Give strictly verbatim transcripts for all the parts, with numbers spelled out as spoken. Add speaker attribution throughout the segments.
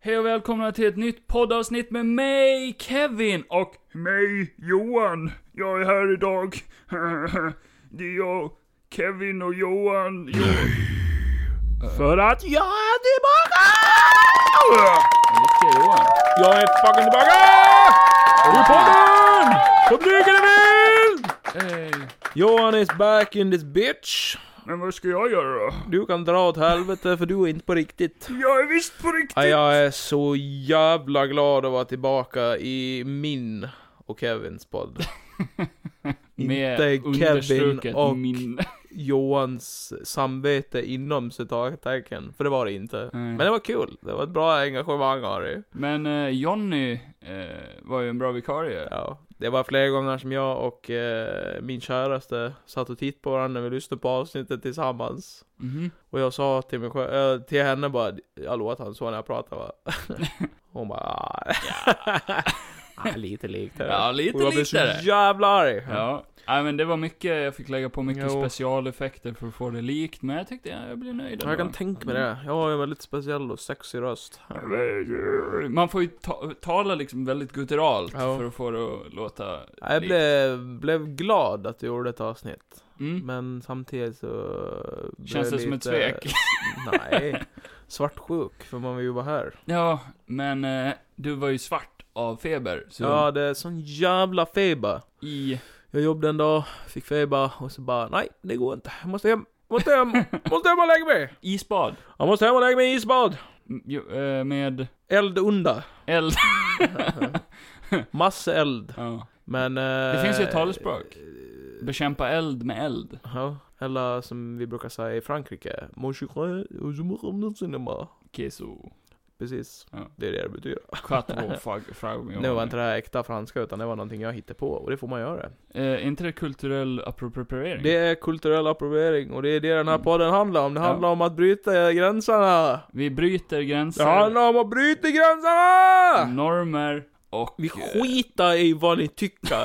Speaker 1: Hej och välkomna till ett nytt poddavsnitt med mig, Kevin, och mig, Johan. Jag är här idag. Det är jag, Kevin och Johan. Jo-
Speaker 2: Nej. För att jag är tillbaka!
Speaker 1: Vilka Johan?
Speaker 2: Jag är fucking tillbaka! I podden! Publiken är vild!
Speaker 1: Hey.
Speaker 2: Johan is back in this bitch.
Speaker 1: Men vad ska jag göra då?
Speaker 2: Du kan dra åt helvete för du är inte på riktigt.
Speaker 1: Jag är visst på riktigt.
Speaker 2: Ja, jag är så jävla glad att vara tillbaka i min och Kevins podd.
Speaker 1: Med
Speaker 2: Inte
Speaker 1: understruket
Speaker 2: Kevin och
Speaker 1: min...
Speaker 2: Johans samvete inom citattecken. För det var det inte.
Speaker 1: Nej.
Speaker 2: Men det var kul. Det var ett bra engagemang, Harry.
Speaker 1: Men eh, Johnny eh, var ju en bra vikarie.
Speaker 2: Ja, det var flera gånger som jag och eh, min käraste satt och tittade på varandra när vi lyssnade på avsnittet tillsammans.
Speaker 1: Mhm.
Speaker 2: Och jag sa till mig själv, äh, till henne bara, jag låter han så när jag pratar, va? Hon bara, ah. ah, lite likt det.
Speaker 1: Ja, lite
Speaker 2: Och jag blev
Speaker 1: likt
Speaker 2: så
Speaker 1: är det.
Speaker 2: jävla arg.
Speaker 1: Ja, nej, men det var mycket, jag fick lägga på mycket
Speaker 2: Jo.
Speaker 1: specialeffekter för att få det likt, men jag tyckte jag, jag blev nöjd.
Speaker 2: Jag kan tänka mig det. Jag har ju en väldigt speciell och sexig röst.
Speaker 1: Man får ju ta, tala liksom väldigt gutturalt
Speaker 2: Ja.
Speaker 1: för att få det att låta
Speaker 2: Jag
Speaker 1: likt.
Speaker 2: blev, blev glad att du gjorde ett avsnitt.
Speaker 1: Mm.
Speaker 2: Men samtidigt så... blev
Speaker 1: Känns det
Speaker 2: jag
Speaker 1: som ett
Speaker 2: lite-
Speaker 1: svek?
Speaker 2: Nej. Svartsjuk, för man vill ju vara här.
Speaker 1: Ja, men eh, du var ju svart av feber. Så
Speaker 2: Ja, det är sån jävla feber.
Speaker 1: i...
Speaker 2: Jag jobbade en dag, fick feber och så bara, nej, det går inte. Jag måste hem, måste hem, måste hem och lägga mig.
Speaker 1: Isbad.
Speaker 2: Jag måste hem och lägga mig i isbad.
Speaker 1: M- Jo, eh, med
Speaker 2: Eld unda.
Speaker 1: eld.
Speaker 2: Massa eld.
Speaker 1: Ja.
Speaker 2: Men... Eh,
Speaker 1: Det finns ju ett talespråk. Bekämpa eld med eld.
Speaker 2: Ja, eller som vi brukar säga i Frankrike. Mon chigre, och så måste man cinema.
Speaker 1: Keso.
Speaker 2: Precis,
Speaker 1: Ja.
Speaker 2: det är det det betyder.
Speaker 1: Quattro fag... frag-
Speaker 2: Det var inte det här äkta franska, utan det var någonting jag hittade på. Och det får man göra.
Speaker 1: Eh, inte det kulturell appropriering?
Speaker 2: Det är kulturell appropriering. Och det är det den här
Speaker 1: Mm.
Speaker 2: podden handlar om. Det
Speaker 1: Ja.
Speaker 2: handlar om att bryta gränserna.
Speaker 1: Vi bryter gränser,
Speaker 2: Det handlar om att bryta gränserna!
Speaker 1: normer och...
Speaker 2: Vi skitar i vad ni tycker.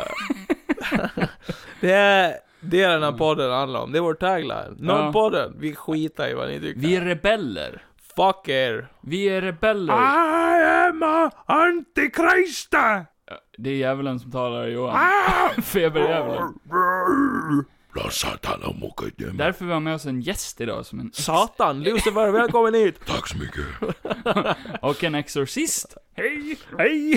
Speaker 2: Det är det den här podden handlar om. Det är vår tagline. Nollpodden. Vi skitar i vad ni tycker.
Speaker 1: Vi är rebeller.
Speaker 2: Fuck er.
Speaker 1: Vi är rebeller.
Speaker 2: I am a antikrist.
Speaker 1: Ja, det är djävulen som talar, Johan.
Speaker 2: Ah!
Speaker 1: Feberjävulen.
Speaker 2: La satan om och
Speaker 1: Därför vi har med oss en gäst idag som en...
Speaker 2: Satan, Lucifer, välkommen hit.
Speaker 3: Tack så mycket.
Speaker 1: Och en exorcist. Hej!
Speaker 2: Hej.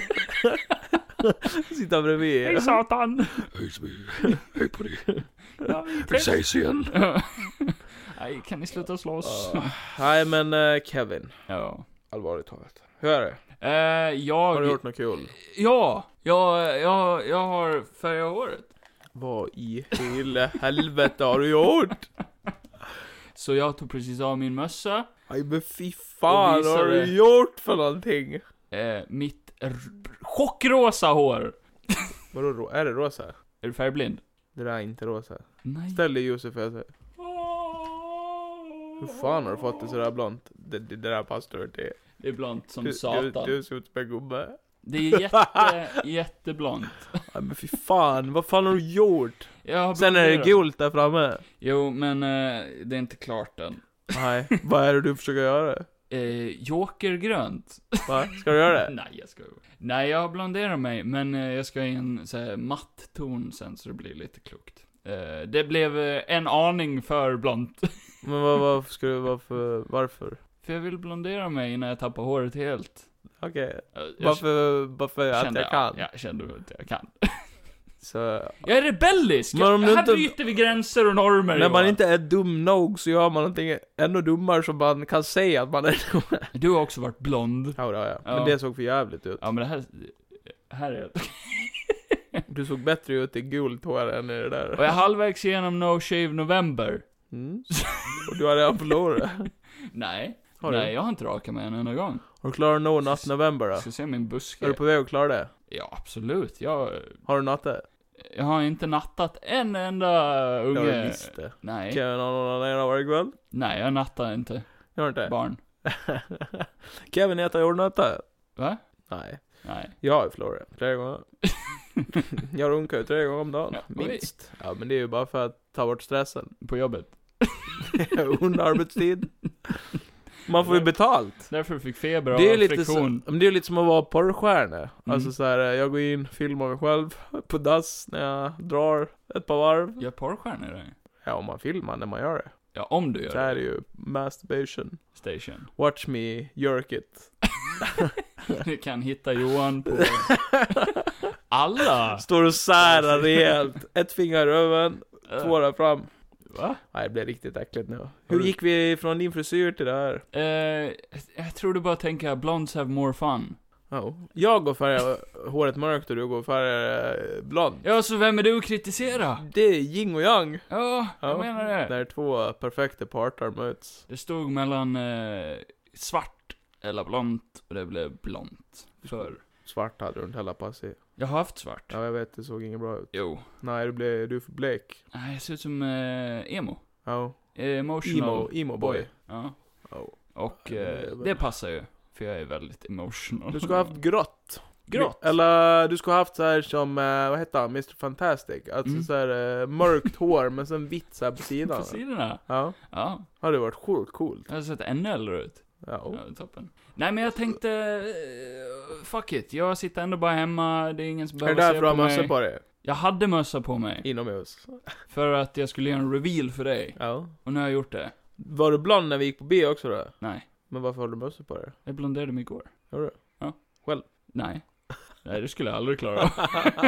Speaker 2: Sitta bredvid.
Speaker 1: Hej Satan!
Speaker 3: Hej så mycket. Hej på dig.
Speaker 1: Ja, vi
Speaker 3: Vi
Speaker 1: träffas.
Speaker 3: ses igen.
Speaker 1: Nej, kan ni sluta slåss?
Speaker 2: Uh, nej men uh, Kevin,
Speaker 1: Ja.
Speaker 2: allvarligt talat. Hur är det?
Speaker 1: Eh, jag...
Speaker 2: Har du gjort något kul?
Speaker 1: Ja, jag, jag, jag har färgat håret.
Speaker 2: Vad i hela helvete har du gjort?
Speaker 1: Så jag tog precis av min mössa.
Speaker 2: Aj men fy fan,
Speaker 1: Och
Speaker 2: vad har
Speaker 1: visade-
Speaker 2: du gjort för någonting?
Speaker 1: Eh, mitt r- chockrosa hår.
Speaker 2: Vadå, ro- är det rosa?
Speaker 1: Är du färgblind?
Speaker 2: Det där är inte rosa.
Speaker 1: Nej.
Speaker 2: Ställ dig Josef, jag säger. Hur fan har du fått det sådär blont? Det, det, det där passar till.
Speaker 1: Det är blont som
Speaker 2: Du,
Speaker 1: satan.
Speaker 2: du, du ser ut som en gubbe.
Speaker 1: Det är jätte, jätteblont.
Speaker 2: Aj men fy fan, vad fan har du gjort?
Speaker 1: Jag har
Speaker 2: Sen är det
Speaker 1: blonderat.
Speaker 2: gult där framme.
Speaker 1: Jo, men eh, det är inte klart än.
Speaker 2: Nej, vad är det du försöker göra?
Speaker 1: Eh, jokergrönt.
Speaker 2: Va? Ska du göra det?
Speaker 1: Nej, jag ska Nej, jag har blonderat mig, men eh, jag ska i en så här, matt ton sen så det blir lite klokt. Eh, det blev eh, en aning för blont.
Speaker 2: Men vad, vad ska du, varför, varför?
Speaker 1: För jag vill blondera mig när jag tappar håret helt.
Speaker 2: Okej,
Speaker 1: Eh, jag
Speaker 2: varför, varför att
Speaker 1: kände,
Speaker 2: jag kan?
Speaker 1: Ja, jag kände att jag kan.
Speaker 2: Så,
Speaker 1: Jag är rebellisk!
Speaker 2: Men om
Speaker 1: Jag,
Speaker 2: du
Speaker 1: här
Speaker 2: inte-
Speaker 1: bryter vi gränser och normer.
Speaker 2: när man
Speaker 1: Johan.
Speaker 2: inte är dum nog så gör man någonting ännu dummare som man kan säga att man är dum.
Speaker 1: Du har också varit blond.
Speaker 2: Ja, det har jag.
Speaker 1: Ja.
Speaker 2: Men det såg för jävligt ut.
Speaker 1: Ja, men det här... Här är det.
Speaker 2: Du såg bättre ut i gult hår än i det där.
Speaker 1: Och jag är halvvägs igenom No Shave November.
Speaker 2: Mm. Och du har redan förlorat.
Speaker 1: Nej.
Speaker 2: Har du?
Speaker 1: Nej, jag har inte rakat mig en enda gång.
Speaker 2: Har du klarat No Nut November då?
Speaker 1: Jag ska se min buske.
Speaker 2: Är du på väg att klara det?
Speaker 1: Ja, absolut. Jag,
Speaker 2: Har du natte?
Speaker 1: jag har inte nattat en enda unge.
Speaker 2: Ja, du visste.
Speaker 1: Nej.
Speaker 2: Kevin har någon annan varje kväll?
Speaker 1: Nej, jag nattar inte
Speaker 2: Gör du inte?
Speaker 1: barn.
Speaker 2: Kevin äter jordnötter?
Speaker 1: Va?
Speaker 2: Nej.
Speaker 1: Nej.
Speaker 2: Jag har ju förlorat flera gånger. Jag runkar ju tre gånger om dagen.
Speaker 1: Ja,
Speaker 2: Minst. Ja, men det är ju bara för att ta bort stressen.
Speaker 1: På jobbet.
Speaker 2: Under arbetstid. Man får ju betalt.
Speaker 1: Därför du fick feber
Speaker 2: Det är
Speaker 1: av
Speaker 2: lite
Speaker 1: friktion.
Speaker 2: så, men det är lite som att vara porrstjärna.
Speaker 1: Mm.
Speaker 2: Alltså så här, jag går in, filmar mig själv på dass när jag drar ett par varv.
Speaker 1: Gör porrstjärnor det?
Speaker 2: Ja, om man filmar när man gör det.
Speaker 1: Ja, om du gör
Speaker 2: Så här är
Speaker 1: det.
Speaker 2: det ju masturbation.
Speaker 1: Station.
Speaker 2: Watch me jerk it.
Speaker 1: Du kan hitta Johan på alla.
Speaker 2: Står och särar rejält. Ett finger i röven, två där fram.
Speaker 1: Va?
Speaker 2: Nej, det blir riktigt äckligt nu. Hur gick vi från din frisyr till det här?
Speaker 1: Eh, jag tror du bara tänker blondes have more fun.
Speaker 2: Oh. Jag går färga håret mörkt och du går färga blond.
Speaker 1: Ja, så vem är du att kritisera?
Speaker 2: Det är yin och yang.
Speaker 1: Ja, jag
Speaker 2: Ja.
Speaker 1: menar det.
Speaker 2: När två perfekta parter möts.
Speaker 1: Det stod mellan eh, svart eller blont och det blev blont. För
Speaker 2: Svart hade du inte heller pass i.
Speaker 1: jag har haft svart.
Speaker 2: Ja, jag vet, det såg inget bra ut.
Speaker 1: Jo.
Speaker 2: Nej, du blev du är för blek.
Speaker 1: Nej, jag ser ut som eh, emo.
Speaker 2: Ja.
Speaker 1: Emotional
Speaker 2: Emo, emo boy.
Speaker 1: Ja.
Speaker 2: Oh.
Speaker 1: Och eh, det passar ju. För jag är väldigt emotional.
Speaker 2: Du ska ha haft grått.
Speaker 1: Grått?
Speaker 2: Eller du ska ha haft så här som, eh, vad heter han, mister Fantastic. Alltså
Speaker 1: Mm.
Speaker 2: så här eh, mörkt hår men sen vitt så här på sidan.
Speaker 1: På sidorna?
Speaker 2: Ja.
Speaker 1: Ja.
Speaker 2: Hade varit sjukt coolt.
Speaker 1: Jag har sett ännu äldre ut.
Speaker 2: Ja.
Speaker 1: Ja, toppen. Nej, men jag tänkte, eh, fuck it. Jag sitter ändå bara hemma. Det är ingen som
Speaker 2: Är det
Speaker 1: behöver
Speaker 2: därför
Speaker 1: se
Speaker 2: du har
Speaker 1: på
Speaker 2: mössa
Speaker 1: mig.
Speaker 2: på dig?
Speaker 1: Jag hade mössa på mig.
Speaker 2: Inomhus.
Speaker 1: För att jag skulle göra en reveal för dig.
Speaker 2: Ja.
Speaker 1: Och nu har jag gjort det.
Speaker 2: Var du blond när vi gick på B också då?
Speaker 1: Nej.
Speaker 2: Men varför har du mössa på dig?
Speaker 1: Jag blonderade mig igår.
Speaker 2: Gjorde du?
Speaker 1: Ja.
Speaker 2: Själv?
Speaker 1: Nej. Nej, det skulle jag aldrig klara av.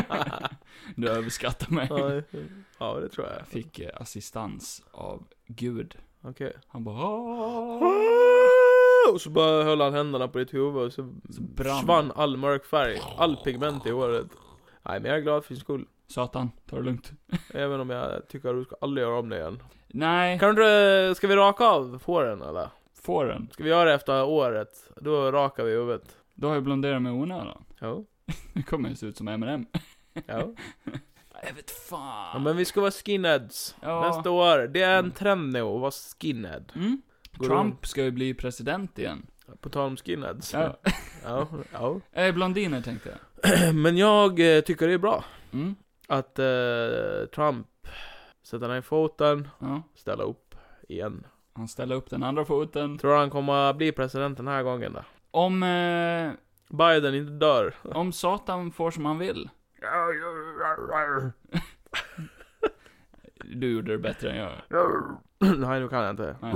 Speaker 1: Du överskattar mig.
Speaker 2: Ja, ja, det tror jag.
Speaker 1: Jag fick eh, assistans av Gud.
Speaker 2: Okej.
Speaker 1: Han bara... "Åh."
Speaker 2: Och så bara höll han händerna på ditt huvud och så,
Speaker 1: Så brann.
Speaker 2: försvann all mörk färg, all pigment i håret. Nej, men jag är glad för din skull.
Speaker 1: Satan, ta det lugnt.
Speaker 2: Även om jag tycker att du ska aldrig göra om det igen.
Speaker 1: Nej,
Speaker 2: Kan du, ska vi raka av fåren eller?
Speaker 1: får den.
Speaker 2: Ska vi göra det efter året? Då rakar vi huvudet.
Speaker 1: Då har jag blonderat med onödan.
Speaker 2: Ja.
Speaker 1: Nu kommer jag se ut som M and M.
Speaker 2: Ja.
Speaker 1: Jag vet fan.
Speaker 2: Ja, men vi ska vara skinheads
Speaker 1: Ja.
Speaker 2: nästa år. Det är en trend nu att vara skinhead.
Speaker 1: Mm.
Speaker 2: Går
Speaker 1: Trump ska ju bli president igen.
Speaker 2: På tal om skinheads.
Speaker 1: Ja.
Speaker 2: Ja, ja.
Speaker 1: Eh, blondiner tänkte jag.
Speaker 2: Men jag eh, tycker det är bra
Speaker 1: Mm.
Speaker 2: att eh, Trump sätter ner foten,
Speaker 1: Ja.
Speaker 2: ställa upp igen.
Speaker 1: Han ställer upp den andra foten.
Speaker 2: Tror han kommer att bli president den här gången då?
Speaker 1: Om, eh,
Speaker 2: Biden inte dör.
Speaker 1: om Satan får som han vill. Du gjorde det bättre än jag.
Speaker 2: Nej, nu kan jag inte.
Speaker 1: Nej.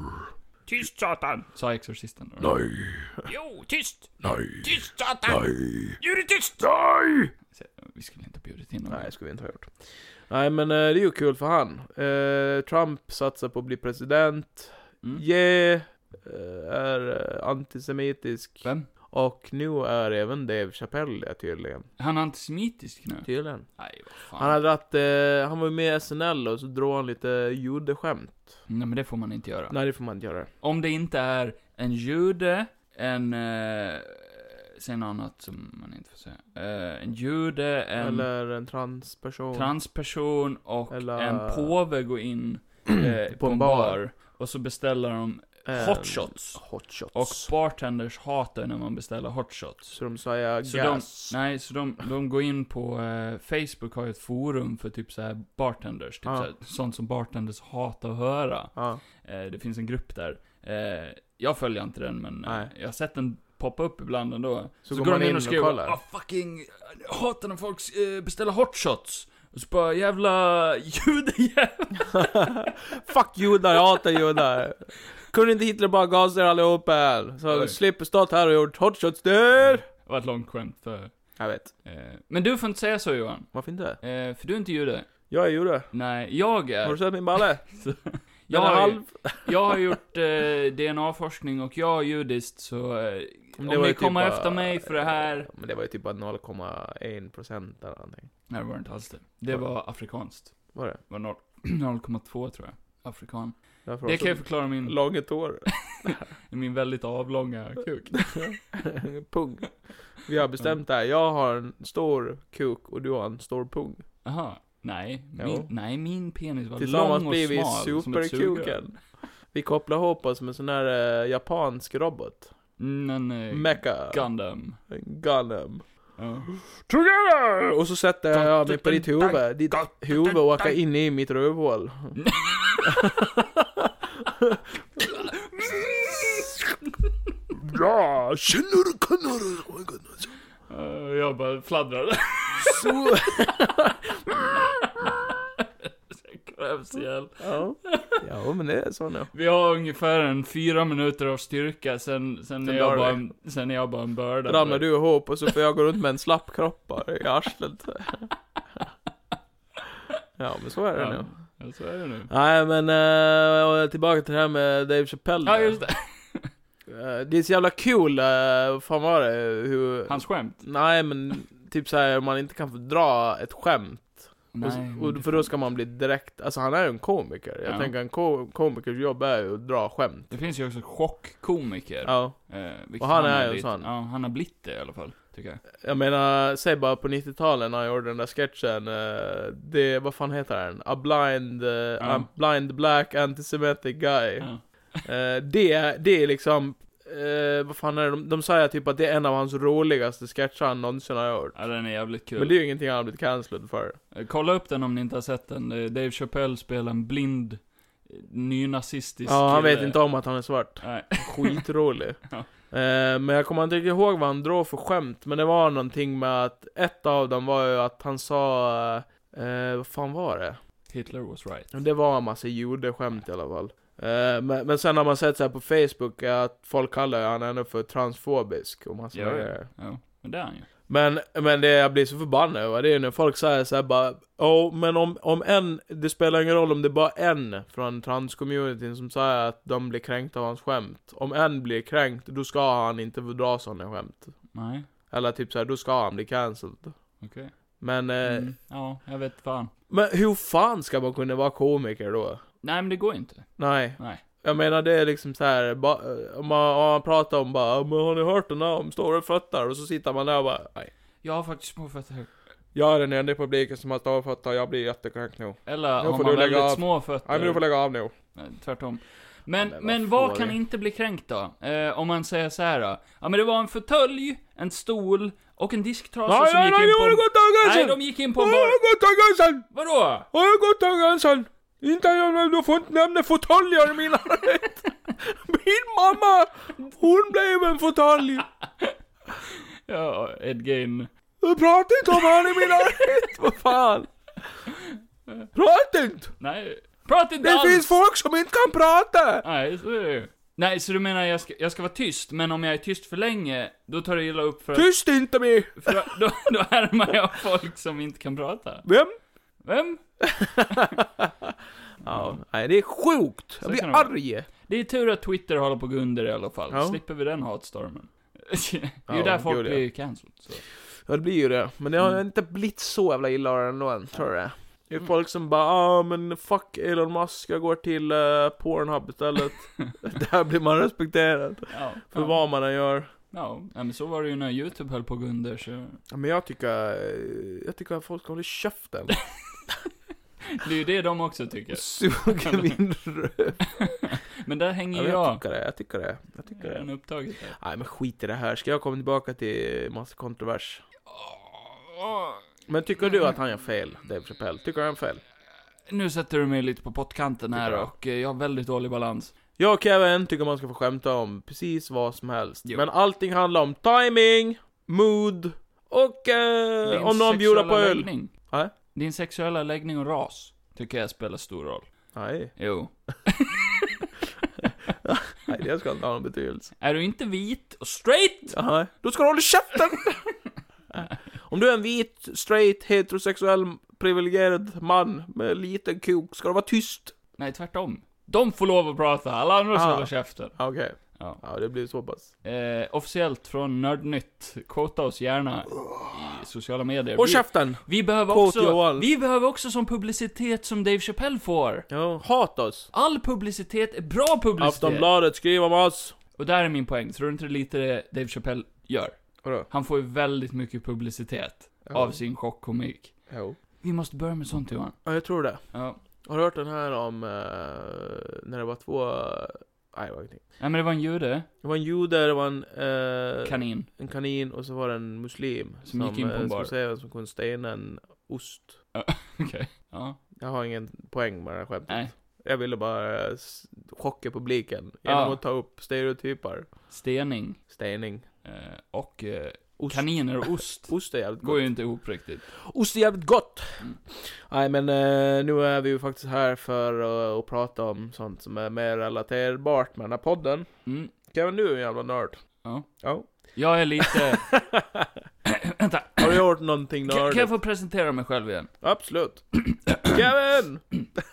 Speaker 1: Tyst Satan! Sa exorcisten då.
Speaker 3: Nej,
Speaker 1: Jo, tyst!
Speaker 3: nej,
Speaker 1: Tyst Satan!
Speaker 3: nej,
Speaker 1: Gör det tyst!
Speaker 3: nej!
Speaker 1: Vi skulle inte ha bjudit in honom.
Speaker 2: Nej, det skulle vi inte ha gjort. Nej, men eh, det är ju kul för han. Eh, Trump satsar på att bli president.
Speaker 1: Mm.
Speaker 2: Yeah, eh, är eh, antisemitisk.
Speaker 1: Vem?
Speaker 2: Och nu är även Dave Chappelle det, tydligen.
Speaker 1: Han är antisemitisk nu?
Speaker 2: Tydligen.
Speaker 1: Nej, vad fan.
Speaker 2: Han hade dratt, eh, han var ju med i S N L och så drog han lite judeskämt.
Speaker 1: Nej, men det får man inte göra.
Speaker 2: Nej, det får man inte göra.
Speaker 1: Om det inte är en jude, en... Eh, säg något annat som man inte får säga. Eh, en jude, en
Speaker 2: Eller en transperson.
Speaker 1: transperson och
Speaker 2: Eller-
Speaker 1: en påve går in eh, på en bar. Och så beställer de
Speaker 2: En-
Speaker 1: hot shots.
Speaker 2: Hot shots.
Speaker 1: Och bartenders hatar när man beställer hot shots.
Speaker 2: Så de säger
Speaker 1: Så
Speaker 2: gas.
Speaker 1: de, nej, så de, de går in på eh, Facebook, har ju ett forum för typ så här bartenders, typ
Speaker 2: Ja.
Speaker 1: så här, sånt som bartenders hatar att höra.
Speaker 2: Ja.
Speaker 1: Eh, det finns en grupp där. Eh, jag följer inte den, men eh,
Speaker 2: Nej.
Speaker 1: jag har sett den poppa upp ibland ändå.
Speaker 2: Så
Speaker 1: Så,
Speaker 2: går
Speaker 1: går
Speaker 2: man
Speaker 1: de in
Speaker 2: in
Speaker 1: och
Speaker 2: och
Speaker 1: skriver,
Speaker 2: kollar.
Speaker 1: ah fucking, jag hatar när folk eh, beställer hot shots. Och så bara, jävla judejävlar.
Speaker 2: Fuck judar, jag hatar judar. Kunde inte Hitler bara gasa er allihopa? Så
Speaker 1: Oj.
Speaker 2: slipper stått här och gjort hot shots där.
Speaker 1: Det var ett långt skämt för...
Speaker 2: Jag vet.
Speaker 1: Eh, men du får inte säga så, Johan.
Speaker 2: Varför inte?
Speaker 1: Eh, för du är inte jude.
Speaker 2: Jag är jude.
Speaker 1: Nej, jag är.
Speaker 2: Har du sett min balle?
Speaker 1: Så-
Speaker 2: Jag
Speaker 1: jag,
Speaker 2: är
Speaker 1: har,
Speaker 2: halv.
Speaker 1: jag har gjort eh, D N A-forskning och jag är judiskt, så eh,
Speaker 2: Men
Speaker 1: om
Speaker 2: det var
Speaker 1: ni
Speaker 2: ju typ
Speaker 1: kommer
Speaker 2: bara-
Speaker 1: efter mig för det här...
Speaker 2: Men det var ju typ bara noll komma en procent eller någonting.
Speaker 1: Nej, det var inte alls det. Det var afrikanskt.
Speaker 2: Var det?
Speaker 1: Det var noll- noll komma två tror jag. Afrikan.
Speaker 2: Därför
Speaker 1: Det
Speaker 2: också
Speaker 1: kan jag förklara min,
Speaker 2: långt hår.
Speaker 1: min väldigt avlånga kuk.
Speaker 2: Pung. Vi har bestämt det här. Jag har en stor kuk och du har en stor pung.
Speaker 1: Aha. Nej,
Speaker 2: Jo.
Speaker 1: min, nej, min penis var
Speaker 2: Tillsammans
Speaker 1: lång och
Speaker 2: blir vi
Speaker 1: smal som ett sugrör.
Speaker 2: superkuken. Vi kopplar ihop oss med en sån här eh, japansk robot.
Speaker 1: Mm, en eh,
Speaker 2: Mecha.
Speaker 1: Gundam.
Speaker 2: Gundam.
Speaker 1: Ja.
Speaker 2: Together! Och så sätter jag mig på ditt huvud. Ditt huvud åker in i mitt rövhål.
Speaker 3: Bra, känner du kunnar
Speaker 1: Uh, jag bara fladdrade.
Speaker 2: Så...
Speaker 1: Krävs ihjäl.
Speaker 2: Ja. Ja, men det är så nu.
Speaker 1: Vi har ungefär en fyra minuter av styrka, sen, sen, är, jag bara en, sen är jag bara en börda.
Speaker 2: Ramlar du ihop och så får jag gå runt med en slapp kropp bara i arslet. Ja, men så är det
Speaker 1: ja.
Speaker 2: nu.
Speaker 1: Ja, så är det nu.
Speaker 2: Nej, men uh, tillbaka till det här med Dave Chappelle.
Speaker 1: Ja, just det.
Speaker 2: Uh, det är så jävla kul, uh, fan var det? Hur...
Speaker 1: Hans skämt?
Speaker 2: Nej, men typ såhär, om man inte kan få dra ett skämt.
Speaker 1: Nej,
Speaker 2: och, och för då ska man bli direkt, alltså han är ju en komiker. Jag
Speaker 1: ja. tänker
Speaker 2: en ko- komikers jobb är ju att dra skämt.
Speaker 1: Det finns ju också chockkomiker.
Speaker 2: Ja.
Speaker 1: Eh,
Speaker 2: och han är ju
Speaker 1: lite,
Speaker 2: sån.
Speaker 1: Ja, han har blivit det i alla fall, tycker jag.
Speaker 2: Jag menar, säg bara på nittiotalet när han gjorde den där sketchen, uh, det, vad fan heter den? A blind, uh,
Speaker 1: ja.
Speaker 2: a blind black antisemitic guy.
Speaker 1: Ja.
Speaker 2: uh, det, det är liksom, uh, vad fan är det? De, de säger typ att det är en av hans roligaste sketcher han någonsin har gjort.
Speaker 1: Ja, den är jävligt kul.
Speaker 2: Men det är ju ingenting han har blivit cancelled för.
Speaker 1: Eh, Kolla upp den om ni inte har sett den. Eh, Dave Chappelle spelar en blind eh, nynazistisk
Speaker 2: Ja, han
Speaker 1: kille.
Speaker 2: vet inte om att han är svart.
Speaker 1: Nej.
Speaker 2: Skitrolig.
Speaker 1: Ja.
Speaker 2: eh, Men jag kommer inte riktigt ihåg vad han drog för skämt. Men det var någonting med att ett av dem var ju att han sa eh, vad fan var det?
Speaker 1: Hitler was right.
Speaker 2: Det var en massa judeskämt i alla fall. eh, men, men sen har man sett så här på Facebook att folk kallar han ännu för transfobisk och massa
Speaker 1: Ja, ja.
Speaker 2: grejer.
Speaker 1: Ja, men det är han ju.
Speaker 2: Men, men det jag blir så förbannad över, det är när folk säger så här bara, åh, men om, om en, det spelar ingen roll om det är bara en från transcommunityn som säger att de blir kränkta av hans skämt. Om en blir kränkt, då ska han inte få dra sådana skämt.
Speaker 1: Nej.
Speaker 2: Eller typ så här, då ska han bli cancelled.
Speaker 1: Okej. Okay.
Speaker 2: Men, eh,
Speaker 1: Mm. Ja, jag vet fan.
Speaker 2: men hur fan ska man kunna vara komiker då?
Speaker 1: Nej, men det går inte.
Speaker 2: Nej.
Speaker 1: Nej.
Speaker 2: Jag menar det är liksom så här, ba, om, man, om man pratar om bara, men har ni hört den här om stora fötter? Och så sitter man där och bara, nej.
Speaker 1: Jag har faktiskt små fötter.
Speaker 2: Jag är den enda i publiken som har stora fötter, jag blir jättekränkt nu.
Speaker 1: Eller
Speaker 2: Nu
Speaker 1: har
Speaker 2: får
Speaker 1: man
Speaker 2: du lägga
Speaker 1: väldigt
Speaker 2: av.
Speaker 1: små fötter.
Speaker 2: Nej, men du får lägga av nu.
Speaker 1: Nej, tvärtom. Men,
Speaker 2: Ja, men
Speaker 1: men
Speaker 2: vad
Speaker 1: vad
Speaker 2: får
Speaker 1: kan
Speaker 2: det?
Speaker 1: inte bli kränkt då? Eh, om man säger så här. Då. Ja, men det var en fåtölj, en stol och en disktrasa
Speaker 2: Nej,
Speaker 1: som
Speaker 2: nej,
Speaker 1: gick
Speaker 2: nej,
Speaker 1: in
Speaker 2: nu
Speaker 1: på...
Speaker 2: har du gått av
Speaker 1: Nej,
Speaker 2: gränsen!
Speaker 1: de gick in på en
Speaker 2: Nu
Speaker 1: bar...
Speaker 2: har du gått av gränsen!
Speaker 1: Vadå?
Speaker 2: Har jag gått av gränsen? Inte jag, du får inte nämna fåtöljer i mina rätt. Min mamma, hon blev en fåtölj.
Speaker 1: Ja, Ed Gein.
Speaker 2: Du pratar inte om han i mina rätt, vad fan. Prata inte!
Speaker 1: Nej, prata inte
Speaker 2: Det
Speaker 1: alls!
Speaker 2: finns folk som inte kan prata!
Speaker 1: Nej, så är det ju. Nej, så du menar jag ska, jag ska vara tyst, men om jag är tyst för länge, då tar det illa upp för...
Speaker 2: Tyst inte mig!
Speaker 1: För då, då härmar jag folk som inte kan prata.
Speaker 2: Vem?
Speaker 1: Vem?
Speaker 2: Ja, nej det är sjukt. Jag
Speaker 1: Så
Speaker 2: blir
Speaker 1: kan det vara.
Speaker 2: arg.
Speaker 1: Det är tur att Twitter håller på gå under i alla fall.
Speaker 2: Ja.
Speaker 1: Slipper vi den hatstormen. Det är ju
Speaker 2: Ja,
Speaker 1: där folk
Speaker 2: gud, ja.
Speaker 1: blir cancelled. Så.
Speaker 2: Ja, det blir ju det. Men det har
Speaker 1: Mm.
Speaker 2: inte blivit så jävla illa av det ändå än, tror jag. Det är
Speaker 1: Mm. folk
Speaker 2: folk som bara, ah men fuck Elon Musk, jag går till uh, Pornhub istället. Där blir man respekterad.
Speaker 1: Ja,
Speaker 2: För
Speaker 1: ja.
Speaker 2: vad man än gör.
Speaker 1: Ja, men så var det ju när YouTube höll på att gå under, så...
Speaker 2: Ja, men jag tycker, eh, jag tycker att folk ska hålla käften.
Speaker 1: Det är ju det de också tycker.
Speaker 2: Suger min röv.
Speaker 1: Men där hänger
Speaker 2: Ja,
Speaker 1: jag.
Speaker 2: jag tycker det, jag tycker det. Jag tycker
Speaker 1: Jag är en
Speaker 2: det.
Speaker 1: upptaget där.
Speaker 2: Nej men skit i det här, ska jag komma tillbaka till massa kontrovers? Men tycker du att han gör fel, Dave Chappelle? Tycker han fel?
Speaker 1: Nu sätter du mig lite på pottkanten här
Speaker 2: Tycker jag.
Speaker 1: och eh, jag har väldigt dålig balans.
Speaker 2: Jag och Kevin tycker man ska få skämta om precis vad som helst.
Speaker 1: Jo.
Speaker 2: Men allting handlar om timing, mood och eh,
Speaker 1: Din
Speaker 2: om någon bjuder på
Speaker 1: sexuella
Speaker 2: öl.
Speaker 1: läggning.
Speaker 2: Nej.
Speaker 1: Din sexuella läggning och ras tycker jag spelar stor roll.
Speaker 2: Nej.
Speaker 1: Jo.
Speaker 2: Nej, det ska inte ha någon betydelse.
Speaker 1: Är du inte vit och straight?
Speaker 2: Jaha. Då ska du hålla käften! Om du är en vit, straight, heterosexuell, privilegierad man med liten kuk, ska du vara tyst?
Speaker 1: Nej, tvärtom. De får lov att prata, alla andra ska
Speaker 2: Ah.
Speaker 1: hålla käften.
Speaker 2: Okej. Okay.
Speaker 1: Ja.
Speaker 2: Ja, det blir så pass.
Speaker 1: Eh, officiellt från Nördnytt, quota oss gärna i sociala medier.
Speaker 2: Håll
Speaker 1: Vi,
Speaker 2: käften!
Speaker 1: vi behöver
Speaker 2: Quote
Speaker 1: också,
Speaker 2: Johan.
Speaker 1: vi behöver också som publicitet som Dave Chappelle får.
Speaker 2: Ja, hat oss.
Speaker 1: All publicitet är bra publicitet.
Speaker 2: Aftonbladet, skriv om oss.
Speaker 1: Och där är min poäng, tror du inte det är lite det Dave Chappelle gör?
Speaker 2: Vadå?
Speaker 1: Han får ju väldigt mycket publicitet
Speaker 2: Ja.
Speaker 1: av sin chockkomik.
Speaker 2: Jo.
Speaker 1: Vi måste börja med sånt, Johan.
Speaker 2: Ja, jag tror det.
Speaker 1: Ja.
Speaker 2: Har du hört den här om eh, när det var två... Nej, det var ingenting.
Speaker 1: Nej, men det var en jude,
Speaker 2: Det var en jude, det var en... Eh,
Speaker 1: kanin.
Speaker 2: En kanin och så var det en muslim.
Speaker 1: Som gick in på en
Speaker 2: eh,
Speaker 1: bar.
Speaker 2: Som säger som kunde stena en ost.
Speaker 1: Okej. Ja.
Speaker 2: Jag har ingen poäng med det här skämtet.
Speaker 1: Nej.
Speaker 2: Jag ville bara eh, chocka publiken genom
Speaker 1: Ja.
Speaker 2: att ta upp stereotyper.
Speaker 1: Stening.
Speaker 2: Stening.
Speaker 1: Eh, och eh,
Speaker 2: Ost.
Speaker 1: kaniner och ost.
Speaker 2: Ost är jävligt
Speaker 1: Går
Speaker 2: gott.
Speaker 1: ju inte ihop riktigt.
Speaker 2: Ost är jävligt gott.
Speaker 1: Mm.
Speaker 2: Nej men eh, nu är vi ju faktiskt här för att, att prata om sånt som är mer relaterbart med den här podden.
Speaker 1: Mm.
Speaker 2: Kevin, du är en jävla nörd.
Speaker 1: Ja.
Speaker 2: Ja.
Speaker 1: Jag är lite... Vänta.
Speaker 2: Har du gjort någonting
Speaker 1: Kan,
Speaker 2: nördigt?
Speaker 1: kan jag få presentera mig själv igen?
Speaker 2: Absolut. Kevin!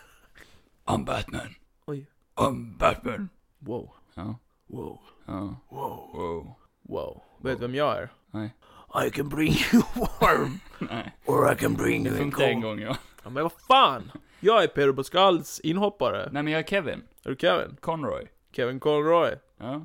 Speaker 1: I'm Batman.
Speaker 2: Oj.
Speaker 1: I'm Batman.
Speaker 2: Wow.
Speaker 1: Ja.
Speaker 2: Wow.
Speaker 1: Ja.
Speaker 2: Wow.
Speaker 1: Wow.
Speaker 2: Wow. Vet du vem jag är?
Speaker 1: Nej.
Speaker 3: I can bring you warm,
Speaker 1: Nej.
Speaker 3: or I can bring
Speaker 1: Det
Speaker 3: you in
Speaker 1: funkar en
Speaker 3: cold.
Speaker 1: gång, ja.
Speaker 2: Ja, men vad fan? Jag är Pedro Pascals inhoppare.
Speaker 1: Nej, men jag är Kevin.
Speaker 2: Är du Kevin?
Speaker 1: Conroy.
Speaker 2: Kevin Conroy.
Speaker 1: Ja.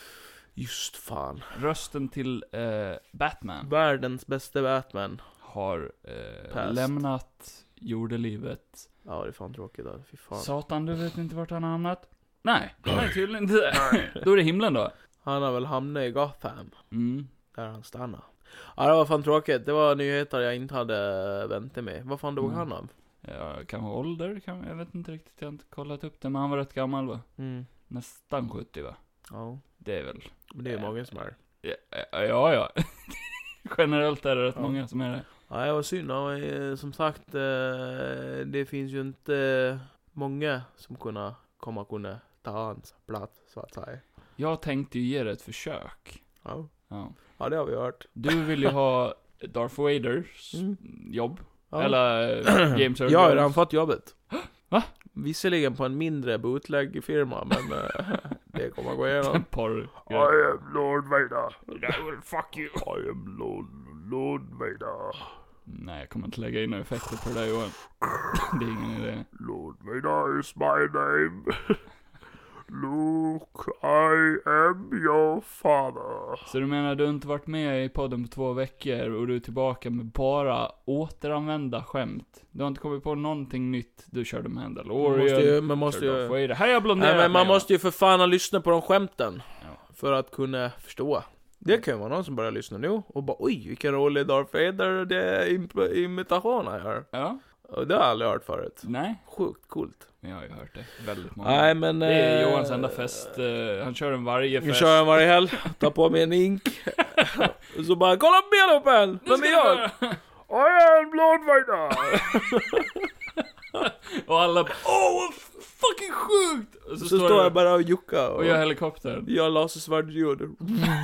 Speaker 2: Just fan.
Speaker 1: Rösten till eh, Batman
Speaker 2: Världens bästa Batman.
Speaker 1: har eh,
Speaker 2: Past.
Speaker 1: lämnat jordelivet.
Speaker 2: Ja, det är fan tråkigt där. Fy fan.
Speaker 1: Satan, du vet inte vart han har hamnat? Nej, nej tydligen inte. Då är det himlen då.
Speaker 2: Han har väl hamnat i Gotham.
Speaker 1: Mm.
Speaker 2: Där han stannar. Ja, det var fan tråkigt. Det var nyheter jag inte hade väntat med. Vad fan dog
Speaker 1: Mm.
Speaker 2: han av?
Speaker 1: Ja, kanske ålder, kan, jag vet inte riktigt, jag har inte kollat upp det, men han var rätt gammal va?
Speaker 2: Mm.
Speaker 1: Nästan sjuttio va?
Speaker 2: Ja.
Speaker 1: Det är väl...
Speaker 2: Men det är många som är.
Speaker 1: Ja, ja. ja. Generellt är det rätt
Speaker 2: Ja.
Speaker 1: många som är det.
Speaker 2: Ja, det var synd. Ja, eh, som sagt, eh, det finns ju inte många som kunna komma kunna ta hans plats, så att säga.
Speaker 1: Jag tänkte ju ge det ett försök.
Speaker 2: Ja,
Speaker 1: Ja.
Speaker 2: ja det har vi hört.
Speaker 1: Du vill ju ha Darth Vaders
Speaker 2: Mm.
Speaker 1: jobb.
Speaker 2: Ja.
Speaker 1: Eller äh, James Earl
Speaker 2: Jag har
Speaker 1: Jones.
Speaker 2: redan fått jobbet.
Speaker 1: Va?
Speaker 2: Visserligen på en mindre bootleg-firma, men eh, det kommer att gå igenom.
Speaker 1: En porr.
Speaker 3: I am Lord Vader.
Speaker 1: Well, fuck you.
Speaker 3: I am Lord, Lord Vader.
Speaker 1: Nej, jag kommer inte lägga in några effekter på det där Johan. Det är ingen idé.
Speaker 3: Lord Vader is my name. Luke, I am your father.
Speaker 1: Så du menar du har inte varit med i podden på två veckor och du är tillbaka med bara återanvända skämt? Du har inte kommit på någonting nytt. Du körde med
Speaker 2: Man måste
Speaker 1: Mandalorian.
Speaker 2: ju, man måste ju,
Speaker 1: Vad är det? Här har jag blonderat
Speaker 2: nej, men man
Speaker 1: mig,
Speaker 2: måste ju för fan ha lyssnat på de skämten.
Speaker 1: Ja.
Speaker 2: För att kunna förstå. Det kan ju vara någon som börjar lyssna nu och bara, oj, vilken rolig Darth Vader det är imp- imitation här gör.
Speaker 1: Ja.
Speaker 2: Och det har jag aldrig hört förut.
Speaker 1: Nej.
Speaker 2: Sjukt coolt.
Speaker 1: Men jag har ju hört det väldigt många.
Speaker 2: Nej, men...
Speaker 1: Det är
Speaker 2: eh,
Speaker 1: Johans enda fest. eh, han kör en varje
Speaker 2: Vi
Speaker 1: fest.
Speaker 2: kör en varje helg, tar på mig en ink. Och så bara, kolla på benuppen!
Speaker 1: Nu
Speaker 2: Vem
Speaker 1: ska
Speaker 2: är
Speaker 1: du
Speaker 2: jag?
Speaker 1: höra.
Speaker 3: I am Lord Vader.
Speaker 1: Och alla bara, åh vad fucking sjukt! Och
Speaker 2: Så, så står jag bara och juckar och,
Speaker 1: och gör helikoptern.
Speaker 2: gör lasersvärdsljud.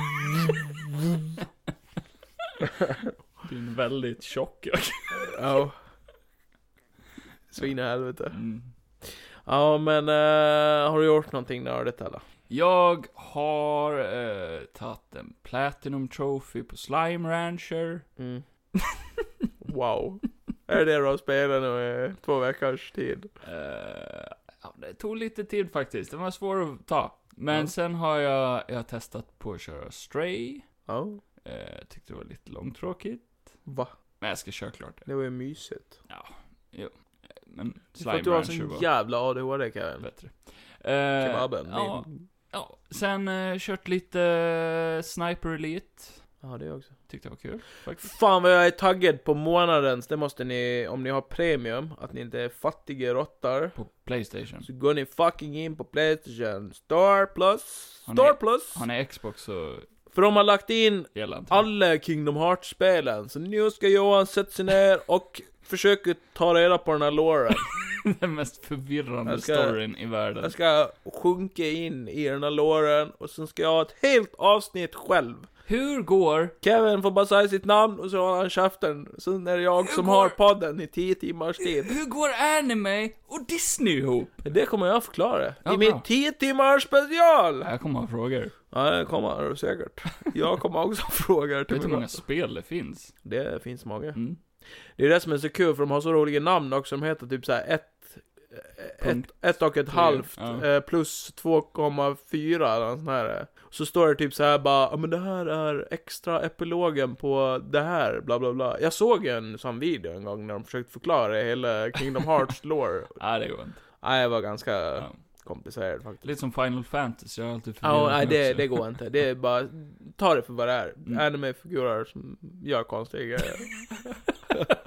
Speaker 1: Det är en väldigt tjock.
Speaker 2: Ja. Svin i helvete.
Speaker 1: Mm.
Speaker 2: Ja, men uh, har du gjort någonting nördigt eller?
Speaker 1: Jag har eh, tagit en Platinum Trophy på Slime Rancher.
Speaker 2: Mm. Wow. Är det du har spelat nu i två veckors tid?
Speaker 1: Eh, ja, det tog lite tid faktiskt. Det var svårt att ta. Men
Speaker 2: Ja.
Speaker 1: sen har jag, jag har testat på att köra Stray.
Speaker 2: Ja.
Speaker 1: Eh, tyckte det var lite långtråkigt.
Speaker 2: Va?
Speaker 1: Men jag ska köra klart det.
Speaker 2: Det var ju mysigt.
Speaker 1: Men
Speaker 2: För
Speaker 1: Slime
Speaker 2: att du har
Speaker 1: Rancher
Speaker 2: sån
Speaker 1: var
Speaker 2: jävla A D H D, Kevin.
Speaker 1: bättre. Eh,
Speaker 2: Kebaben.
Speaker 1: ja,
Speaker 2: Min...
Speaker 1: ja, sen eh, kört lite eh, Sniper Elite.
Speaker 2: Ja, det också.
Speaker 1: Tyckte det var kul, faktiskt.
Speaker 2: Fan vad jag är taggad på månadens. Det måste ni, om ni har premium, att ni inte är fattiga råttar.
Speaker 1: På Playstation.
Speaker 2: Så går ni fucking in på Playstation Star Plus.
Speaker 1: Har
Speaker 2: Star
Speaker 1: ni-
Speaker 2: Plus.
Speaker 1: Han är Xbox så
Speaker 2: För de har lagt in
Speaker 1: gäller inte.
Speaker 2: alla Kingdom Hearts-spelen. Så nu ska Johan sätta sig ner och försöka ta reda på den här loren.
Speaker 1: Den mest förvirrande
Speaker 2: Jag ska-
Speaker 1: storyn i världen.
Speaker 2: Jag ska sjunka in i den här loren och sen ska jag ha ett helt avsnitt själv.
Speaker 1: Hur går...
Speaker 2: Kevin får bara säga sitt namn och så har han käften. Sen är det jag som
Speaker 1: går-
Speaker 2: har podden i tio timmars tid.
Speaker 1: Hur går anime och Disney ihop?
Speaker 2: Det kommer jag förklara.
Speaker 1: Ja,
Speaker 2: I min
Speaker 1: bra.
Speaker 2: tio timmars special.
Speaker 1: Jag kommer ha frågor.
Speaker 2: Ja, det kommer du säkert. Jag kommer också ha frågor till
Speaker 1: Vet du hur
Speaker 2: mig.
Speaker 1: många spel det finns?
Speaker 2: Det finns många.
Speaker 1: Mm.
Speaker 2: Det är det som är så kul, för de har så roliga namn också. De heter typ såhär ett, ett,
Speaker 1: Punkt
Speaker 2: ett och ett
Speaker 1: tre,
Speaker 2: halvt
Speaker 1: ja.
Speaker 2: eh, plus två komma fyra eller nåt sånt här. Så står det typ så här bara, ja men det här är extra epilogen på det här, bla bla bla. Jag såg en sån video en gång när de försökte förklara hela Kingdom Hearts lore.
Speaker 1: Nej, det går inte.
Speaker 2: Nej, det var ganska
Speaker 1: Ja.
Speaker 2: komplicerat faktiskt.
Speaker 1: Lite som Final Fantasy, jag har alltid
Speaker 2: Ja,
Speaker 1: förvirrat
Speaker 2: nej
Speaker 1: mig
Speaker 2: det,
Speaker 1: också.
Speaker 2: det går inte. Det är bara, ta det för vad det är.
Speaker 1: Mm.
Speaker 2: Anime-figurer som gör konstiga grejer.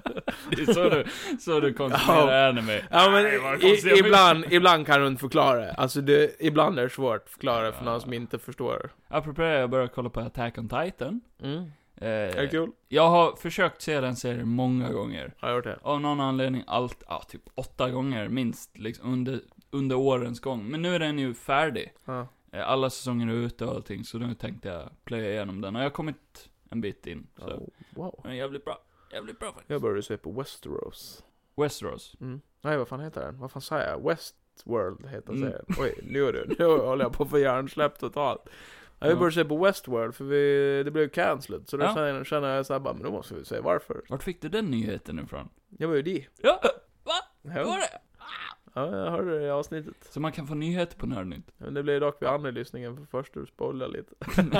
Speaker 1: Det är så du, så du konsumerar
Speaker 2: Ja.
Speaker 1: anime.
Speaker 2: Ja, men
Speaker 1: Nej, vad
Speaker 2: i,
Speaker 1: konstigt.
Speaker 2: ibland, ibland kan du inte förklara det. Alltså det, ibland är det svårt att förklara för någon som inte förstår.
Speaker 1: Apropå det, jag började kolla på Attack on Titan.
Speaker 2: Mm.
Speaker 1: Eh,
Speaker 2: Är det kul?
Speaker 1: Jag har försökt se den serien många gånger.
Speaker 2: Har jag gjort det?
Speaker 1: Av någon anledning allt, ja, typ åtta gånger minst, liksom under, under årens gång. Men nu är den ju färdig.
Speaker 2: Ja.
Speaker 1: Eh, Alla säsonger är ute och allting, så nu tänkte jag playa igenom den. Och jag har kommit en bit in. Så
Speaker 2: Oh, wow.
Speaker 1: den är jävligt bra. Jävligt bra faktiskt.
Speaker 2: Jag började se på Westeros.
Speaker 1: Westeros.
Speaker 2: Mm. Nej, vad fan heter den? Vad fan säger jag? Westworld heter
Speaker 1: Mm.
Speaker 2: serien. Oj, nu är det. Nu håller jag på att få hjärnsläpp totalt. Jag
Speaker 1: Ja.
Speaker 2: började se på Westworld för vi, det blev cancelled. Så då
Speaker 1: Ja.
Speaker 2: känner- känner jag såhär bara, men då måste vi se varför.
Speaker 1: Vart fick du den nyheten ifrån?
Speaker 2: Jag var ju di.
Speaker 1: Ja, va?
Speaker 2: Ja.
Speaker 1: Var det?
Speaker 2: Ja, jag hörde det i avsnittet.
Speaker 1: Så man kan få nyheter på Nördnytt.
Speaker 2: Men det blev dock vid andra lyssningen för först du spoilade lite.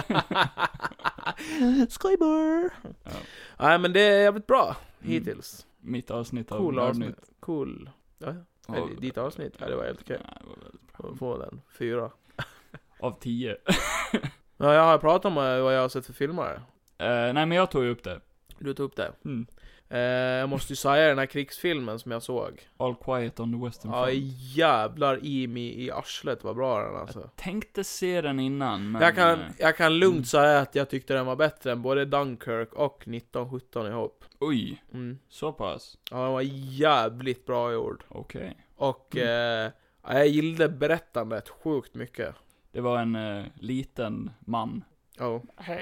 Speaker 2: Skybar!
Speaker 1: Ja.
Speaker 2: Nej, men det är jävligt bra
Speaker 1: Mm.
Speaker 2: hittills.
Speaker 1: Mitt avsnitt av
Speaker 2: Cool
Speaker 1: Nördnytt.
Speaker 2: avsnitt. Cool. Ja,
Speaker 1: Ja,
Speaker 2: ja. Ditt avsnitt? Ja, det var helt okej.
Speaker 1: Ja, det var väldigt bra.
Speaker 2: Får få den. Fyra.
Speaker 1: Av tio.
Speaker 2: Ja, jag har pratat om vad jag har sett för filmer.
Speaker 1: Eh, nej, men jag tog ju upp det.
Speaker 2: Du tog upp det.
Speaker 1: Mm.
Speaker 2: Eh, jag måste ju säga den här krigsfilmen som jag såg.
Speaker 1: All Quiet on the Western
Speaker 2: Ja,
Speaker 1: Front.
Speaker 2: jävlar i mig i arslet vad bra den alltså.
Speaker 1: Tänkte se den innan, men...
Speaker 2: Jag kan,
Speaker 1: eh,
Speaker 2: jag kan lugnt
Speaker 1: Mm.
Speaker 2: säga att jag tyckte den var bättre än både Dunkirk och nitton sjutton ihop.
Speaker 1: Oj,
Speaker 2: Mm.
Speaker 1: så pass.
Speaker 2: Ja, den var jävligt bra gjord.
Speaker 1: Okej.
Speaker 2: Och eh, jag gillade berättandet sjukt mycket.
Speaker 1: Det var en eh, liten man.
Speaker 2: Ja.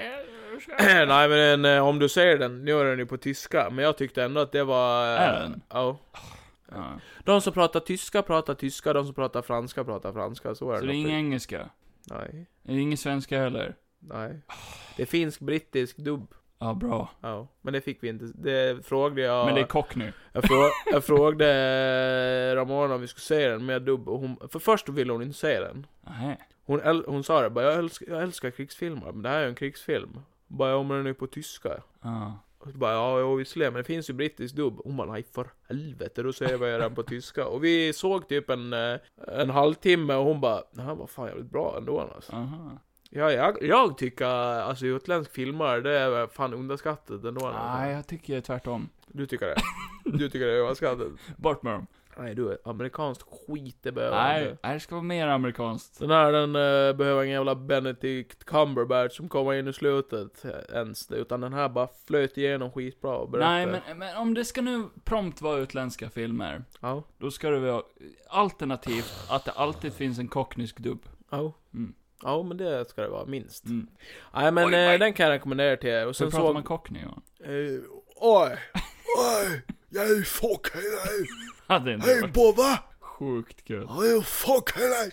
Speaker 2: Nej, men den, eh, om du ser den, nu är den ju på tyska, men jag tyckte ändå att det var... eh,
Speaker 1: Är den?
Speaker 2: Ja.
Speaker 1: Ja.
Speaker 2: De som pratar tyska pratar tyska, de som pratar franska pratar franska, så är
Speaker 1: Så
Speaker 2: det
Speaker 1: det är
Speaker 2: nog.
Speaker 1: ingen engelska?
Speaker 2: Nej,
Speaker 1: Det är ingen svenska heller?
Speaker 2: nej. Det är finsk-brittisk dubb.
Speaker 1: Ja, bra.
Speaker 2: Ja, men det fick vi inte. Det frågade jag...
Speaker 1: Men det är cockney.
Speaker 2: Jag, frå, jag frågade Ramona om vi skulle se den med dubb, och hon... För först ville hon inte se den.
Speaker 1: Nej.
Speaker 2: Hon, äl, hon sa det bara, jag älskar, jag älskar krigsfilmer, men det här är ju en krigsfilm. Bara, ja, men den är på tyska.
Speaker 1: Ja.
Speaker 2: Och så bara, ja, ja, visserligen, men det finns ju brittisk dubb. Hon bara, nej för helvete, då ser jag den på tyska. Och vi såg typ en, eh, en halvtimme och hon bara, det här var fan jävligt bra ändå alltså.
Speaker 1: Aha.
Speaker 2: Ja, jag, jag tycker, alltså utländsk filmer, det är fan underskattat ändå.
Speaker 1: Nej,
Speaker 2: Alltså.
Speaker 1: jag tycker tvärtom.
Speaker 2: Du tycker det? Du tycker det är underskattat?
Speaker 1: Bort med dem.
Speaker 2: Nej, du, amerikanskt skit, det behöver
Speaker 1: Nej,
Speaker 2: inte.
Speaker 1: nej, det ska vara mer amerikanskt.
Speaker 2: Den här, den uh, behöver ingen jävla Benedict Cumberbatch som kommer in i slutet eh, ens. Utan den här bara flöt igenom skitbra och berättar.
Speaker 1: Nej, men, men om det ska nu prompt vara utländska filmer,
Speaker 2: Ja,
Speaker 1: då ska det vara alternativt att det alltid finns en cockneysk dubb.
Speaker 2: ja.
Speaker 1: Mm.
Speaker 2: Ja, men det ska det vara, minst.
Speaker 1: Mm.
Speaker 2: Nej, men
Speaker 1: Oj,
Speaker 2: eh,
Speaker 1: oj.
Speaker 2: den kan jag rekommendera till er. Och
Speaker 1: Så
Speaker 2: sen
Speaker 1: pratar
Speaker 2: såg...
Speaker 1: man cockney, Johan?
Speaker 2: Eh, oj! Oj! Jag är fuck hela...
Speaker 1: Hade inte
Speaker 2: Hej
Speaker 1: varit
Speaker 2: Bobba!
Speaker 1: sjukt kul.
Speaker 2: I am fuck hela...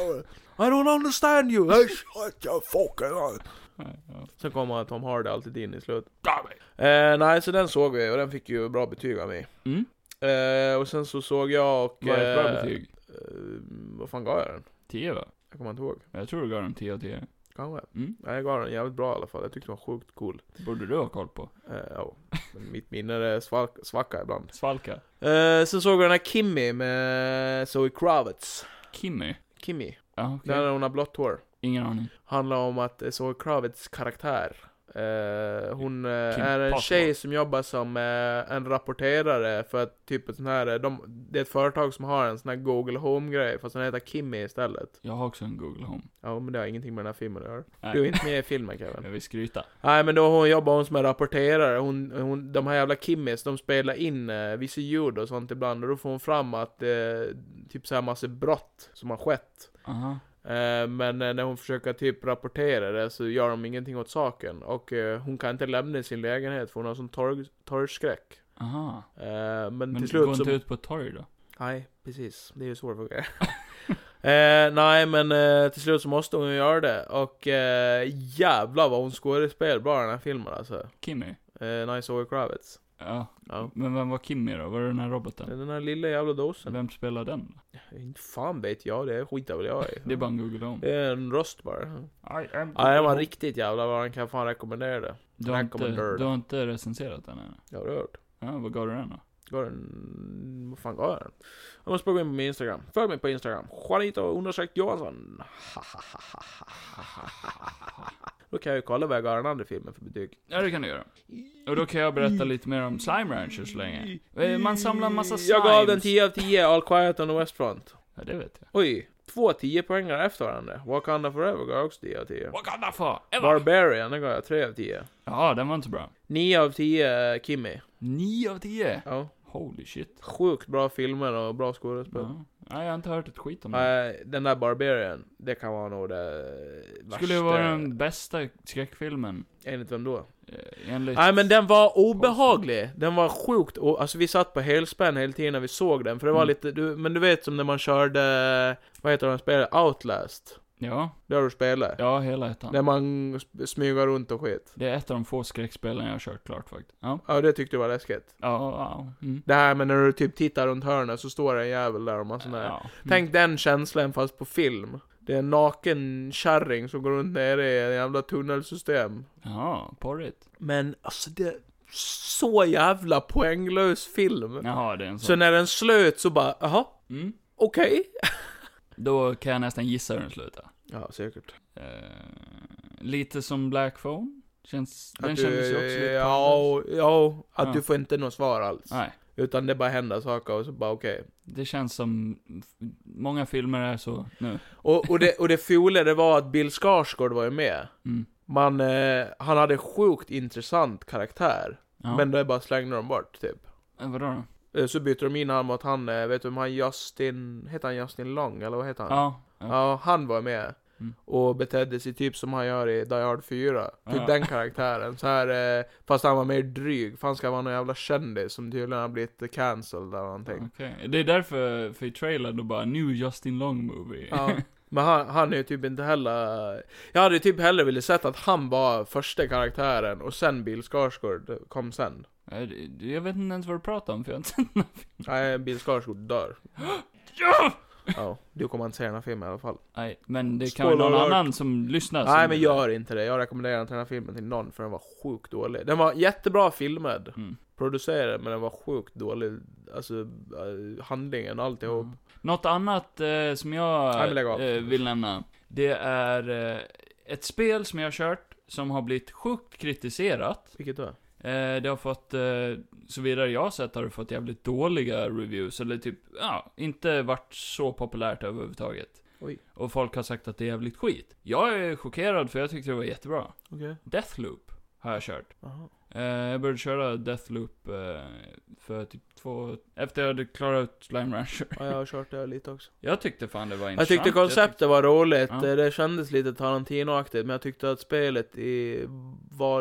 Speaker 2: I don't understand you! Hey, shut your fuck hela...
Speaker 1: Nej, ja.
Speaker 2: Sen kommer Tom Hardy alltid in i slutet.
Speaker 1: Ja,
Speaker 2: Eh, nej, så den såg vi och den fick ju bra betyg av mig.
Speaker 1: Mm.
Speaker 2: Eh, och sen så såg jag och...
Speaker 1: Vad är ett bra
Speaker 2: eh,
Speaker 1: betyg?
Speaker 2: eh, vad fan gav jag den?
Speaker 1: tio, va?
Speaker 2: Jag kommer inte ihåg.
Speaker 1: Jag tror du gav den tio av tio.
Speaker 2: Kanske.
Speaker 1: Mm.
Speaker 2: Nej, jag gav den jävligt bra i alla fall. Jag tyckte den var sjukt cool.
Speaker 1: Det borde du ha koll på.
Speaker 2: Eh, ja. Men mitt minne är svak, svacka ibland.
Speaker 1: Svalka.
Speaker 2: Eh, sen såg vi den här Kimmy med Zoe Kravitz.
Speaker 1: Kimmy.
Speaker 2: Kimmy.
Speaker 1: Ja, okej.
Speaker 2: Där hon har blått hår.
Speaker 1: Ingen aning.
Speaker 2: Handlar om att eh, Zoe Kravitz karaktär. Eh, hon eh,
Speaker 1: Kim
Speaker 2: är en
Speaker 1: Possible.
Speaker 2: tjej som jobbar som eh, en rapporterare för att typ ett sån här, eh, de, det är ett företag som har en sån här Google Home-grej, fast den heter Kimmy istället.
Speaker 1: Jag har också en Google Home.
Speaker 2: Ja, men det har ingenting med den här filmen att göra.
Speaker 1: Nej.
Speaker 2: Du är inte med i filmen, Kevin.
Speaker 1: Jag vill skryta.
Speaker 2: Nej, men då hon jobbar hon som en rapporterare. Hon, hon, de här jävla Kimmys, de spelar in eh, vissa ljud och sånt ibland. Och då får hon fram att eh, typ så här massa brott som har skett.
Speaker 1: Aha.
Speaker 2: Eh, men eh, när hon försöker typ rapportera det så gör de ingenting åt saken. Och eh, hon kan inte lämna sin lägenhet för hon har sån torg, torgskräck.
Speaker 1: Aha.
Speaker 2: Eh, men,
Speaker 1: Men
Speaker 2: till
Speaker 1: gå
Speaker 2: slut
Speaker 1: inte
Speaker 2: så...
Speaker 1: ut på ett torg då?
Speaker 2: Nej, precis. Det är ju så det funkar. eh, nej, men eh, till slut så måste hon ju göra det. Och eh, jävlar vad hon skådespelar bra i den här filmen alltså.
Speaker 1: Kimmy?
Speaker 2: Eh, Nice Zoe Kravitz.
Speaker 1: Ja.
Speaker 2: Ja.
Speaker 1: Men vem var Kimmy då? Var det den här roboten?
Speaker 2: Den här lilla jävla dosen.
Speaker 1: Vem spelar den?
Speaker 2: Inte fan vet jag, det skiter väl jag i.
Speaker 1: Det är bara en Google Home.
Speaker 2: Det är en röst bara.
Speaker 1: I am
Speaker 2: Ja, den var riktigt jävla bra, den kan fan rekommendera det.
Speaker 1: Du har, inte,
Speaker 2: Recommended.
Speaker 1: du har inte recenserat den än?
Speaker 2: Jag har hört.
Speaker 1: Ja, vad gav du den då?
Speaker 2: Går den... Vad fan går den? Jag måste bara gå in på min Instagram. Följ mig på Instagram. Juanito undersökt Johansson. Då kan jag ju kolla vad jag gav den andra filmen för betyg.
Speaker 1: Ja, det kan du göra. Och då kan jag berätta lite mer om Slime Rancher så länge. Man samlar en massa slimes.
Speaker 2: Jag gav den tio av tio, All Quiet on the West Front.
Speaker 1: Ja, det vet jag.
Speaker 2: Oj, två tio poängar efter varandra. Wakanda Forever gav jag också tio av tio.
Speaker 1: Wakanda Forever!
Speaker 2: Barbarian, den gav jag tre av tio.
Speaker 1: Ja, den var inte så bra.
Speaker 2: nio av tio, Kimmy.
Speaker 1: nio av tio?
Speaker 2: Ja.
Speaker 1: Holy shit.
Speaker 2: Sjukt bra filmer och bra skådespel.
Speaker 1: Ja. Nej, jag har inte hört ett skit om det.
Speaker 2: Nej, den där Barbarian, det kan vara nog det värsta.
Speaker 1: Skulle det vara den bästa skräckfilmen?
Speaker 2: Enligt vem då?
Speaker 1: Eh, enligt...
Speaker 2: Nej, men den var obehaglig. Den var sjukt, och alltså vi satt på helspänn hela tiden när vi såg den. För det var
Speaker 1: Mm.
Speaker 2: lite, du, men du vet som när man körde, vad heter den spelet? Outlast.
Speaker 1: Ja,
Speaker 2: Det har du spelat.
Speaker 1: ja, hela ettan.
Speaker 2: När man sp- smyger runt och skit.
Speaker 1: Det är ett av de få skräckspelen jag har kört klart faktiskt. Ja,
Speaker 2: Ja, det tyckte du var läskigt.
Speaker 1: ja, ja. Mm.
Speaker 2: Det här med när du typ tittar runt hörnet så står det en jävel där och man sån där.
Speaker 1: Ja. Mm.
Speaker 2: Tänk den känslan fast på film. Det är en naken kärring som går runt nere i en jävla tunnelsystem.
Speaker 1: Ja, porrigt.
Speaker 2: Men alltså det är så jävla poänglös film.
Speaker 1: Jaha, det är en sån.
Speaker 2: Så när den slöt så bara, jaha,
Speaker 1: Mm.
Speaker 2: okej.
Speaker 1: Då kan jag nästan gissa hur den slutar.
Speaker 2: Ja, säkert.
Speaker 1: Eh, lite som Black Phone. Känns, den
Speaker 2: Att
Speaker 1: kändes ju
Speaker 2: du,
Speaker 1: också lite
Speaker 2: ja, ja, att
Speaker 1: Ja.
Speaker 2: du får inte något svar alls.
Speaker 1: Nej,
Speaker 2: Utan det bara händer saker och så bara okej.
Speaker 1: det känns som f- många filmer är så nu.
Speaker 2: Och, och, det, och det fula det var att Bill Skarsgård var ju med.
Speaker 1: Mm.
Speaker 2: Man, eh, han hade sjukt intressant karaktär.
Speaker 1: Ja.
Speaker 2: Men det bara slängde de bort typ.
Speaker 1: Eh, vadå då?
Speaker 2: Eh, Så bytte de in han mot han, eh, vet du om han Justin, heter han Justin Long eller vad heter han?
Speaker 1: Ja. Ja.
Speaker 2: Ja, han var med.
Speaker 1: Mm.
Speaker 2: Och betedde sig typ som han gör i Die Hard fyra. Typ
Speaker 1: Ja.
Speaker 2: den karaktären. Så här, eh, fast han var mer dryg. För han ska vara någon jävla kändis som tydligen har blivit cancelled eller någonting.
Speaker 1: Okej. Det är därför, för i trailern då bara New Justin Long movie.
Speaker 2: Ja. Men han, han är ju typ inte heller... Jag hade ju typ hellre ville sett att han var första karaktären och sen Bill Skarsgård kom sen.
Speaker 1: Nej, det- Jag vet inte ens vad du pratar om, för jag har inte sett den här filmen.
Speaker 2: Nej, Bill Skarsgård dör.
Speaker 1: Ja!
Speaker 2: Ja, du kommer inte se den här filmen i alla fall.
Speaker 1: Nej, men det kan vara någon
Speaker 2: Spoiler alert.
Speaker 1: annan som lyssnar.
Speaker 2: Nej,
Speaker 1: som-
Speaker 2: men gör inte det. Jag rekommenderar inte den här filmen till någon för den var sjukt dålig. Den var jättebra filmad.
Speaker 1: Mm.
Speaker 2: Producerad, men den var sjukt dålig. Alltså, eh, handlingen, alltihop.
Speaker 1: Mm. Något annat eh, som jag
Speaker 2: Nej, men lägg av.
Speaker 1: eh, vill nämna. Det är eh, ett spel som jag har kört som har blivit sjukt kritiserat.
Speaker 2: Vilket då?
Speaker 1: Eh, det har fått, eh, så vidare jag har sett, har det fått jävligt dåliga reviews. Eller typ, ja, inte varit så populärt överhuvudtaget.
Speaker 2: Oj.
Speaker 1: Och folk har sagt att det är jävligt skit. Jag är chockerad för jag tyckte det var jättebra.
Speaker 2: Okej. Okay.
Speaker 1: Deathloop har jag kört.
Speaker 2: Jaha.
Speaker 1: Eh, jag började köra Deathloop eh, för typ två... Efter jag hade klarat ut Slime Rancher.
Speaker 2: Ja, jag har kört det lite också.
Speaker 1: Jag tyckte fan det var
Speaker 2: Jag
Speaker 1: intressant.
Speaker 2: tyckte konceptet var roligt.
Speaker 1: Ja.
Speaker 2: Det kändes lite Tarantino-aktigt. Men jag tyckte att spelet i, var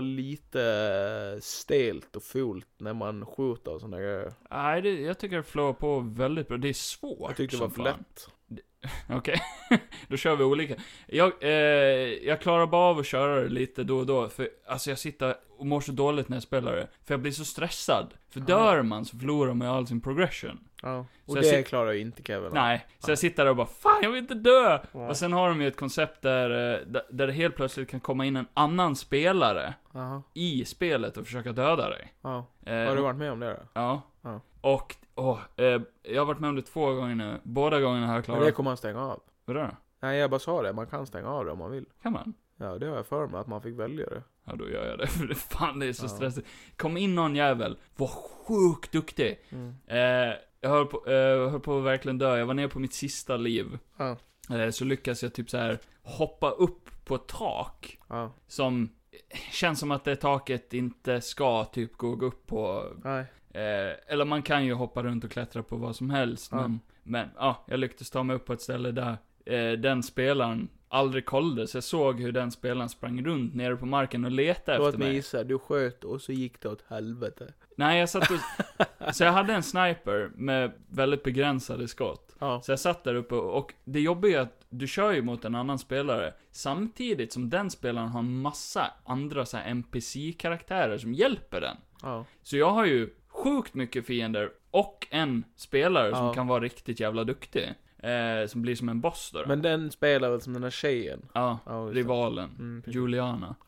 Speaker 2: lite stelt och fult när man skjuter och sådana grejer.
Speaker 1: Nej, det, jag tycker det flår på väldigt bra. Det är svårt.
Speaker 2: Jag tyckte det var
Speaker 1: som
Speaker 2: för
Speaker 1: fan.
Speaker 2: lätt.
Speaker 1: Okej, då kör vi olika. Jag, eh, jag klarar bara av att köra det lite då och då. För alltså jag sitter och mår så dåligt när jag spelar det. För jag blir så stressad. För
Speaker 2: Ja.
Speaker 1: dör man så förlorar man all sin progression.
Speaker 2: Ja. Och
Speaker 1: Så jag
Speaker 2: det
Speaker 1: sit-
Speaker 2: klarar ju inte Kevin.
Speaker 1: Nej, så jag sitter där och bara fan jag vill inte dö!
Speaker 2: Ja.
Speaker 1: Och sen har de ju ett koncept där, eh, där, där det helt plötsligt kan komma in en annan spelare
Speaker 2: Jaha.
Speaker 1: i spelet och försöka döda dig.
Speaker 2: Ja.
Speaker 1: Eh,
Speaker 2: Har du varit med om det då?
Speaker 1: Ja.
Speaker 2: Ja.
Speaker 1: Och, åh, eh, jag har varit med om det två gånger nu. Båda gångerna har jag
Speaker 2: Men
Speaker 1: klarat.
Speaker 2: det kommer man stänga av.
Speaker 1: Vadå då?
Speaker 2: Nej, jag bara sa det. Man kan stänga av det om man vill.
Speaker 1: Kan man?
Speaker 2: Ja, det har jag för mig att man fick välja det.
Speaker 1: Ja, då gör jag det. För det fan, det är så
Speaker 2: Ja.
Speaker 1: stressigt. Kom in någon jävel. Var sjukt duktig.
Speaker 2: Mm.
Speaker 1: Eh, jag höll på, eh, höll på att verkligen dö. Jag var nere på mitt sista liv.
Speaker 2: Ja.
Speaker 1: Eh, så lyckas jag typ så här hoppa upp på ett tak.
Speaker 2: Ja.
Speaker 1: Som känns som att det taket inte ska typ gå upp på.
Speaker 2: Nej.
Speaker 1: Eh, eller man kan ju hoppa runt och klättra på vad som helst.
Speaker 2: Ja.
Speaker 1: Men, men ja, jag lyckades ta mig upp på ett ställe där eh, den spelaren aldrig kollade. Så jag såg hur den spelaren sprang runt nere på marken och letade
Speaker 2: Låt
Speaker 1: efter
Speaker 2: mig
Speaker 1: mig.
Speaker 2: gissa, du sköt och så gick det åt helvete.
Speaker 1: Nej, jag satt och... Så jag hade en sniper med väldigt begränsade skott.
Speaker 2: Ja.
Speaker 1: Så jag satt där uppe och det jobbiga är att du kör ju mot en annan spelare samtidigt som den spelaren har en massa andra så här N P C-karaktärer som hjälper den.
Speaker 2: Ja.
Speaker 1: Så jag har ju sjukt mycket fiender och en spelare som
Speaker 2: Ja.
Speaker 1: kan vara riktigt jävla duktig. Eh, som blir som en boss då.
Speaker 2: Men den spelar väl som den här tjejen?
Speaker 1: Ja,
Speaker 2: Ja, just det.
Speaker 1: rivalen.
Speaker 2: Mm, precis.
Speaker 1: Juliana.
Speaker 2: Ja.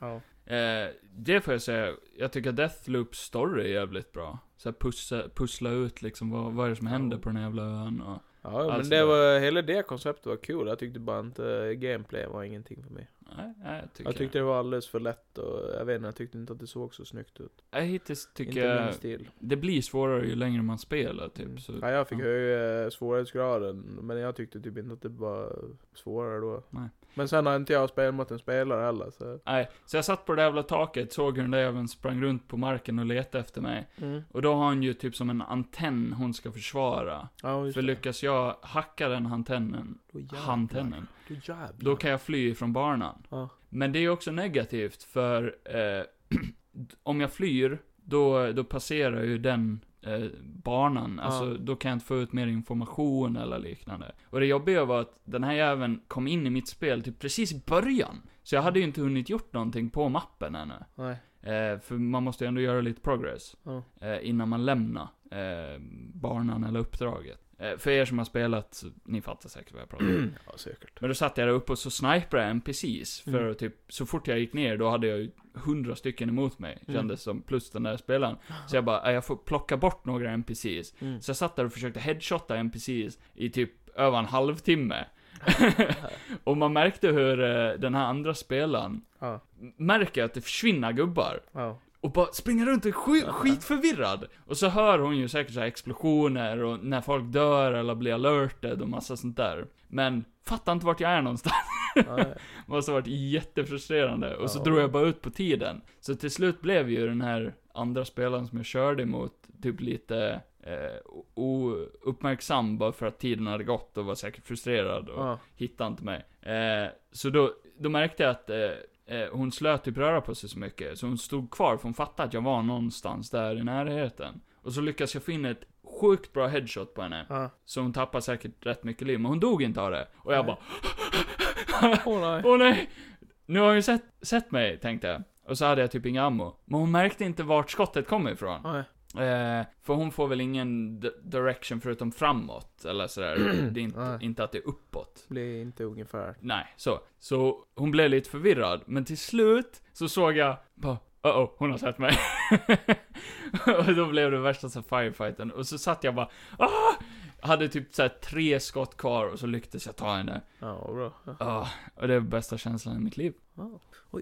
Speaker 1: Eh, det får jag säga, jag tycker Deathloops story är jävligt bra. Så här pussla, pussla ut liksom vad, vad är det som händer på den jävla ön och
Speaker 2: Ja, men
Speaker 1: alltså
Speaker 2: det
Speaker 1: det.
Speaker 2: var, hela det konceptet var kul. Jag tyckte bara inte gameplay var ingenting för mig.
Speaker 1: Nej, nej, jag tycker
Speaker 2: Jag tyckte det var alldeles för lätt och jag vet inte, jag tyckte inte att det såg så snyggt ut.
Speaker 1: jag hittills tycker
Speaker 2: Inte
Speaker 1: jag
Speaker 2: min stil.
Speaker 1: det blir svårare ju längre man spelar typ
Speaker 2: Mm.
Speaker 1: så,
Speaker 2: Ja, jag fick
Speaker 1: ja.
Speaker 2: höja svårighetsgraden, men jag tyckte typ inte att det var svårare då.
Speaker 1: Nej.
Speaker 2: Men sen har inte jag spelat mot en spelare heller, så...
Speaker 1: Nej, så jag satt på det jävla taket, såg hur den där jäveln sprang runt på marken och letade efter mig.
Speaker 2: Mm.
Speaker 1: Och då har han ju typ som en antenn hon ska försvara.
Speaker 2: Ja, just
Speaker 1: För
Speaker 2: det.
Speaker 1: lyckas jag hacka den antennen,
Speaker 2: Då jävlar.
Speaker 1: antennen,
Speaker 2: Då jävlar.
Speaker 1: då kan jag fly från banan.
Speaker 2: Ja.
Speaker 1: Men det är också negativt, för eh, om jag flyr, då, då passerar ju den eh, banan. Alltså,
Speaker 2: Ja.
Speaker 1: då kan jag inte få ut mer information eller liknande. Och det jobbiga var att den här jäveln kom in i mitt spel typ precis i början. Så jag hade ju inte hunnit gjort någonting på mappen ännu.
Speaker 2: Nej.
Speaker 1: Eh, för man måste ju ändå göra lite progress
Speaker 2: Ja.
Speaker 1: eh, innan man lämnar eh, banan eller uppdraget. Eh, för er som har spelat, så, ni fattar säkert vad jag pratar om.
Speaker 2: Ja, säkert.
Speaker 1: Men då satt jag där uppe och så snipade jag N P Cs. För
Speaker 2: Mm.
Speaker 1: att typ, så fort jag gick ner, då hade jag ju hundra stycken emot mig.
Speaker 2: Mm.
Speaker 1: Kändes som, plus den där spelaren. Så jag bara, "Äh, jag får plocka bort några N P Cs.
Speaker 2: Mm.
Speaker 1: Så jag satt där och försökte headshotta N P Cs i typ över en halvtimme. Och man märkte hur eh, den här andra spelaren
Speaker 2: Ja.
Speaker 1: märker att det försvinner gubbar.
Speaker 2: Ja.
Speaker 1: Och bara springer runt och är skit, skitförvirrad. Och så hör hon ju säkert så här explosioner och när folk dör eller blir alerted och massa sånt där. Men fattar inte vart jag är någonstans.
Speaker 2: Ja.
Speaker 1: Det måste ha varit jättefrustrerande. Och så
Speaker 2: Ja.
Speaker 1: drog jag bara ut på tiden. Så till slut blev ju den här andra spelaren som jag körde emot typ lite eh, ouppmärksam bara för att tiden hade gått och var säkert frustrerad och
Speaker 2: Ja.
Speaker 1: hittade inte mig. Eh, så då, då märkte jag att eh, eh, hon slöt typ röra på sig så mycket. Så hon stod kvar för hon fattade att jag var någonstans där i närheten. Och så lyckades jag finna ett sjukt bra headshot på henne.
Speaker 2: Ja.
Speaker 1: Så hon tappade säkert rätt mycket liv. Men hon dog inte av det. Och jag
Speaker 2: Nej.
Speaker 1: bara...
Speaker 2: Åh nej.
Speaker 1: Åh nej! Nu har hon ju sett, sett mig, tänkte jag. Och så hade jag typ inga ammo. Men hon märkte inte vart skottet kom ifrån.
Speaker 2: Nej.
Speaker 1: Eh, för hon får väl ingen d- direction förutom framåt. Eller sådär. Det är inte,
Speaker 2: Nej.
Speaker 1: inte att det är uppåt.
Speaker 2: Blir inte ungefär.
Speaker 1: Nej, så. Så hon blev lite förvirrad. Men till slut så såg jag bara, uh-oh, hon har sett mig. Och då blev det värsta så firefighten. Och så satt jag bara, ah! Hade typ så här tre skott kvar och så lyckades jag ta henne.
Speaker 2: Ja, bra. Ja.
Speaker 1: Ah, och det är bästa känslan i mitt liv.
Speaker 2: Ja. Oj.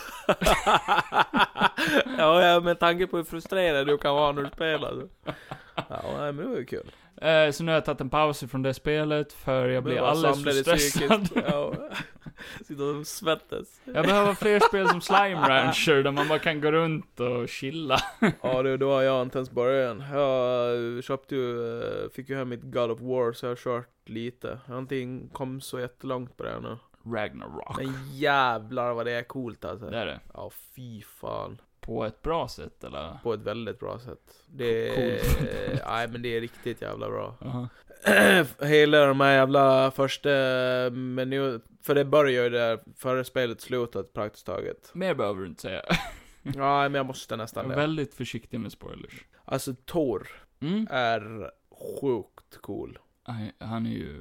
Speaker 2: Ja, ja, med tanke på hur frustrerad du kan vara när du spelar. Ja, nej, men det var ju kul.
Speaker 1: Eh, så nu har jag tagit en paus från det spelet för jag blir
Speaker 2: Behöver
Speaker 1: alldeles
Speaker 2: samla
Speaker 1: för
Speaker 2: dig
Speaker 1: stressad.
Speaker 2: psykiskt. Ja. Sitter och svettas.
Speaker 1: Jag behöver fler spel som Slime Rancher där man bara kan gå runt och chilla.
Speaker 2: Ja, du, då har jag inte ens börjat än. Jag köpte ju, eh, fick ju hem mitt God of War, så jag har kört lite. Jag har inte kom så jättelångt på det nu.
Speaker 1: Ragnarok.
Speaker 2: Men jävlar vad det är coolt alltså.
Speaker 1: Det är det.
Speaker 2: Ja, fy fan.
Speaker 1: På ett bra sätt, eller?
Speaker 2: På ett väldigt bra sätt. Det är,
Speaker 1: Coolt.
Speaker 2: nej men det är riktigt jävla bra.
Speaker 1: Uh-huh.
Speaker 2: Hela de här jävla första menu, för det börjar ju där före spelet slutat praktiskt taget.
Speaker 1: Mer behöver du inte säga.
Speaker 2: Ja, men jag måste
Speaker 1: Jag
Speaker 2: nästan
Speaker 1: är
Speaker 2: det.
Speaker 1: väldigt försiktig med spoilers.
Speaker 2: Alltså Thor
Speaker 1: Mm.
Speaker 2: är sjukt cool.
Speaker 1: Han- Han är ju...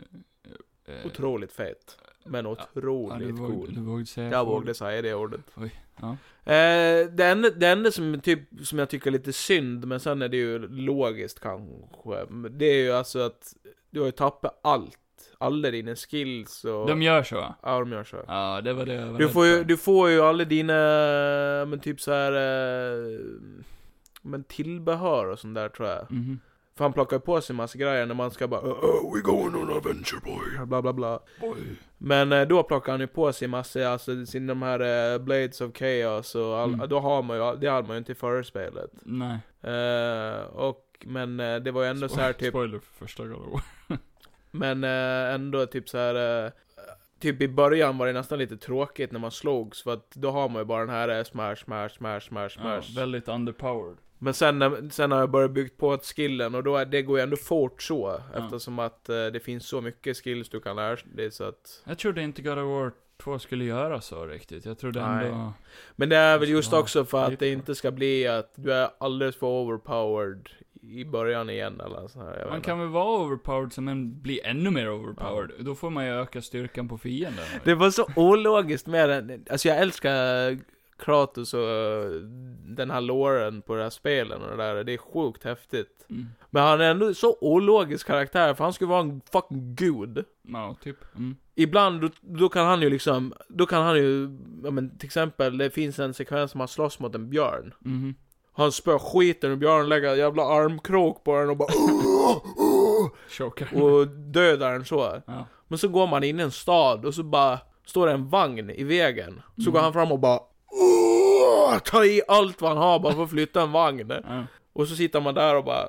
Speaker 1: eh, eh,
Speaker 2: Otroligt fet. Men
Speaker 1: ja,
Speaker 2: otroligt
Speaker 1: du, våg,
Speaker 2: cool.
Speaker 1: du vågade säga
Speaker 2: Jag
Speaker 1: får-
Speaker 2: vågade säga det ordet.
Speaker 1: Oj, ja.
Speaker 2: Eh, det, enda, det enda som, typ, som jag tycker är lite synd, men sen är det ju logiskt kanske, det är ju alltså att du har ju tappat allt. Alla dina skills och...
Speaker 1: De gör så.
Speaker 2: Ja, de gör så.
Speaker 1: Ja, det var det jag var
Speaker 2: Du
Speaker 1: rädd
Speaker 2: får ju,
Speaker 1: för.
Speaker 2: du får ju alla dina, men typ så här, eh, men tillbehör och sånt där tror jag.
Speaker 1: Mhm.
Speaker 2: För han plockar på sig en massa grejer när man ska bara, oh, we going on an adventure boy, bla bla bla.
Speaker 1: Oj.
Speaker 2: Men eh, då plockar han ju på sig massa, alltså sin, de här eh, Blades of Chaos och all,
Speaker 1: Mm.
Speaker 2: då har man ju, det hade man ju inte i förra spelet.
Speaker 1: Nej.
Speaker 2: Eh, och, men eh, det var ju ändå så här typ,
Speaker 1: Spoiler för första gången.
Speaker 2: men eh, ändå typ så här. Eh, typ i början var det nästan lite tråkigt när man slogs, för att då har man ju bara den här eh, smash, smash, smash, smash, smash.
Speaker 1: Ja, väldigt underpowered.
Speaker 2: Men sen, när- sen har jag börjat byggt på ett skillen, och då är, det går ju ändå fort så,
Speaker 1: Ja.
Speaker 2: eftersom att eh, det finns så mycket skills du kan lära dig, så att...
Speaker 1: Jag trodde inte God of War två skulle göra så riktigt. Jag trodde
Speaker 2: Nej.
Speaker 1: ändå...
Speaker 2: Men det är väl just
Speaker 1: Ja,
Speaker 2: också för att
Speaker 1: lite.
Speaker 2: det inte ska bli att du är alldeles för overpowered i början igen eller så här. Jag vet
Speaker 1: Man
Speaker 2: inte.
Speaker 1: kan väl vara overpowered som en bli ännu mer overpowered. Då får man ju öka styrkan på fienden.
Speaker 2: Det var så ologiskt med den. Alltså jag älskar Kratos och uh, den här låren på det här spelen och det där, det är sjukt häftigt.
Speaker 1: Mm.
Speaker 2: Men han är ändå så ologisk karaktär, för han skulle vara en fucking gud.
Speaker 1: Ja, typ. Mm.
Speaker 2: Ibland, då, då kan han ju liksom, då kan han ju, ja men till exempel, det finns en sekvens som han slåss mot en björn.
Speaker 1: Mhm.
Speaker 2: Han spör skiten och björn lägger en jävla armkrok på den och bara
Speaker 1: Choker.
Speaker 2: och dödar den så.
Speaker 1: Ja.
Speaker 2: Men så går man in i en stad och så bara står det en vagn i vägen. Så
Speaker 1: Mm.
Speaker 2: går han fram och bara tar i allt vad han har bara för att flytta en vagn.
Speaker 1: Ja.
Speaker 2: Och så sitter man där och bara,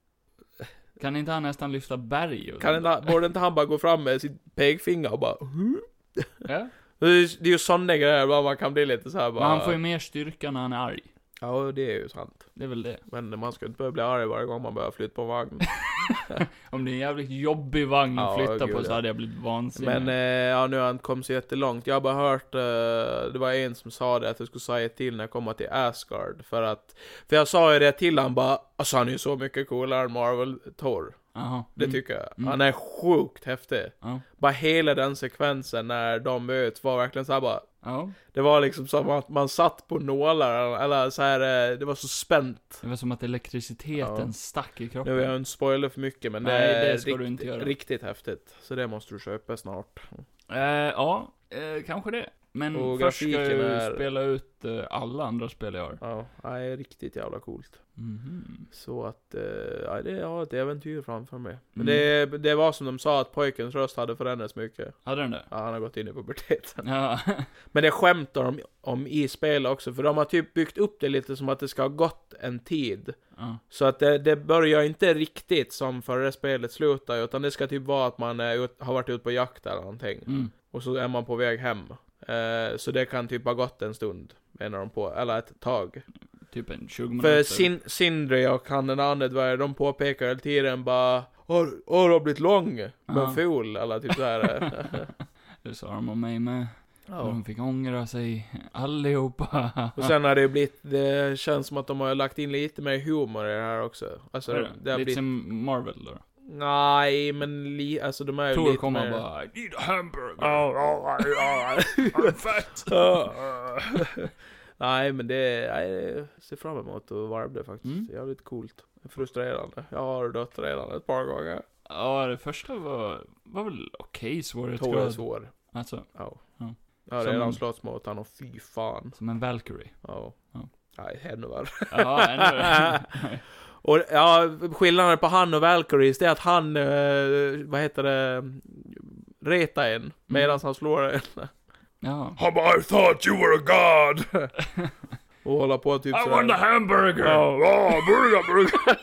Speaker 1: Kan inte han nästan lyfta berg? Och
Speaker 2: kan inte, borde inte han bara gå fram med sitt pekfinger och bara
Speaker 1: Ja.
Speaker 2: det är, det är ju sådana grejer bara man kan bli lite så här bara.
Speaker 1: Men han får ju mer styrka när han är arg.
Speaker 2: Ja, det är ju sant.
Speaker 1: Det är väl det.
Speaker 2: Men man ska inte behöva bli arg varje gång man börjar flytta på en vagn.
Speaker 1: Om det är en jävligt jobbig vagn att
Speaker 2: Ja,
Speaker 1: flytta
Speaker 2: gud,
Speaker 1: på så
Speaker 2: ja.
Speaker 1: hade jag blivit vansinnig.
Speaker 2: Men eh, ja, nu har han kommit så jättelångt. Jag har bara hört, eh, det var en som sa det att jag skulle säga till när jag kommer till Asgard. För att, för jag sa ju det till han bara, alltså han är ju så mycket coolare än Marvel Thor.
Speaker 1: Aha.
Speaker 2: Det
Speaker 1: Mm.
Speaker 2: tycker jag.
Speaker 1: Mm.
Speaker 2: Han är sjukt häftig.
Speaker 1: Ja.
Speaker 2: Bara hela den sekvensen när de möts var verkligen så här bara,
Speaker 1: Ja.
Speaker 2: det var liksom som att man satt på nålar, eller så här, eh, det var så spänt.
Speaker 1: Det var som att elektriciteten
Speaker 2: Ja.
Speaker 1: stack i
Speaker 2: Nu
Speaker 1: kroppen.
Speaker 2: vill jag inte spoila för mycket, men
Speaker 1: Nej,
Speaker 2: det är
Speaker 1: det ska
Speaker 2: rikt-
Speaker 1: du inte göra.
Speaker 2: riktigt häftigt. Så det måste du köpa snart.
Speaker 1: Eh, ja, eh, kanske det. Men
Speaker 2: Och
Speaker 1: först ska jag
Speaker 2: grafiken
Speaker 1: ju
Speaker 2: är-
Speaker 1: spela ut eh, alla andra spel jag har.
Speaker 2: Ja, det är riktigt jävla coolt.
Speaker 1: Mhm.
Speaker 2: Så att, eh, ja, det är ett äventyr framför mig. Men
Speaker 1: Mm.
Speaker 2: det, det var som de sa att pojkens röst hade förändrats mycket.
Speaker 1: Hade den det?
Speaker 2: Ja, han har gått in i puberteten.
Speaker 1: Ja.
Speaker 2: Men det skämtar de om i spel också, för de har typ byggt upp det lite som att det ska ha gått en tid.
Speaker 1: Ja.
Speaker 2: Så att det, det börjar inte riktigt som förra spelet slutar, utan det ska typ vara att man är ut, har varit ute på jakt eller någonting.
Speaker 1: Mm.
Speaker 2: Och så är man på väg hem. Eh, så det kan typ ha gått en stund, menar de på, eller ett tag.
Speaker 1: Typ en tjugo minuter.
Speaker 2: För Sin- Sindri och han den andra dvärgen, de påpekar hela tiden bara, har, har du blivit lång? Men
Speaker 1: Ja.
Speaker 2: ful, eller typ såhär.
Speaker 1: Det sa de om mig med.
Speaker 2: Ja.
Speaker 1: De fick ångra sig allihopa.
Speaker 2: Och sen har det blivit, det känns som att de har lagt in lite mer humor i det här också. Alltså,
Speaker 1: Är
Speaker 2: det,
Speaker 1: det
Speaker 2: har
Speaker 1: lite
Speaker 2: blivit,
Speaker 1: som Marvel då.
Speaker 2: nej, men li, alltså de är ju
Speaker 1: Thor
Speaker 2: lite
Speaker 1: kommer
Speaker 2: mer...
Speaker 1: bara, I need a hamburger.
Speaker 3: Oh, oh, oh,
Speaker 1: I'm fat.
Speaker 2: Nej, men det, nej, jag ser fram emot att varva det faktiskt.
Speaker 1: Mm.
Speaker 2: Jävligt coolt. Frustrerande. Jag har dött redan ett par gånger.
Speaker 1: Ja, det första var, var väl okej
Speaker 2: Thor är
Speaker 1: svårighetsgrad.
Speaker 2: svår.
Speaker 1: Alltså,
Speaker 2: Ja.
Speaker 1: Ja.
Speaker 2: Jag har
Speaker 1: Som-
Speaker 2: redan slått mot han och fy fan.
Speaker 1: som en Valkyrie.
Speaker 2: Ja.
Speaker 1: Ja.
Speaker 2: Nej, ännu värre.
Speaker 1: Ja, ännu.
Speaker 2: Och ja, skillnaden på han och Valkyries, det är att han, eh, vad heter det, retar en medan
Speaker 1: Mm.
Speaker 2: han slår en.
Speaker 1: Ja.
Speaker 3: I thought you were a god.
Speaker 2: Och hålla på typ
Speaker 1: I
Speaker 2: sådär.
Speaker 1: want a hamburger!
Speaker 3: Oh, oh, burger, burger.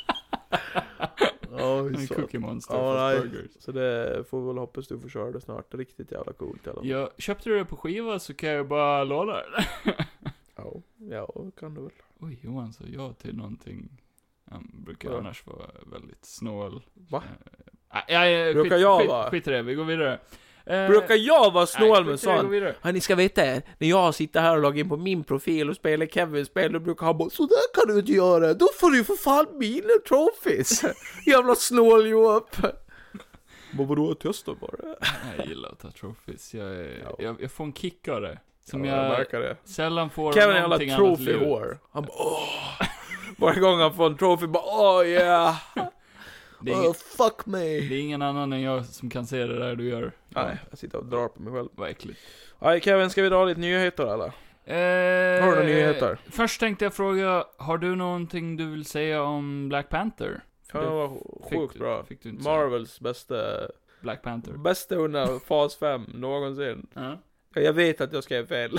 Speaker 2: Ja,
Speaker 1: En
Speaker 2: så.
Speaker 1: Cookie Monster
Speaker 2: Ja,
Speaker 1: fast
Speaker 2: nej.
Speaker 1: burgers.
Speaker 2: Så det får vi väl hoppas du får köra det snart. Riktigt jävla coolt i alla fall.
Speaker 1: Jag köpte du det på skiva så kan jag bara låna det.
Speaker 2: Ja, ja, kan du väl.
Speaker 1: Oj, Johan sa ja till någonting. Han brukar
Speaker 2: Ja.
Speaker 1: annars vara väldigt snål.
Speaker 2: Va?
Speaker 1: Äh, ja, ja,
Speaker 2: Brukar
Speaker 1: skit,
Speaker 2: jag
Speaker 1: skit,
Speaker 2: vara?
Speaker 1: Skit i det, vi går vidare. Eh,
Speaker 2: Brukar jag vara snål
Speaker 1: nej,
Speaker 2: med
Speaker 1: skit i det, vi går
Speaker 2: sånt?
Speaker 1: vidare.
Speaker 2: Ja, ni ska veta, när jag sitter här och loggar in på min profil och spelar Kevins spel, då brukar han bara, så där kan du inte göra, då får du för fan mina trophies. Jävla snål Johan. Men vadå, testa bara.
Speaker 1: Jag gillar att ta trophies. Jag, är,
Speaker 2: Ja.
Speaker 1: jag, jag får en kick av det. Som
Speaker 2: Ja, jag
Speaker 1: jag
Speaker 2: märker det.
Speaker 1: sällan får
Speaker 2: Kevin är
Speaker 1: av
Speaker 2: jävla
Speaker 1: någonting annat liv.
Speaker 2: trophy-hår. Han bara, åh. Varje gång han får en trophy, bara, åh yeah.
Speaker 1: Det är,
Speaker 2: Oh,
Speaker 1: ingen,
Speaker 2: fuck me.
Speaker 1: det är ingen annan än jag som kan se det där du gör.
Speaker 2: Nej, jag sitter och drar på mig själv.
Speaker 1: Vad äckligt.
Speaker 2: Nej, Kevin, ska vi dra lite nyheter eller?
Speaker 1: Eh,
Speaker 2: Har du några nyheter?
Speaker 1: Först tänkte jag fråga, har du någonting du vill säga om Black Panther?
Speaker 2: Ja, det var sjukt
Speaker 1: du-
Speaker 2: bra.
Speaker 1: Fick du inte säga.
Speaker 2: Marvels bästa,
Speaker 1: Black Panther.
Speaker 2: bästa under fas fem någonsin.
Speaker 1: Ja.
Speaker 2: Jag vet att jag skrev fel.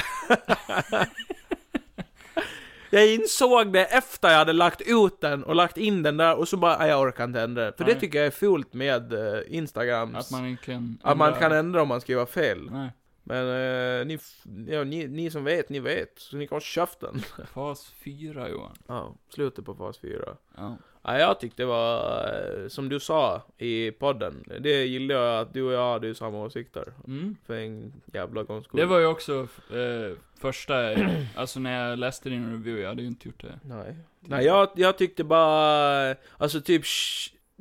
Speaker 2: Jag insåg det efter jag hade lagt ut den och lagt in den där och så bara, "Nej, jag orkar inte ändra det." För
Speaker 1: Nej.
Speaker 2: det tycker jag är fult med uh, Instagrams.
Speaker 1: Att man inte kan...
Speaker 2: att man
Speaker 1: ändra-
Speaker 2: kan ändra om man skriver fel.
Speaker 1: Nej,
Speaker 2: Men eh, ni, f- ja, ni, ni som vet, ni vet. Så ni kan ha käften.
Speaker 1: fas fyra Johan.
Speaker 2: Ja, slutet på fas fyra.
Speaker 1: Ja.
Speaker 2: Ja, jag tyckte det var, eh, som du sa i podden. Det gillar jag att du och jag hade ju samma åsikter.
Speaker 1: Mm.
Speaker 2: För en jävla gångs skull.
Speaker 1: Det var ju också eh, första, alltså när jag läste din review, jag hade ju inte gjort det.
Speaker 2: Nej. Nej, jag, jag tyckte bara, alltså typ, sh-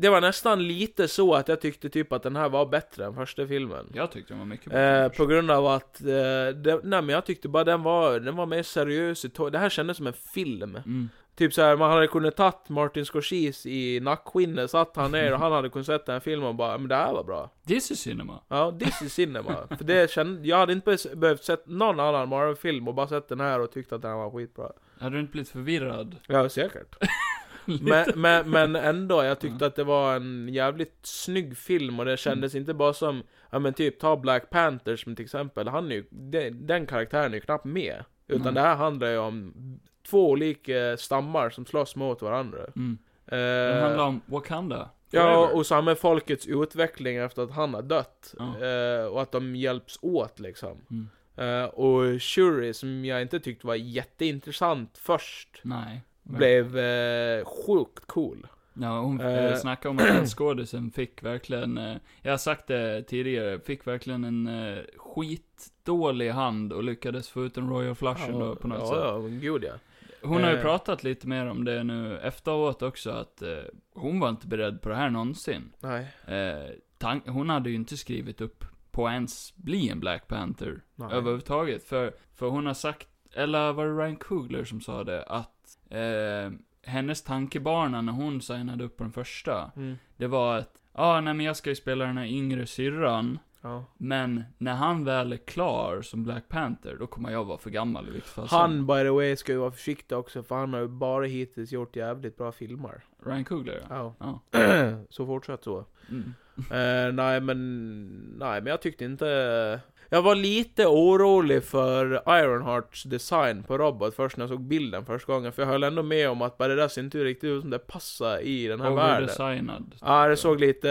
Speaker 2: det var nästan lite så att jag tyckte typ att den här var bättre än första filmen.
Speaker 1: Jag tyckte den var mycket bättre.
Speaker 2: Eh, på grund av att, eh, det, nej men jag tyckte bara den var, den var mer seriös. Det här kändes som en film.
Speaker 1: Mm.
Speaker 2: Typ så här, man hade kunnat tatt Martin Scorsese i nackskinnet, satt han ner och han hade kunnat sätta en film och bara, men det här var bra.
Speaker 1: This is cinema.
Speaker 2: Ja, this is cinema. För det kände, jag hade inte be- behövt sett någon annan Marvel-film och bara sett den här och tyckt att den var skitbra.
Speaker 1: Hade du inte blivit förvirrad?
Speaker 2: Ja, säkert. men, men, men ändå, jag tyckte att det var en jävligt snygg film och det kändes mm. inte bara som, ja men typ, ta Black Panther som till exempel, han är ju, den, den karaktären är ju knappt med. Utan mm. det här handlar ju om två olika stammar som slåss mot varandra. Mm. Eh,
Speaker 1: det handlar om Wakanda.
Speaker 2: Ja, och samma folkets utveckling efter att han har dött. Oh. Eh, och att de hjälps åt liksom. Mm. Eh, och Shuri, som jag inte tyckte var jätteintressant först.
Speaker 1: Nej.
Speaker 2: Blev eh, sjukt cool.
Speaker 1: Ja, hon eh, snackade om att den skådisen fick verkligen, eh, jag har sagt det tidigare, fick verkligen en eh, skitdålig hand och lyckades få ut en Royal Flushen ja, då på något
Speaker 2: ja,
Speaker 1: sätt.
Speaker 2: Ja, god ja.
Speaker 1: Hon har ju pratat lite mer om det nu efteråt också, att eh, hon var inte beredd på det här någonsin.
Speaker 2: Nej.
Speaker 1: Eh, tan- hon hade ju inte skrivit upp på ens bli en Black Panther
Speaker 2: Nej.
Speaker 1: överhuvudtaget. För, för hon har sagt, eller var det Ryan Coogler som sa det, att eh, hennes tankebana när hon signade upp på den första, mm. det var att, ja ah, nej men jag ska ju spela den här yngre syrran. Ja. Men när han väl är klar som Black Panther, då kommer jag vara för gammal i vilket fall.
Speaker 2: Han, by the way, ska ju vara försiktig också, för han har ju bara hittills gjort jävligt bra filmer.
Speaker 1: Ryan Coogler,
Speaker 2: ja.
Speaker 1: Ja.
Speaker 2: Så fortsatt så.
Speaker 1: Mm.
Speaker 2: uh, nej, men nej, men jag tyckte inte... Jag var lite orolig för Ironhearts design på robot först när jag såg bilden första gången. För jag höll ändå med om att bara det där ser inte riktigt ut som det passar i den här världen.
Speaker 1: Overdesignad.
Speaker 2: Ja, det såg lite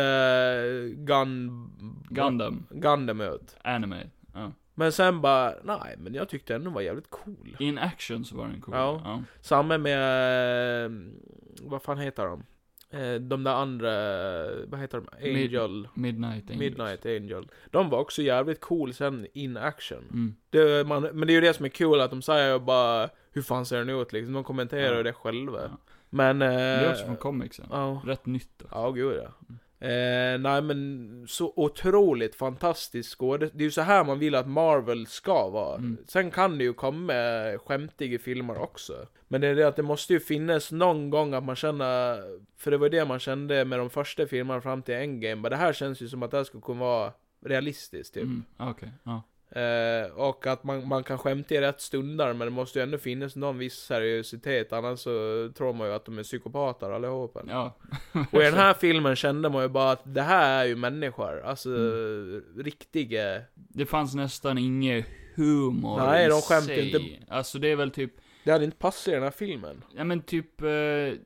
Speaker 2: gun...
Speaker 1: Gundam.
Speaker 2: Gundam ut.
Speaker 1: Anime, ja.
Speaker 2: Men sen bara, nej, men jag tyckte ändå var jävligt cool.
Speaker 1: In action så var den cool.
Speaker 2: Ja.
Speaker 1: Ja.
Speaker 2: Samma med, vad fan heter de? De där andra, vad heter de? Angel.
Speaker 1: Mid- Midnight Angel.
Speaker 2: Midnight Angel. De var också jävligt cool sen in action.
Speaker 1: Mm.
Speaker 2: Det, man, men det är ju det som är cool, att de säger bara, hur fan ser den ut liksom. De kommenterar ja. det själva. Ja. Men,
Speaker 1: det är också från comicsen.
Speaker 2: Ja.
Speaker 1: Rätt nytt också.
Speaker 2: Ja, gud ja. Mm. Eh, nej men så otroligt fantastiskt skåd. Det är ju så här man vill att Marvel ska vara. Mm. Sen kan det ju komma skämtiga filmer också. Men det är det att det måste ju finnas någon gång att man känner, för det var det man kände med de första filmerna fram till Endgame. Men det här känns ju som att det skulle kunna vara realistiskt typ.
Speaker 1: Mm. Okej, okay. Ja.
Speaker 2: Eh, och att man, man kan skämta i rätt stunder, men det måste ju ändå finnas någon viss seriositet, annars så tror man ju att de är psykopater allihopa.
Speaker 1: Ja.
Speaker 2: Och i den här filmen kände man ju bara att det här är ju människor, alltså mm. riktiga.
Speaker 1: Det fanns nästan ingen humor.
Speaker 2: Nej, de skämtade inte.
Speaker 1: Alltså det är väl typ,
Speaker 2: det hade inte passat i den här filmen.
Speaker 1: Ja men typ eh,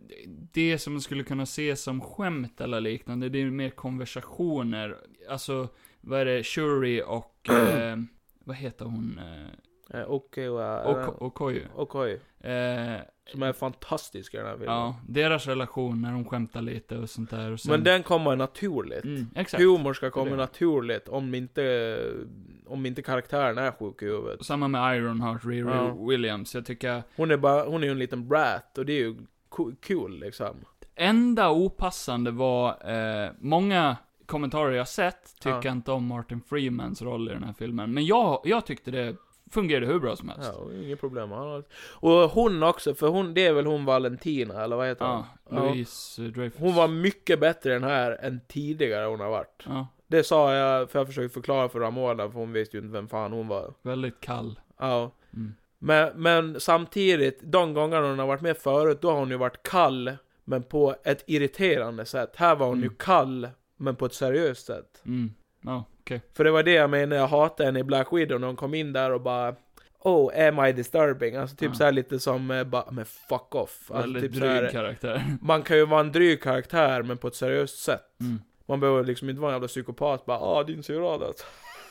Speaker 1: det som man skulle kunna se som skämt eller liknande, det är mer konversationer. Alltså, vad är det, Shuri och eh, vad heter hon? Eh,
Speaker 2: eh, Okej,
Speaker 1: uh, ok- Okoye.
Speaker 2: Okoye.
Speaker 1: Eh,
Speaker 2: som är fantastisk i den här filmen.
Speaker 1: Ja, deras relation när de skämtar lite och sånt där. Och sen...
Speaker 2: Men den kommer naturligt.
Speaker 1: Mm, exakt.
Speaker 2: Humor ska komma naturligt om inte, om inte karaktären är sjuk i huvudet.
Speaker 1: Samma med Ironheart, Riri ja. Williams. Jag tycker...
Speaker 2: Hon är bara, hon är ju en liten brat och det är ju cool liksom.
Speaker 1: Enda opassande var, eh, många kommentarer jag sett tycker ja. inte om Martin Freemans roll i den här filmen. Men jag, jag tyckte det fungerade hur bra som helst.
Speaker 2: Ja, inget problem. Och hon också, för hon, det är väl hon Valentina, eller vad heter hon?
Speaker 1: Ja, Louise ja. Dreyfus.
Speaker 2: Hon var mycket bättre i den här än tidigare hon har varit.
Speaker 1: Ja.
Speaker 2: Det sa jag, för jag försökte förklara för Ramona, för hon visste ju inte vem fan hon var.
Speaker 1: Väldigt kall.
Speaker 2: Ja.
Speaker 1: Mm.
Speaker 2: Men, men samtidigt, de gångerna hon har varit med förut, då har hon ju varit kall, men på ett irriterande sätt. Här var hon mm. ju kall, men på ett seriöst sätt.
Speaker 1: Mm. Ja, okej. Okay.
Speaker 2: För det var det jag menade, jag hatade henne i Black Widow när hon kom in där och bara, oh, am I disturbing? Alltså typ ja. så här lite som, eh, bara, men fuck off. Alltså,
Speaker 1: väldigt
Speaker 2: typ
Speaker 1: dryg
Speaker 2: så här,
Speaker 1: karaktär.
Speaker 2: Man kan ju vara en dryg karaktär, men på ett seriöst sätt.
Speaker 1: Mm.
Speaker 2: Man behöver liksom inte vara en jävla psykopat, bara, ah, din syradet.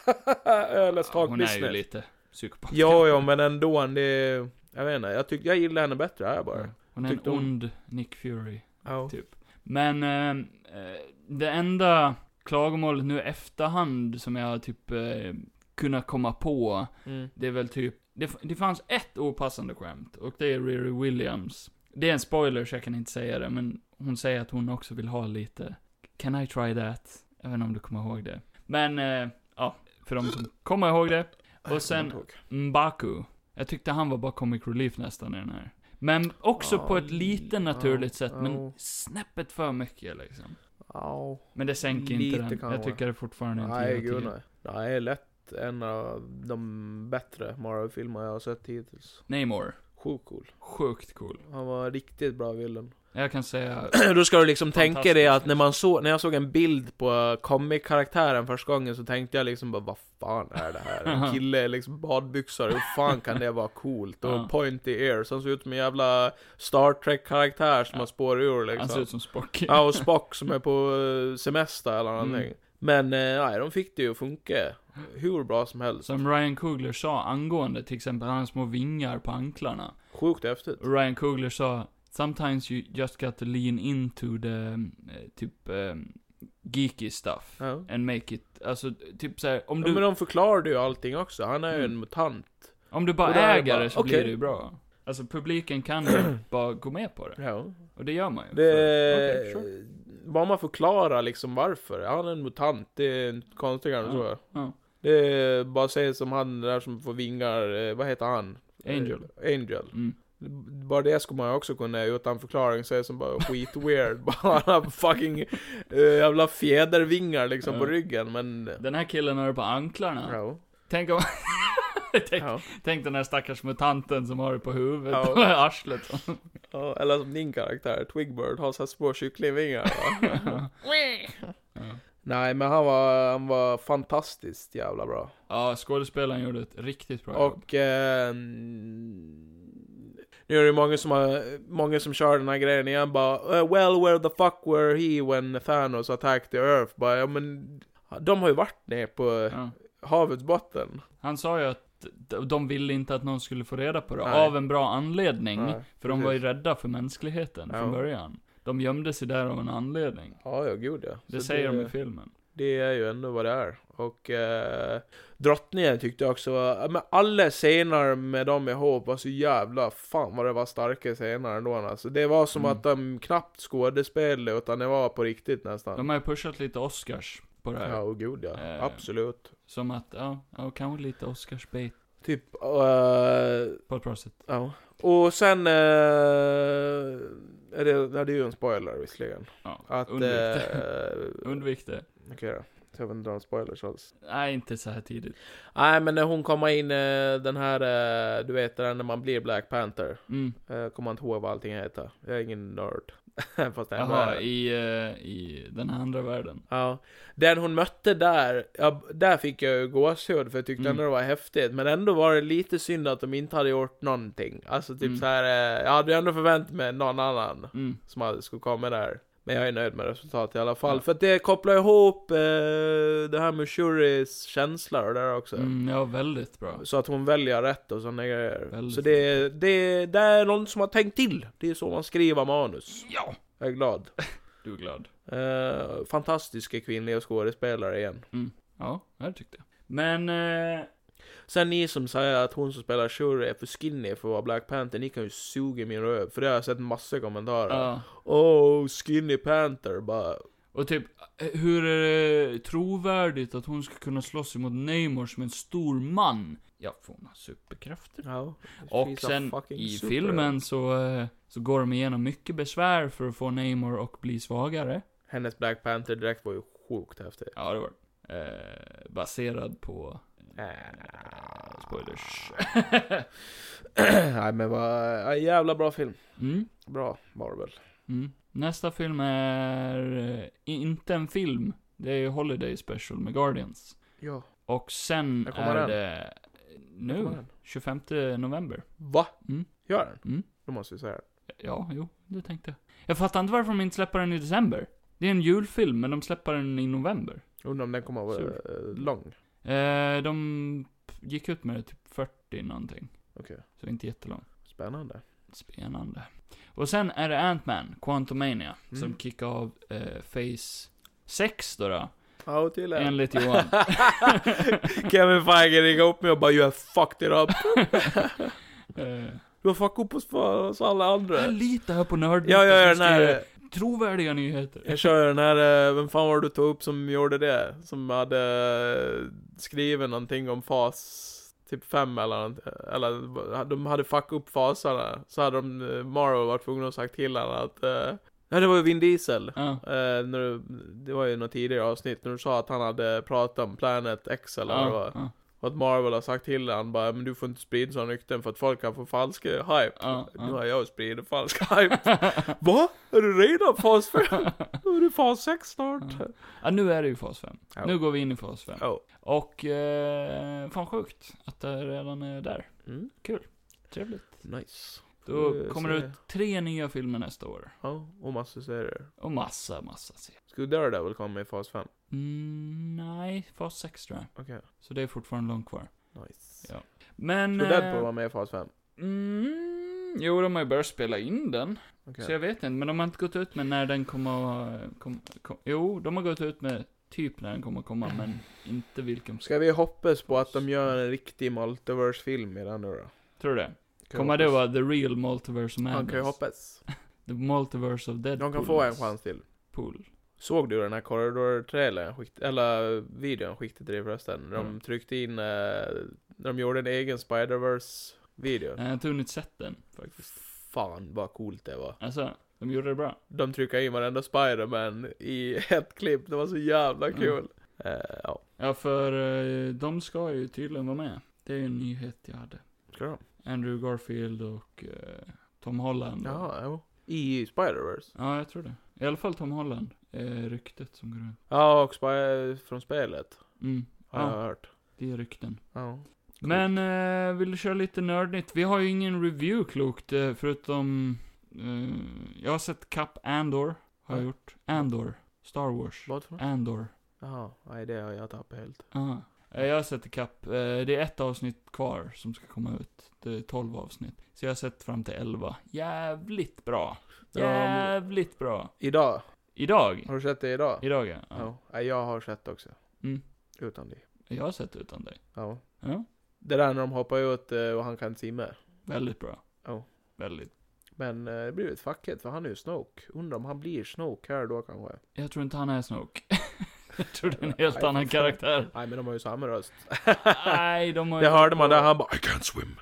Speaker 2: Let's talk
Speaker 1: ja, hon
Speaker 2: business.
Speaker 1: är ju lite psykopat.
Speaker 2: Jo, jo, men ändå, det, jag vet inte, jag tycker, jag gillar henne bättre här bara. Ja.
Speaker 1: Hon är en ond Nick Fury,
Speaker 2: ja.
Speaker 1: typ. Men, eh, det enda klagomålet nu efterhand som jag typ eh, kunnat komma på, mm. det är väl typ, det, det fanns ett opassande skämt, och det är Riri Williams. Det är en spoiler så jag kan inte säga det, men hon säger att hon också vill ha lite Can I try that? Jag vet inte om du kommer ihåg det. Men, eh, ja, för de som kommer ihåg det. Och sen M'Baku. Jag tyckte han var bara comic relief nästan i den här. Men också oh, på ett lite naturligt oh, sätt, men oh. snäppet för mycket liksom. Oh. Men det sänker inte den. Jag vara. tycker det fortfarande inte
Speaker 2: Nej, gud nej. Nej, lätt en av de bättre Marvel-filmer jag har sett hittills.
Speaker 1: Namor.
Speaker 2: Sjukt cool.
Speaker 1: Sjukt cool.
Speaker 2: Han var riktigt bra villain.
Speaker 1: Jag kan säga...
Speaker 2: Då ska du liksom tänka dig att när man så, när jag såg en bild på comic-karaktären första gången så tänkte jag liksom bara, vad fan är det här? En kille liksom badbyxor, hur fan kan det vara coolt? Och pointy ears, han ser ut som en jävla Star Trek-karaktär som ja. har spår ur liksom.
Speaker 1: Han ser ut som Spock.
Speaker 2: Ja, och Spock som är på semester eller någonting. Mm. Men nej, de fick det ju att funka hur bra som helst.
Speaker 1: Som Ryan Coogler sa angående till exempel hans små vingar på anklarna.
Speaker 2: Sjukt häftigt.
Speaker 1: Ryan Coogler sa, sometimes you just got to lean into the uh, typ um, geeky stuff ja. and make it, alltså typ såhär, om
Speaker 2: ja,
Speaker 1: du...
Speaker 2: men de förklarar ju allting också, han är ju mm. en mutant.
Speaker 1: Om du bara äger det så okay. blir det ju bra. Alltså publiken kan ju bara gå med på det.
Speaker 2: Ja.
Speaker 1: Och det gör man ju.
Speaker 2: Det... För... Okay, sure. Bara man förklarar liksom varför. Han är en mutant, det är konstigare än ja. så. Ja. Det är bara säga som han där som får vingar, vad heter han?
Speaker 1: Angel.
Speaker 2: Angel.
Speaker 1: Mm.
Speaker 2: Bara det skulle man också kunna utan förklaring säga som bara skit weird. Bara fucking uh, jävla fjädervingar liksom ja. på ryggen. Men...
Speaker 1: Den här killen har det på anklarna.
Speaker 2: Ja.
Speaker 1: Tänk om... tänk, ja. tänk den här stackars mutanten som har det på huvudet ja. och arslet.
Speaker 2: Ja, eller som din karaktär, Twigbird, har så här små kycklingvingar. ja. Nej, men han var, han var fantastiskt jävla bra.
Speaker 1: Ja, skådespelaren gjorde ett riktigt bra
Speaker 2: och,
Speaker 1: jobb.
Speaker 2: Och eh, nu är det många som har, många som kör den här grejen igen bara, well, where the fuck were he when Thanos attacked the Earth? Bara, ja, men de har ju varit ner på ja. havets botten.
Speaker 1: Han sa ju att de ville inte att någon skulle få reda på det.
Speaker 2: Nej.
Speaker 1: Av en bra anledning.
Speaker 2: Nej,
Speaker 1: för de var ju rädda för mänskligheten ja. från början. De gömde sig där av en anledning.
Speaker 2: Ja, ja, gud ja.
Speaker 1: Det så säger det, de i filmen.
Speaker 2: Det är ju ändå vad det är. Och eh, drottningen tyckte jag också var, men alla scener med dem ihop var så jävla, fan vad det var starka scener ändå. Alltså. Det var som mm. att de knappt skådespelade utan det var på riktigt nästan.
Speaker 1: De har ju pushat lite Oscars på det här.
Speaker 2: Ja, och gud ja. Eh, Absolut.
Speaker 1: Som att, ja, ja kanske lite Oscars-bait.
Speaker 2: Typ, uh,
Speaker 1: på ett bra sätt.
Speaker 2: Ja. Och sen uh, är det, det är ju en spoiler visserligen.
Speaker 1: Ja,
Speaker 2: att,
Speaker 1: undvik det.
Speaker 2: Uh,
Speaker 1: undvik det.
Speaker 2: Okej okay, då. Så jag vill inte dra en spoilers alls.
Speaker 1: Nej, inte så här tidigt.
Speaker 2: Nej, men när hon kommer in, den här, du vet, när man blir Black Panther.
Speaker 1: Mm.
Speaker 2: Kommer man inte ihåg vad allting heter. Jag är ingen nörd.
Speaker 1: Fast det Aha, i, uh, i den andra världen.
Speaker 2: Ja. Den hon mötte där, ja, där fick jag ju gåshud för jag tyckte mm. ändå det var häftigt. Men ändå var det lite synd att de inte hade gjort någonting. Alltså typ mm. så här, jag hade ändå förväntat mig någon annan
Speaker 1: mm.
Speaker 2: som hade, skulle komma där. Men jag är nöjd med resultatet i alla fall. Ja. För att det kopplar ihop eh, det här med Shuris känslor där också.
Speaker 1: Mm, ja, väldigt bra.
Speaker 2: Så att hon väljer rätt och sådana grejer.
Speaker 1: Väldigt
Speaker 2: så det, det, det är någon som har tänkt till. Det är så man skriver manus.
Speaker 1: Ja.
Speaker 2: Jag är glad.
Speaker 1: Du är glad.
Speaker 2: Eh, fantastiska kvinnliga skådespelare igen.
Speaker 1: Mm. Ja, det tyckte jag. Men... Eh...
Speaker 2: Sen ni som säger att hon som spelar Shuri är för skinny för att vara Black Panther, ni kan ju suga min röv. För det har jag sett massa kommentarer.
Speaker 1: Ja.
Speaker 2: Oh, skinny Panther, bara...
Speaker 1: Och typ, hur är det trovärdigt att hon ska kunna slåss emot Namor som en stor man? Ja, får hon ha superkrafter.
Speaker 2: Ja,
Speaker 1: och sen i super. filmen så, så går de igenom mycket besvär för att få Namor och bli svagare.
Speaker 2: Hennes Black Panther direkt var ju sjukt häftig.
Speaker 1: Ja, det var eh, baserad på... Äh, spoilers.
Speaker 2: Nej, men vad jävla bra film.
Speaker 1: Mm.
Speaker 2: Bra Marvel.
Speaker 1: Mm. Nästa film är uh, inte en film. Det är Holiday Special med Guardians.
Speaker 2: Ja.
Speaker 1: Och sen är
Speaker 2: den?
Speaker 1: det nu tjugofemte november.
Speaker 2: Va?
Speaker 1: Mm.
Speaker 2: Gör den?
Speaker 1: Mm.
Speaker 2: Då måste vi säga det.
Speaker 1: Ja, jo, det tänkte jag. Jag fattar inte varför de inte släpper den i december. Det är en julfilm, men de släpper den i november.
Speaker 2: Undrar om den kommer att vara uh, lång.
Speaker 1: Eh, de gick ut med det typ fyrtio någonting.
Speaker 2: Okej. Okay.
Speaker 1: Så inte jättelång.
Speaker 2: Spännande.
Speaker 1: Spännande. Och sen är det Ant-Man, Quantumania,
Speaker 2: mm. som
Speaker 1: kickar av eh, Phase sex då då.
Speaker 2: Ja, till
Speaker 1: enligt Johan.
Speaker 2: Kevin Feige ringa upp mig och bara, you have fucked it up.
Speaker 1: eh.
Speaker 2: Du har fuckat upp oss för oss alla andra.
Speaker 1: Jag litar här på nörd.
Speaker 2: Ja, ja, ja, nej.
Speaker 1: trovärdiga nyheter.
Speaker 2: Jag kör den här, eh, vem fan var det du tog upp som gjorde det? Som hade eh, skrivit någonting om fas typ fem eller något, eller de hade fuckat upp fasarna. Så hade de, eh, Marvel varit tvungna att sagt till honom att eh, ja, det var ju Vin Diesel.
Speaker 1: Ja.
Speaker 2: Eh, när du, det var ju något tidigare avsnitt när du sa att han hade pratat om Planet X eller vad det var.
Speaker 1: Ja.
Speaker 2: Och att Marvel har sagt till han bara, men du får inte sprida sån rykten för att folk kan få falsk hype.
Speaker 1: Ja, ja.
Speaker 2: Nu har jag spridit falsk hype. Va? Är du redan fas fem? Nu är det fas sex snart.
Speaker 1: Ja. Ja, nu är det ju fas fem.
Speaker 2: Ja.
Speaker 1: Nu går vi in i fas fem.
Speaker 2: Oh.
Speaker 1: Och, eh, fan sjukt att det redan är där.
Speaker 2: Mm.
Speaker 1: Trevligt.
Speaker 2: Nice.
Speaker 1: Då
Speaker 2: Du
Speaker 1: kommer det
Speaker 2: ser-
Speaker 1: ut tre nya filmer nästa år.
Speaker 2: Ja, och massor serier.
Speaker 1: Och massa, massa serier.
Speaker 2: Skulle Daredevil komma i fas fem?
Speaker 1: Mm, nej, fas sex tror jag.
Speaker 2: Okej,
Speaker 1: Så det är fortfarande långt kvar.
Speaker 2: nice.
Speaker 1: Ja. Men...
Speaker 2: Skulle
Speaker 1: eh,
Speaker 2: Deadpool vara med i fas fem?
Speaker 1: Mm, jo, de har ju börjat spela in den.
Speaker 2: Okej.
Speaker 1: Så jag vet inte, men de har inte gått ut med när den kommer att... Kom, kom, jo, de har gått ut med typ när den kommer att komma, men inte vilken.
Speaker 2: Ska vi hoppas på att de gör en riktig multiverse-film i den nu då?
Speaker 1: Tror du det?
Speaker 2: Kan
Speaker 1: Kommer
Speaker 2: vi
Speaker 1: det
Speaker 2: hoppas?
Speaker 1: vara the real multiverse of
Speaker 2: Man kan ju
Speaker 1: madness?
Speaker 2: hoppas.
Speaker 1: The multiverse of Deadpool.
Speaker 2: De kan få en chans till.
Speaker 1: Pool.
Speaker 2: Såg du den här corridor-trailern, skikt, eller videon skickade till dig förresten? De
Speaker 1: Mm.
Speaker 2: tryckte in, eh, när de gjorde en egen Spider-Verse-video.
Speaker 1: Nej, jag tror inte sett den, faktiskt.
Speaker 2: Fan vad coolt det var.
Speaker 1: Alltså, de gjorde det bra.
Speaker 2: De tryckte in varenda Spider-Man i ett klipp, det var så jävla
Speaker 1: Mm.
Speaker 2: kul. Eh, ja,
Speaker 1: Ja, för eh, de ska ju tydligen vara med. Det är ju en nyhet jag hade.
Speaker 2: ska de?
Speaker 1: Andrew Garfield och eh, Tom Holland.
Speaker 2: Jaha, jo. I Spider-Verse?
Speaker 1: Ja, jag tror det. I alla fall Tom Holland. Är ryktet som går runt.
Speaker 2: Ja, och Spy- från spelet.
Speaker 1: Mm.
Speaker 2: Har jag
Speaker 1: Ja,
Speaker 2: hört.
Speaker 1: det är rykten.
Speaker 2: Ja.
Speaker 1: Men, eh, vill du köra lite nördnytt? Vi har ju ingen review klokt, eh, förutom... Eh, jag har sett Cap Andor, har jag
Speaker 2: Ja.
Speaker 1: gjort. Andor. Star Wars.
Speaker 2: Vad för något?
Speaker 1: Andor.
Speaker 2: Jaha, nej det har jag tappat helt.
Speaker 1: Ja. Eh, Jag har sett Cap. Eh, det är ett avsnitt kvar som ska komma ut. Det är tolv avsnitt. Så jag har sett fram till elva. Jävligt bra.
Speaker 2: Ja, men-
Speaker 1: Jävligt bra.
Speaker 2: Idag?
Speaker 1: Idag.
Speaker 2: Har du sett det idag?
Speaker 1: Idag, ja.
Speaker 2: Ja.
Speaker 1: ja.
Speaker 2: Nej, jag har sett också.
Speaker 1: Mm.
Speaker 2: Utan det.
Speaker 1: Jag har sett utan dig.
Speaker 2: Ja.
Speaker 1: Ja.
Speaker 2: Det där när de hoppar ut eh, och han kan simma.
Speaker 1: Väldigt bra.
Speaker 2: Ja.
Speaker 1: Väldigt.
Speaker 2: Men eh, det blir ett facket för han är ju Snoke. Undrar om han blir Snoke här då kanske.
Speaker 1: Jag tror inte han är Snoke. Jag tror det är en helt
Speaker 2: Nej,
Speaker 1: annan
Speaker 2: för fan.
Speaker 1: karaktär.
Speaker 2: Nej men de har ju samma röst.
Speaker 1: Nej, de har ju...
Speaker 2: Det hörde man där, han bara I can't swim.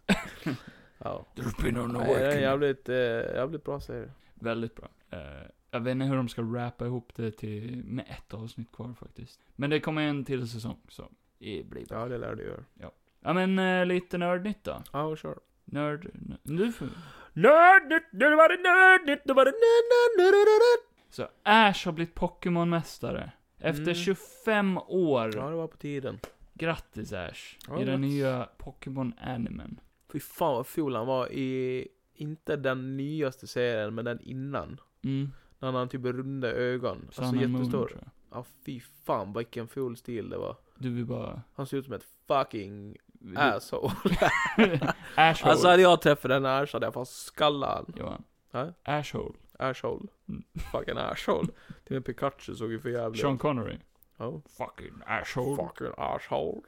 Speaker 2: Ja.
Speaker 1: There's been no
Speaker 2: Nej, det är en
Speaker 1: working.
Speaker 2: jävligt, eh, jävligt bra serie.
Speaker 1: Väldigt bra. Eh, jag vet inte hur de ska rappa ihop det till, med ett avsnitt kvar faktiskt. Men det kommer en till säsong, så det blir bra.
Speaker 2: Ja, det lär du göra.
Speaker 1: Ja, men eh, lite nördnytt då.
Speaker 2: Ja, kör.
Speaker 1: Nörd... nö- Nu får...
Speaker 2: Nördnytt, nu var det nördnytt, nu var det nördnytt.
Speaker 1: Så Ash har blivit Pokémon-mästare. Efter
Speaker 2: Mm.
Speaker 1: tjugofem år.
Speaker 2: Ja, det var på tiden.
Speaker 1: Grattis Ash.
Speaker 2: Ja,
Speaker 1: I den
Speaker 2: grattis.
Speaker 1: nya Pokémon-animen.
Speaker 2: Fy fan vad ful han var i, inte den nyaste serien, men den innan.
Speaker 1: Mm.
Speaker 2: När han hade typ runda ögon.
Speaker 1: Sun
Speaker 2: Alltså
Speaker 1: and Moon,
Speaker 2: jättestor.
Speaker 1: tror jag.
Speaker 2: Ja, fy fan vilken ful stil det var.
Speaker 1: Du vill bara...
Speaker 2: Han ser ut som ett fucking
Speaker 1: Du...
Speaker 2: asshole.
Speaker 1: Ashhole.
Speaker 2: Alltså hade jag träffat den här så hade jag fått skalla han.
Speaker 1: Johan.
Speaker 2: Ja?
Speaker 1: Ashhole.
Speaker 2: Asshole.
Speaker 1: Mm.
Speaker 2: Fucking asshole. Till och med Pikachu såg ju för jävligt.
Speaker 1: Sean Connery.
Speaker 2: Oh.
Speaker 1: Fucking ashhole.
Speaker 2: Fucking asshole.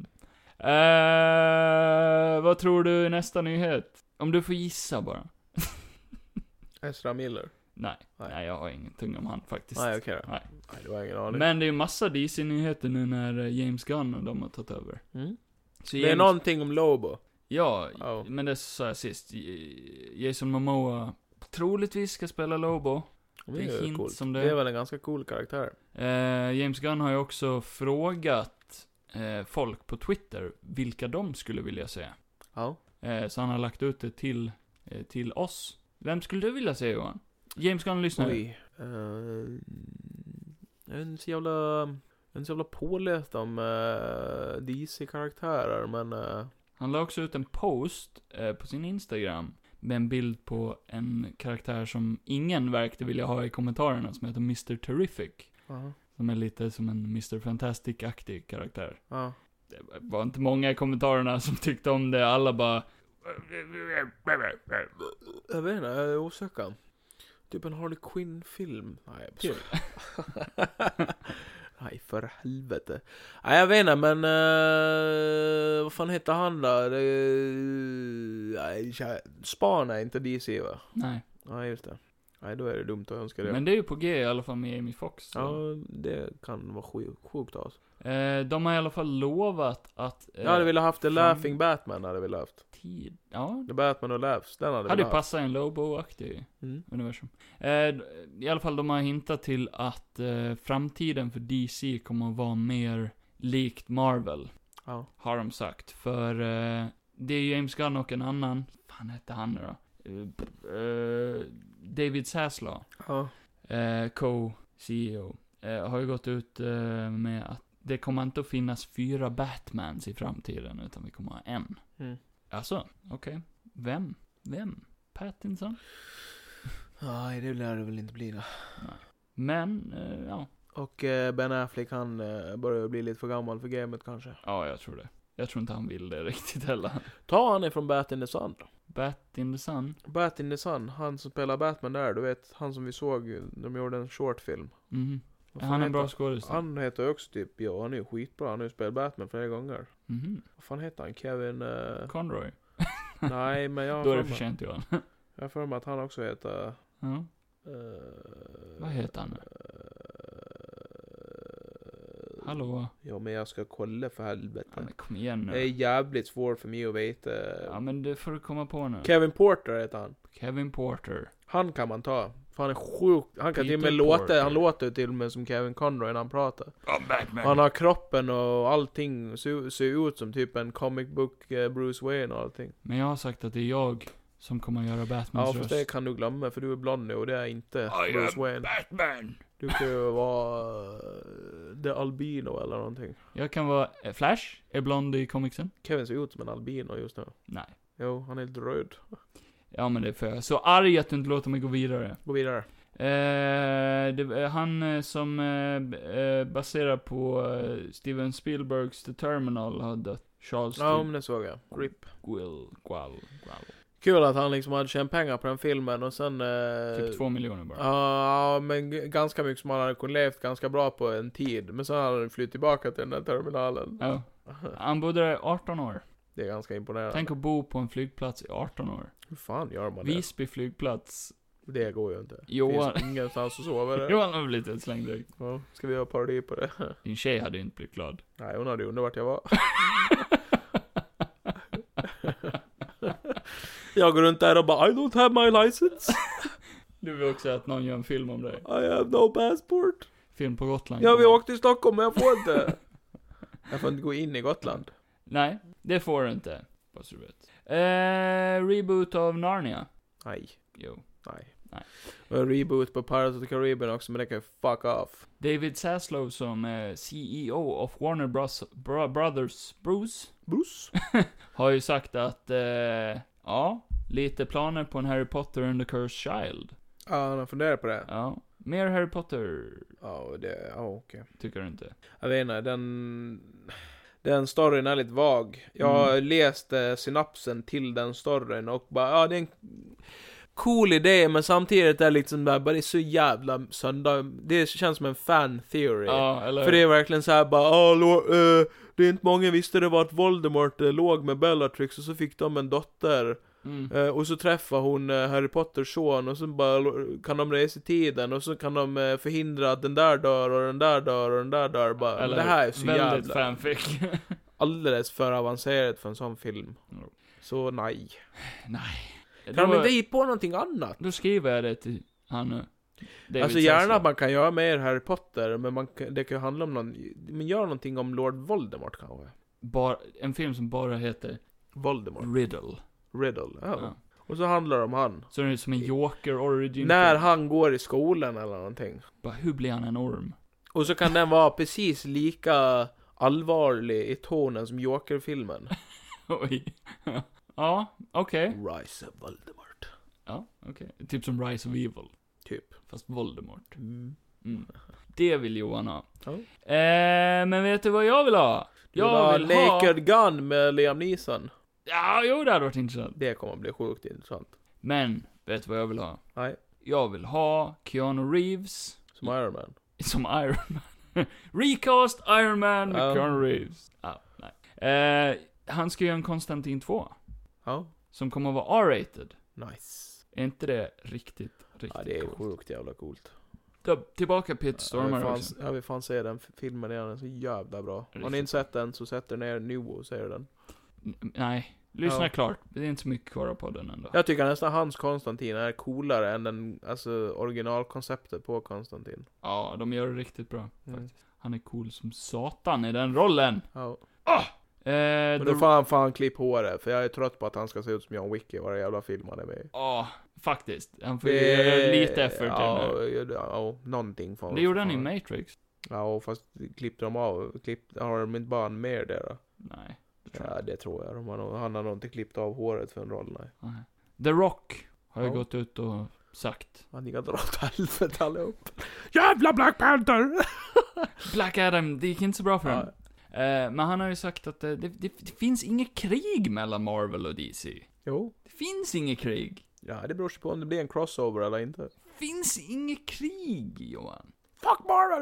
Speaker 1: Eh, vad tror du är nästa nyhet? Om du får gissa bara.
Speaker 2: Ezra Miller.
Speaker 1: Nej,
Speaker 2: Nej.
Speaker 1: nej, jag har ingenting om han faktiskt.
Speaker 2: Nej, okej då.
Speaker 1: Nej.
Speaker 2: Nej, det var ingen aning.
Speaker 1: Men det är ju massa D C-nyheter nu när eh, James Gunn och de har tagit över.
Speaker 2: Mm.
Speaker 1: Så
Speaker 2: Det är
Speaker 1: James...
Speaker 2: någonting om Lobo.
Speaker 1: Ja,
Speaker 2: Ja.
Speaker 1: men det sa jag sist. J- Jason Momoa troligtvis ska spela Lobo.
Speaker 2: Det
Speaker 1: Det är
Speaker 2: är
Speaker 1: hint
Speaker 2: coolt.
Speaker 1: som det-
Speaker 2: Det är väl en ganska cool karaktär.
Speaker 1: Eh, James Gunn har ju också frågat eh, folk på Twitter vilka de skulle vilja se.
Speaker 2: Ja.
Speaker 1: Eh, så han har lagt ut det till, eh, till oss. Vem skulle du vilja se, Johan? James Gunn lyssnar.
Speaker 2: Oj. Uh, jag är inte så jävla... Jag är inte så jävla påläst om uh, D C-karaktärer, men... Uh,
Speaker 1: Han la också ut en post eh, på sin Instagram med en bild på en karaktär som ingen verkade vilja ha i kommentarerna, som heter mister Terrific.
Speaker 2: uh,
Speaker 1: Som är lite som en mister Fantastic-aktig karaktär.
Speaker 2: uh.
Speaker 1: Det var inte många i kommentarerna som tyckte om det. Alla bara...
Speaker 2: Jag vet inte, jag är osäker. Typ en Harley Quinn-film. Nej, jag
Speaker 1: Typ.
Speaker 2: Nej, för helvete. Nej, jag vet inte, men... Uh, vad fan heter han då? Det, nej, Spawn är inte D C, va?
Speaker 1: Nej.
Speaker 2: Ja, just det. Nej, då är det dumt att önska det.
Speaker 1: Men det är ju på G i alla fall med Amy Fox. Så.
Speaker 2: Ja, det kan vara sjukt, sjukt alltså.
Speaker 1: Eh, de har i alla fall lovat att... Eh,
Speaker 2: Jag hade velat haft The
Speaker 1: fram-
Speaker 2: Laughing Batman, hade vi haft.
Speaker 1: Tid. Ja.
Speaker 2: The Batman och Laughs, den hade vi
Speaker 1: Hade
Speaker 2: haft.
Speaker 1: passat en Lobo-aktig
Speaker 2: Mm.
Speaker 1: universum. Eh, I alla fall, de har hintat till att eh, framtiden för D C kommer att vara mer likt Marvel.
Speaker 2: Ja.
Speaker 1: Har de sagt. För eh, det är James Gunn och en annan, fan hette han nu då? Eh, eh, David Zaslav,
Speaker 2: Ja.
Speaker 1: eh, co-C E O, eh, har ju gått ut eh, med att det kommer inte att finnas fyra Batmans i framtiden, utan vi kommer att ha en.
Speaker 2: Mm.
Speaker 1: Alltså, okej. Okay. Vem? Vem? Pattinson?
Speaker 2: Nej, det lär det väl inte bli då.
Speaker 1: Men, eh, ja.
Speaker 2: Och eh, Ben Affleck, han eh, börjar bli lite för gammal för gamet kanske.
Speaker 1: Ja, jag tror det. Jag tror inte han vill det riktigt heller.
Speaker 2: Ta han ifrån Bat in the Sun då.
Speaker 1: Bat in the Sun.
Speaker 2: Bat in the Sun, han som spelar Batman där, du vet, han som vi såg, de gjorde en shortfilm.
Speaker 1: Mhm.
Speaker 2: Vad
Speaker 1: Är
Speaker 2: fan
Speaker 1: han en
Speaker 2: heter
Speaker 1: bra skådespelare?
Speaker 2: Han heter också typ, ja han är ju skitbra, han har ju spelat Batman flera gånger.
Speaker 1: Mhm.
Speaker 2: Vad fan heter han? Kevin... Uh...
Speaker 1: Conroy.
Speaker 2: Nej, men jag har
Speaker 1: Då är
Speaker 2: för
Speaker 1: det för
Speaker 2: mig-
Speaker 1: sent, Johan.
Speaker 2: Jag har för mig att han också heter...
Speaker 1: Ja.
Speaker 2: Uh...
Speaker 1: Vad heter han? Hallå?
Speaker 2: Ja, men jag ska kolla för helvete.
Speaker 1: Ja, men kom igen
Speaker 2: Det är
Speaker 1: nu.
Speaker 2: jävligt svårt för mig att veta.
Speaker 1: Ja, men det får du komma på nu.
Speaker 2: Kevin Porter heter han.
Speaker 1: Kevin Porter.
Speaker 2: Han kan man ta. För han är sjukt. Han kan till och med
Speaker 1: Peter
Speaker 2: låta.
Speaker 1: Porter.
Speaker 2: Han låter till och med som Kevin Conroy när han pratar.
Speaker 1: Ja, Batman.
Speaker 2: Han har kroppen och allting. Ser, ser ut som typ en comic book eh, Bruce Wayne och allting.
Speaker 1: Men jag har sagt att det är jag som kommer att göra Batmans
Speaker 2: Ja, fast
Speaker 1: röst.
Speaker 2: det kan du glömma för du är blond nu och det är inte
Speaker 1: I
Speaker 2: Bruce
Speaker 1: am
Speaker 2: Wayne.
Speaker 1: Batman.
Speaker 2: Du kan ju vara uh, The Albino eller någonting.
Speaker 1: Jag kan vara... eh, Flash är blond i comicsen.
Speaker 2: Kevin ser ut som en albino just nu.
Speaker 1: Nej.
Speaker 2: Jo, han är lite röd.
Speaker 1: Ja, men det är för jag är så arg att du inte låter mig gå vidare.
Speaker 2: Gå vidare.
Speaker 1: Eh, det, eh, han eh, som eh, eh, baserar på eh, Steven Spielbergs The Terminal har dött. Charles
Speaker 2: Ja,
Speaker 1: ja,
Speaker 2: men det såg jag. Grip.
Speaker 1: Guil, Gual, Gual.
Speaker 2: Kul att han liksom hade tjänat pengar på den filmen och sen... Eh,
Speaker 1: Typ två miljoner bara.
Speaker 2: Ja, men g- ganska mycket som han hade kunnat levt ganska bra på en tid. Men sen hade han flyttat tillbaka till den där terminalen.
Speaker 1: Ja. Han bodde där i arton år.
Speaker 2: Det är ganska imponerande.
Speaker 1: Tänk att bo på en flygplats i arton år.
Speaker 2: Hur fan gör man
Speaker 1: Visby flygplats.
Speaker 2: det? Det går ju inte.
Speaker 1: Johan-
Speaker 2: Det finns ingenstans att sova där.
Speaker 1: Johan har blivit utslängd direkt.
Speaker 2: Ja, ska vi göra parodi på det?
Speaker 1: Din tjej hade ju inte blivit glad.
Speaker 2: Nej, hon hade ju undrat vart jag var. Jag går runt där och bara I don't have my license.
Speaker 1: Du vill också att någon gör en film om dig.
Speaker 2: I have no passport.
Speaker 1: Film på Gotland.
Speaker 2: Ja, vi åkte till Stockholm men jag får inte. Jag får inte gå in i Gotland.
Speaker 1: Nej, det får du inte. Vad så du vet. Eh, reboot av Narnia.
Speaker 2: Nej,
Speaker 1: Jo.
Speaker 2: nej.
Speaker 1: Nej.
Speaker 2: Och en reboot på Pirates of the Caribbean också, men det kan ju fuck off.
Speaker 1: David Zaslav som är C E O of Warner Bros. Bro- Brothers Bruce
Speaker 2: Bruce?
Speaker 1: har ju sagt att, eh, ja, lite planer på en Harry Potter and the Cursed Child.
Speaker 2: Ja, han har funderat på det.
Speaker 1: Ja, mer Harry Potter,
Speaker 2: Ja, det, ja okej.
Speaker 1: tycker du inte?
Speaker 2: Jag vet inte, den... Den storyn är lite vag. Jag har
Speaker 1: Mm.
Speaker 2: läst eh, synapsen till den storyn och bara, ja det är en cool idé, men samtidigt är det liksom där, bara det är så jävla söndag. Det känns som en fan theory.
Speaker 1: Ja, eller...
Speaker 2: För det är verkligen så här bara, ah, lo, eh, det är inte många visste det var att Voldemort eh, låg med Bellatrix och så fick de en dotter.
Speaker 1: Mm.
Speaker 2: Eh, och så träffar hon eh, Harry Potters son och så bara lo- kan de resa i tiden och så kan de eh, förhindra att den där dör och den där dör och den där dör bara.
Speaker 1: Eller
Speaker 2: Det här är så
Speaker 1: väldigt
Speaker 2: jävla
Speaker 1: fanfic.
Speaker 2: alldeles för avancerat för en sån film.
Speaker 1: Mm.
Speaker 2: Så nej.
Speaker 1: Nej.
Speaker 2: Kan
Speaker 1: Då,
Speaker 2: de inte hitta på någonting annat?
Speaker 1: då skriver jag det till han nu. David
Speaker 2: Alltså gärna
Speaker 1: Zaslav.
Speaker 2: att man kan göra mer Harry Potter, men man, kan- det kan ju handla om någon, men gör någonting om Lord Voldemort kanske.
Speaker 1: Bara, en film som bara heter
Speaker 2: Voldemort.
Speaker 1: Riddle.
Speaker 2: Riddle, ja.
Speaker 1: Ja.
Speaker 2: Och så handlar det om han.
Speaker 1: Så det är som en Joker origin.
Speaker 2: När
Speaker 1: film.
Speaker 2: han går i skolan eller någonting.
Speaker 1: Bara, hur blir han en orm?
Speaker 2: Och så kan den vara precis lika allvarlig i tonen som Joker-filmen.
Speaker 1: Oj. Ja, okej.
Speaker 2: Rise of Voldemort.
Speaker 1: Ja, okej. Typ som Rise of Evil.
Speaker 2: Typ.
Speaker 1: Fast Voldemort.
Speaker 2: Mm.
Speaker 1: Mm. Det vill Johan ha.
Speaker 2: Ja.
Speaker 1: Eh, men vet du vad jag vill ha?
Speaker 2: Du
Speaker 1: Jag
Speaker 2: vill
Speaker 1: vill
Speaker 2: ha
Speaker 1: ha...
Speaker 2: Naked Gun med Liam Neeson.
Speaker 1: Ja, jo, det hade varit intressant.
Speaker 2: Det kommer bli sjukt intressant.
Speaker 1: Men, vet du vad jag vill ha?
Speaker 2: Nej,
Speaker 1: Jag vill ha Keanu Reeves
Speaker 2: som Iron Man.
Speaker 1: som Iron Man. Recast Iron Man med
Speaker 2: Ja.
Speaker 1: Keanu Reeves. Ja, nej. Eh, han ska göra en Konstantin två.
Speaker 2: Ja,
Speaker 1: Som kommer att vara R-rated.
Speaker 2: nice.
Speaker 1: Är inte det riktigt, riktigt
Speaker 2: Ja, det är
Speaker 1: coolt?
Speaker 2: sjukt jävla coolt.
Speaker 1: Då, tillbaka Pit Stormare
Speaker 2: jag, vill fan,
Speaker 1: också.
Speaker 2: jag vill fan se den filmen igen, den är så jävla bra. Har ni inte sett den så sätter ner nu och ser den.
Speaker 1: N- nej, lyssna
Speaker 2: Ja.
Speaker 1: klart. Det är inte så mycket kvar på den ändå.
Speaker 2: Jag tycker nästan hans Konstantin är coolare än den, alltså originalkonceptet på Konstantin.
Speaker 1: Ja, de gör det riktigt bra.
Speaker 2: Mm.
Speaker 1: Faktiskt. Han är cool som satan i den rollen.
Speaker 2: Ja.
Speaker 1: Eh,
Speaker 2: Men
Speaker 1: då,
Speaker 2: då får han fan klipp håret, för jag är trött på att han ska se ut som John Wick i varje jävla film han är med i.
Speaker 1: Ja, faktiskt. Han får ju göra lite effort
Speaker 2: ja,
Speaker 1: i den här.
Speaker 2: ja, ja, någonting får
Speaker 1: Det gjorde han i
Speaker 2: fan.
Speaker 1: Matrix.
Speaker 2: Ja, fast klippte de av, klipp, har de inte bara mer där då?
Speaker 1: Nej, det tror jag
Speaker 2: Ja, det tror jag. De har, nog- han har nog inte klippt av håret för en roll, nej.
Speaker 1: Nej. The Rock har ju
Speaker 2: Ja.
Speaker 1: gått ut och sagt.
Speaker 2: Han gick dra åt helvete allihop. Jävla Black Panther!
Speaker 1: Black Adam, det gick inte så bra för
Speaker 2: Ja.
Speaker 1: honom. Eh, men han har ju sagt att eh, det, det, det finns inget krig mellan Marvel och D C.
Speaker 2: Jo.
Speaker 1: Det finns inget krig.
Speaker 2: Ja, det beror på om det blir en crossover eller inte.
Speaker 1: Det finns inget krig, Johan.
Speaker 2: Fuck Marvel!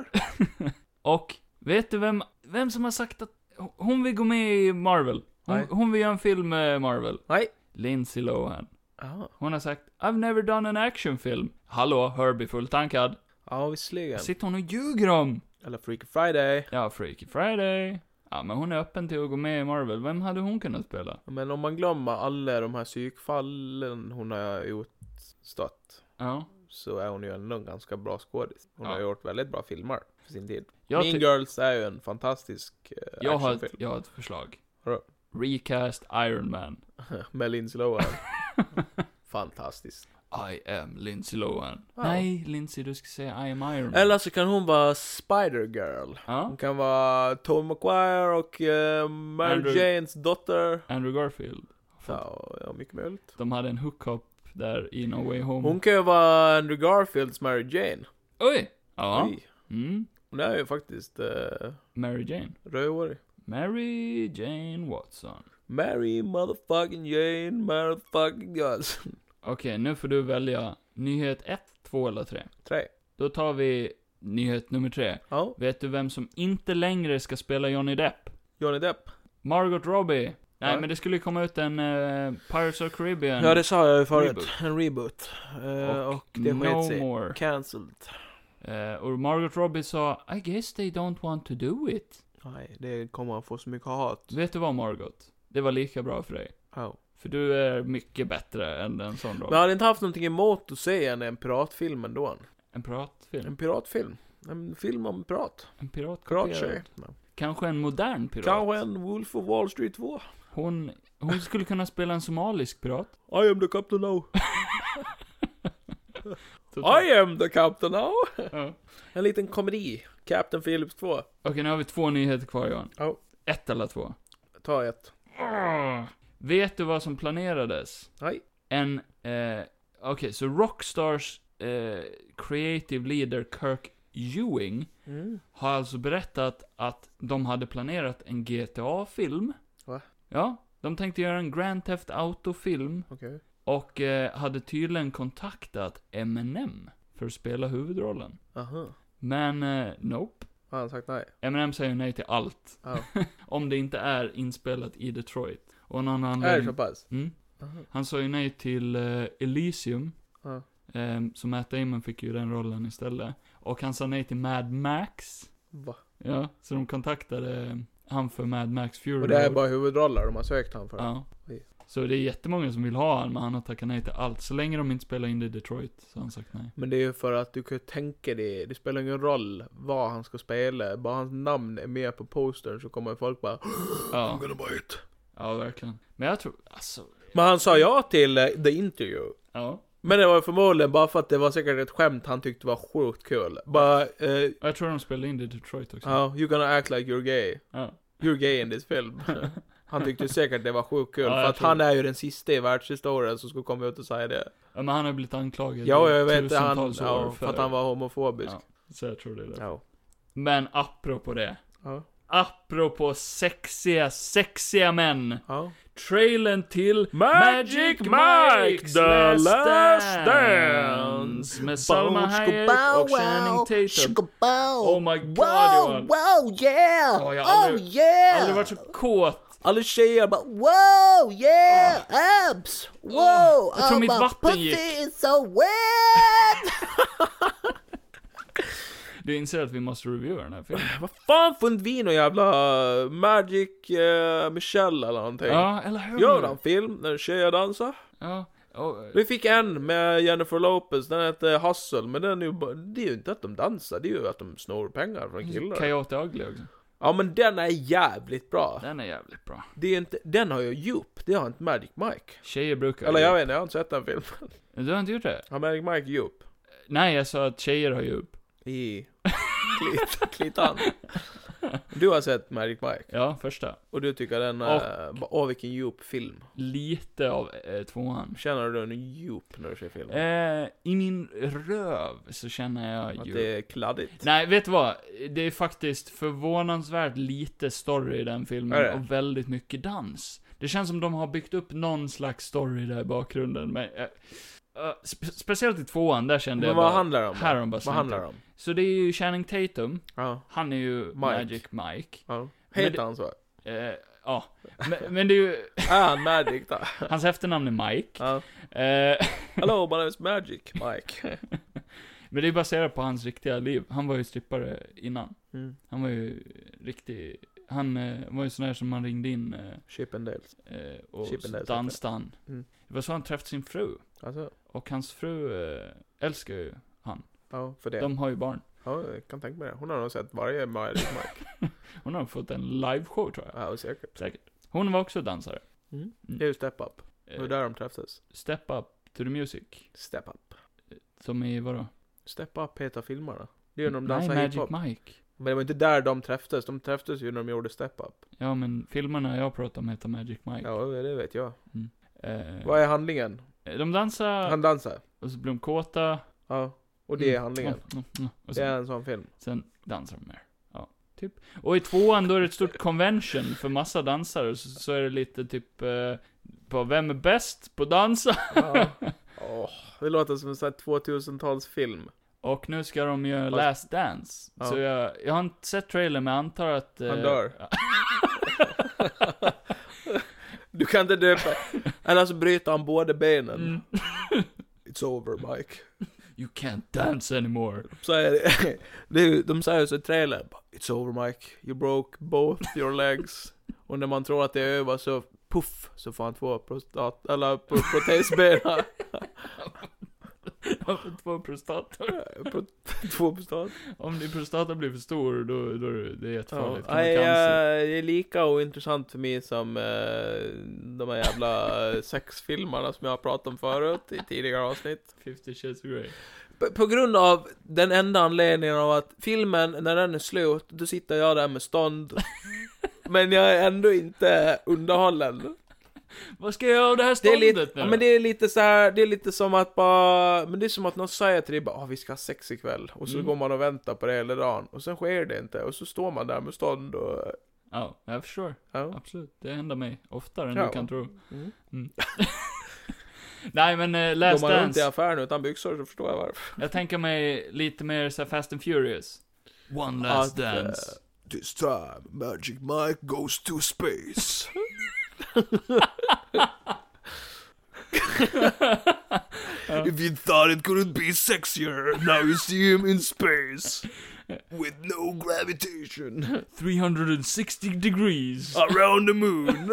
Speaker 1: Och, vet du vem, vem som har sagt att hon vill gå med i Marvel? Hon,
Speaker 2: Nej.
Speaker 1: hon vill göra en film med Marvel.
Speaker 2: Nej.
Speaker 1: Lindsay Lohan.
Speaker 2: Ja.
Speaker 1: Hon har sagt, I've never done an actionfilm. Hallå, Herbie fulltankad.
Speaker 2: Ja, visserligen.
Speaker 1: Sitter hon och ljuger om?
Speaker 2: Eller Freaky Friday.
Speaker 1: Ja, Freaky Friday. Ja, men hon är öppen till att gå med i Marvel. Vem hade hon kunnat spela?
Speaker 2: Men om man glömmer alla de här psykfallen hon har utstått,
Speaker 1: Ja.
Speaker 2: så är hon ju ändå en ganska bra skådis. Hon
Speaker 1: Ja.
Speaker 2: har gjort väldigt bra filmer för sin tid.
Speaker 1: Jag,
Speaker 2: mean
Speaker 1: ty-
Speaker 2: Girls är ju en fantastisk uh,
Speaker 1: jag, har ett,
Speaker 2: actionfilm.
Speaker 1: jag har ett förslag.
Speaker 2: Vadå?
Speaker 1: Recast Iron Man.
Speaker 2: Med Lindsay Lohan. Fantastiskt.
Speaker 1: I am Lindsay Lohan.
Speaker 2: Ja.
Speaker 1: Nej, Lindsay, du ska säga I am Iron Man.
Speaker 2: Eller så kan hon vara Spider-Girl.
Speaker 1: Ja,
Speaker 2: Hon kan vara Tobey Maguire och uh, Mary
Speaker 1: Andrew-
Speaker 2: Janes dotter.
Speaker 1: Andrew Garfield.
Speaker 2: Ja, ja, mycket möjligt.
Speaker 1: De hade en hookup där i No Way Home.
Speaker 2: Hon kan ju vara Andrew Garfields Mary Jane.
Speaker 1: Oj! Ja.
Speaker 2: Oj.
Speaker 1: Mm.
Speaker 2: Hon är ju faktiskt uh,
Speaker 1: Mary Jane.
Speaker 2: rödhårig.
Speaker 1: Mary Jane Watson.
Speaker 2: Mary motherfucking Jane motherfucking Johnson.
Speaker 1: Okej, nu får du välja nyhet ett, två eller tre.
Speaker 2: Tre.
Speaker 1: Då tar vi nyhet nummer tre.
Speaker 2: Ja,
Speaker 1: Vet du vem som inte längre ska spela Johnny Depp?
Speaker 2: Johnny Depp.
Speaker 1: Margot Robbie. Nej,
Speaker 2: Ja.
Speaker 1: men det skulle komma ut en uh, Pirates of the Caribbean.
Speaker 2: Ja, det sa jag ju förut.
Speaker 1: Reboot.
Speaker 2: En reboot. Uh, och,
Speaker 1: Och
Speaker 2: det
Speaker 1: no
Speaker 2: sket sig.
Speaker 1: more.
Speaker 2: Cancelled.
Speaker 1: Eh, och Margot Robbie sa, I guess they don't want to do it.
Speaker 2: Nej, det kommer att få så mycket hat.
Speaker 1: Vet du vad, Margot? Det var lika bra för dig.
Speaker 2: Ja.
Speaker 1: För du är mycket bättre än en sån roll.
Speaker 2: Men jag hade inte haft någonting emot att se en, en piratfilm ändå.
Speaker 1: En piratfilm.
Speaker 2: En piratfilm. En film om pirat.
Speaker 1: En pirat
Speaker 2: Pirattjej.
Speaker 1: kopierad. Kanske en modern pirat.
Speaker 2: Kanske en Wolf of Wall Street två.
Speaker 1: Hon, hon skulle kunna spela en somalisk pirat.
Speaker 2: I am the captain now. I am the captain now.
Speaker 1: Ja.
Speaker 2: En liten komedi. Captain Phillips två.
Speaker 1: Okej, nu har vi två nyheter kvar, Johan.
Speaker 2: Ja.
Speaker 1: Ett eller två.
Speaker 2: Ta ett.
Speaker 1: Ah. Vet du vad som planerades?
Speaker 2: Nej.
Speaker 1: En, eh, okej, så Rockstars eh, creative leader Kirk Ewing
Speaker 2: Mm.
Speaker 1: har alltså berättat att de hade planerat en G T A-film.
Speaker 2: Va?
Speaker 1: Ja, de tänkte göra en Grand Theft Auto-film.
Speaker 2: Okej.
Speaker 1: Och eh, hade tydligen kontaktat Eminem för att spela huvudrollen.
Speaker 2: Aha.
Speaker 1: Men, eh, nope.
Speaker 2: Har han sagt nej?
Speaker 1: Eminem säger nej till allt.
Speaker 2: Ja.
Speaker 1: Om det inte är inspelat i Detroit. Och någon
Speaker 2: Är det
Speaker 1: anledning...
Speaker 2: så pass?
Speaker 1: Mm.
Speaker 2: Aha.
Speaker 1: Han sa ju nej till eh, Elysium.
Speaker 2: Ja.
Speaker 1: Eh, så Matt Damon fick ju den rollen istället. Och han sa nej till Mad Max.
Speaker 2: Va?
Speaker 1: Ja, så de kontaktade eh, han för Mad Max Fury
Speaker 2: Och det är
Speaker 1: Road.
Speaker 2: bara huvudroller de har sökt han för?
Speaker 1: Ja.
Speaker 2: Oj.
Speaker 1: Så det är jättemånga som vill ha han, men han har tackat nej till allt. Så länge de inte spelar in det i Detroit, så har han sagt nej.
Speaker 2: Men det är ju för att du kan tänka dig, det spelar ingen roll vad han ska spela. Bara hans namn är med på postern så kommer folk bara
Speaker 1: Ja,
Speaker 2: gonna buy it.
Speaker 1: ja verkligen. Men jag tror, alltså,
Speaker 2: Men han sa ja till uh, the interview.
Speaker 1: ja.
Speaker 2: Men det var förmodligen bara för att det var säkert ett skämt han tyckte var sjukt kul. Bara, uh,
Speaker 1: Och jag tror de spelade in det i Detroit också.
Speaker 2: oh, you're gonna act like you're gay.
Speaker 1: Ja.
Speaker 2: You're gay in this film. Han tyckte säkert det var sjukt kul.
Speaker 1: Ja,
Speaker 2: för
Speaker 1: jag
Speaker 2: att
Speaker 1: tror
Speaker 2: han
Speaker 1: det.
Speaker 2: är ju den sista i världshistorien som skulle komma ut och säga det.
Speaker 1: Ja, men han har blivit anklagad
Speaker 2: Ja,
Speaker 1: i
Speaker 2: jag vet det. Han,
Speaker 1: tusentals år
Speaker 2: ja, för att han var homofobisk.
Speaker 1: Ja, så jag tror det är det.
Speaker 2: Ja.
Speaker 1: Men apropå det.
Speaker 2: Ja.
Speaker 1: Apropå sexiga, sexiga män.
Speaker 2: Ja.
Speaker 1: Trailern till
Speaker 2: Magic
Speaker 1: Magic
Speaker 2: Mike,
Speaker 1: Mike's
Speaker 2: The
Speaker 1: Last
Speaker 2: Last
Speaker 1: Dance. Med Salma Hayek och Channing Tatum. Oh my god, Johan.
Speaker 4: Wow, yeah!
Speaker 1: Oh, jag har aldrig,
Speaker 4: oh, yeah!
Speaker 1: aldrig varit så kåt
Speaker 2: alla tjejer bara wow, yeah, abs, wow,
Speaker 1: Oh, jag tror
Speaker 2: oh,
Speaker 1: mitt
Speaker 2: my
Speaker 1: vatten
Speaker 2: pussy
Speaker 1: gick.
Speaker 2: is so wet.
Speaker 1: Du inser att vi måste reviewa den här filmen.
Speaker 2: Vad fan får inte vi någon jävla Magic uh, Michelle eller någonting?
Speaker 1: Ja, eller hur?
Speaker 2: Gör en film när tjejer dansar.
Speaker 1: Ja. Och,
Speaker 2: Vi fick en med Jennifer Lopez, den heter Hustle, men den är ju bara, det är ju inte att de dansar, det är ju att de snor pengar från killar.
Speaker 1: Coyote Ugly också.
Speaker 2: Ja, men den är jävligt bra.
Speaker 1: Den är jävligt bra.
Speaker 2: Det är inte, den har ju djup, det har inte Magic Mike.
Speaker 1: Tjejer brukar...
Speaker 2: Eller jag vet inte, jag har inte sett den filmen.
Speaker 1: Du har inte gjort det?
Speaker 2: Har Magic Mike djup?
Speaker 1: Nej, jag sa att tjejer har djup.
Speaker 2: I klit, klitan. Du har sett Magic Mike,
Speaker 1: Ja, första.
Speaker 2: och du tycker den är, bara, åh vilken djup film.
Speaker 1: Lite av eh, tvåan.
Speaker 2: Känner du en djup när du ser filmen?
Speaker 1: Eh, I min röv så känner jag
Speaker 2: Att
Speaker 1: ju...
Speaker 2: det är kladdigt?
Speaker 1: Nej, vet du vad? Det är faktiskt förvånansvärt lite story i den filmen
Speaker 2: Är det?
Speaker 1: och väldigt mycket dans. Det känns som de har byggt upp någon slags story där i bakgrunden, men... Eh, Uh, spe- speciellt i tvåan, där kände
Speaker 2: Men
Speaker 1: jag
Speaker 2: vad
Speaker 1: bara,
Speaker 2: handlar det om?
Speaker 1: här har de bara
Speaker 2: Vad
Speaker 1: slängt
Speaker 2: handlar
Speaker 1: upp.
Speaker 2: det om?
Speaker 1: Så det är ju Channing Tatum,
Speaker 2: Ja,
Speaker 1: han är ju Magic Mike.
Speaker 2: ja.
Speaker 1: Men
Speaker 2: Heter
Speaker 1: det-
Speaker 2: han så?
Speaker 1: Eh, ja, men, men det är ju,
Speaker 2: Är han Magic då?
Speaker 1: hans efternamn är Mike.
Speaker 2: Ja.
Speaker 1: Eh,
Speaker 2: Hello, my name is Magic Mike.
Speaker 1: men det är baserat på hans riktiga liv. Han var ju strippare innan.
Speaker 2: Mm.
Speaker 1: Han var ju riktig, han eh, var ju sån där som man ringde in eh,
Speaker 2: Chippendales.
Speaker 1: eh, och
Speaker 2: Chippendales,
Speaker 1: så dansade han.
Speaker 2: Mm.
Speaker 1: Det var så han träffade sin fru.
Speaker 2: Alltså,
Speaker 1: Och hans fru eh, älskar ju han.
Speaker 2: ja, för det.
Speaker 1: De har ju barn.
Speaker 2: Ja, jag kan tänka mig det. Hon har nog sett varje Magic Mike.
Speaker 1: Hon har fått en liveshow, tror jag.
Speaker 2: Ja, säkert.
Speaker 1: Säkert. Hon var också dansare.
Speaker 2: Mm.
Speaker 1: Mm.
Speaker 2: Det är ju Step Up. Det
Speaker 1: Eh,
Speaker 2: var där de träffades.
Speaker 1: Step Up to the Music.
Speaker 2: Step Up.
Speaker 1: Som i vadå?
Speaker 2: Step Up heter filmerna. Det är ju när de
Speaker 1: Nej,
Speaker 2: dansar
Speaker 1: Magic
Speaker 2: hiphop.
Speaker 1: Mike.
Speaker 2: Men det var inte där de träffades. De träffades ju när de gjorde Step Up.
Speaker 1: Ja, men filmerna jag pratar om heter Magic Mike.
Speaker 2: Ja, det vet jag.
Speaker 1: Eh,
Speaker 2: Vad är handlingen?
Speaker 1: de dansar,
Speaker 2: Han dansar.
Speaker 1: och så blir de kåta.
Speaker 2: Ja. Och det är
Speaker 1: Mm,
Speaker 2: handlingen.
Speaker 1: mm, mm, mm. Och
Speaker 2: Det
Speaker 1: sen,
Speaker 2: är en sån film.
Speaker 1: sen dansar de mer. Ja, typ. Och i tvåan då är det ett stort convention för massa dansare. Så, så är det lite typ eh, på vem är bäst på dansa.
Speaker 2: Ja. Åh, det låter som en sån här tvåtusen-talsfilm.
Speaker 1: Och nu ska de göra
Speaker 2: Fast-
Speaker 1: Last Dance.
Speaker 2: Ja.
Speaker 1: Så jag, jag har inte sett trailern, men jag antar att... eh,
Speaker 2: Han dör.
Speaker 1: ja.
Speaker 2: Du kan inte döpa. Eller så bryter han båda benen.
Speaker 1: Mm.
Speaker 2: It's over, Mike.
Speaker 1: You can't dance anymore.
Speaker 2: Så är det. det är, ju- de säger ju så i trailern. It's over, Mike. You broke both your legs. Och när man tror att det är över så puff, så får han två prostat, eller pro- protesbena.
Speaker 1: Jag har fått två prostator.
Speaker 2: Pro- två prostat.
Speaker 1: Om din prostata blir för stor, då, då är det- det är
Speaker 2: Ja.
Speaker 1: jättefarligt. Ja.
Speaker 2: Nej, eh, det är lika ointressant för mig som eh, de här jävla sexfilmerna som jag har pratat om förut i tidigare avsnitt.
Speaker 1: Fifty Shades of Grey.
Speaker 2: P- På grund av den enda anledningen av att filmen, när den är slut, då sitter jag där med stånd. Men jag är ändå inte underhållen.
Speaker 1: Vad ska jag göra av det här
Speaker 2: Det är
Speaker 1: ståndet
Speaker 2: lite,
Speaker 1: nu
Speaker 2: ja,
Speaker 1: då?
Speaker 2: men det är lite så här, det är lite som att bara, men det är som att någon säger till dig bara, ah, vi ska ha sex ikväll. Och så
Speaker 1: Mm.
Speaker 2: går man och väntar på det hela dagen. Och sen sker det inte. Och så står man där med stånd och,
Speaker 1: Ja, jag förstår.
Speaker 2: ja.
Speaker 1: Absolut. Det händer mig oftare än
Speaker 2: Ja.
Speaker 1: du kan tro.
Speaker 2: Mm.
Speaker 1: Nej, men uh,
Speaker 2: Går
Speaker 1: Last
Speaker 2: man runt i
Speaker 1: Dance.
Speaker 2: affären utan byxor så förstår jag varför.
Speaker 1: Jag tänker mig lite mer så här Fast and Furious. One Last
Speaker 2: Att, eh,
Speaker 1: Dance.
Speaker 2: This time, Magic Mike goes to space. If you thought it couldn't be sexier, now you see him in space. With no gravitation.
Speaker 1: three hundred sixty degrees.
Speaker 2: Around the moon.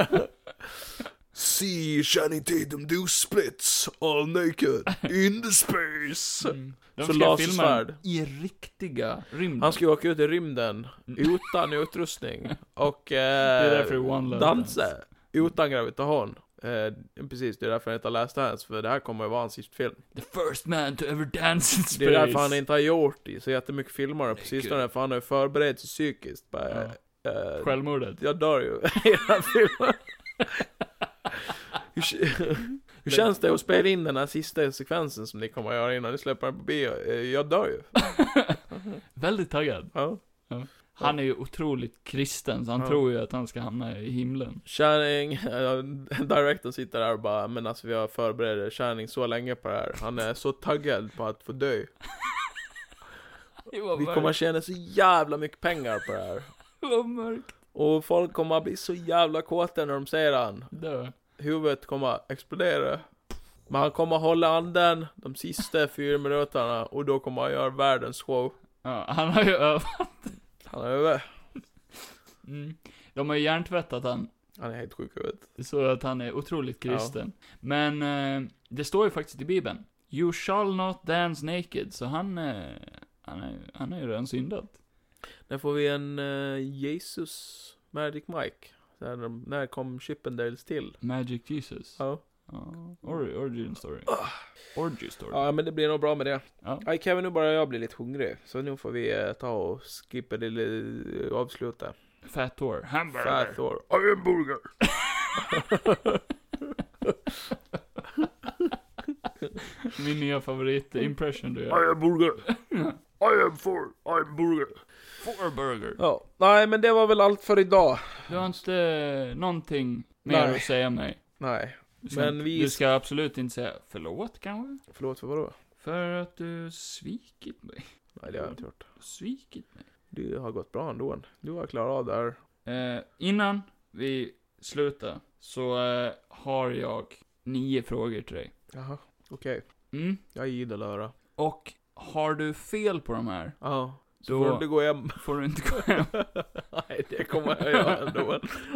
Speaker 2: See Channing Tatum do splits all naked in the space.
Speaker 1: Mm. De
Speaker 2: Så
Speaker 1: ska filma
Speaker 2: lasersvärd.
Speaker 1: i riktiga rymden.
Speaker 2: Han ska ju åka ut i rymden utan utrustning och eh,
Speaker 1: är därför det är One Last
Speaker 2: dansa
Speaker 1: Dance.
Speaker 2: utan gravitation. Eh, precis, det är därför han inte har läst Dance, för det här kommer ju vara hans sista film.
Speaker 1: The first man to ever dance in space.
Speaker 2: Det är därför han inte har gjort i så jättemycket filmer på
Speaker 1: Nej,
Speaker 2: sistone,
Speaker 1: gud.
Speaker 2: för han har ju förberett sig psykiskt. Bara,
Speaker 1: Ja.
Speaker 2: eh,
Speaker 1: Självmordet.
Speaker 2: jag dör ju i den här filmen. Hur, hur känns det att spela in den här sista sekvensen som ni kommer att göra innan ni släpper den på bio? Eh, Jag dör ju.
Speaker 1: Väldigt taggad.
Speaker 2: Ja.
Speaker 1: Han är ju otroligt kristen, så han
Speaker 2: Ja.
Speaker 1: tror ju att han ska hamna i himlen.
Speaker 2: Channing, äh, directorn sitter där och bara, men alltså vi har förberett Channing så länge på det här. Han är så taggad på att få dö.
Speaker 1: Det var
Speaker 2: Vi
Speaker 1: mörkt.
Speaker 2: kommer att tjäna så jävla mycket pengar på det här.
Speaker 1: Det var mörkt.
Speaker 2: Och folk kommer att bli så jävla kåta när de ser han.
Speaker 1: Dö.
Speaker 2: Huvudet kommer att explodera. Men han kommer att hålla anden de sista fyra minuterna. Och då kommer han göra världens show.
Speaker 1: Ja, han har ju övat.
Speaker 2: Han är över.
Speaker 1: Mm. De har ju hjärntvättat han.
Speaker 2: Han är helt sjuk, jag vet.
Speaker 1: Så att han är otroligt kristen. Ja. Men eh, det står ju faktiskt i Bibeln. You shall not dance naked. Så han, eh, han, är, han är ju redan syndat.
Speaker 2: När får vi en uh, Jesus Magic Mike? När, när kom Chippendales till?
Speaker 1: Magic Jesus.
Speaker 2: Ja.
Speaker 1: Ja. Or, origin story. Origin story.
Speaker 2: Ja, men det blir nog bra med det.
Speaker 1: Ja.
Speaker 2: Aj, Kevin, nu börjar jag bli lite hungrig. Så nu får vi uh, ta och skippa det lite, avsluta.
Speaker 1: Fat Thor. Hamburger.
Speaker 2: Fat Thor.
Speaker 3: I am burger.
Speaker 1: Min nya favorit impression du gör.
Speaker 3: I am burger. I am for. I am burger.
Speaker 1: Four burger.
Speaker 2: Ja, nej, men det var väl allt för idag.
Speaker 1: Du har inte någonting mer
Speaker 2: Nej.
Speaker 1: att säga mig.
Speaker 2: Nej,
Speaker 1: Du ska,
Speaker 2: men
Speaker 1: inte-
Speaker 2: vi-
Speaker 1: du ska absolut inte säga förlåt kanske?
Speaker 2: förlåt för vadå?
Speaker 1: För att du svikit mig.
Speaker 2: Nej, det har jag inte gjort.
Speaker 1: Svikit mig.
Speaker 2: Du har gått bra ändå. Du har klarat av det här.
Speaker 1: Eh, innan vi slutar så eh, har jag nio frågor till dig.
Speaker 2: Jaha, okej.
Speaker 1: Mm.
Speaker 2: Jag är idel att höra.
Speaker 1: Och har du fel på de här,
Speaker 2: Ja, så
Speaker 1: Då-
Speaker 2: får du gå hem.
Speaker 1: får du inte gå hem.
Speaker 2: Nej, det kommer jag göra ändå.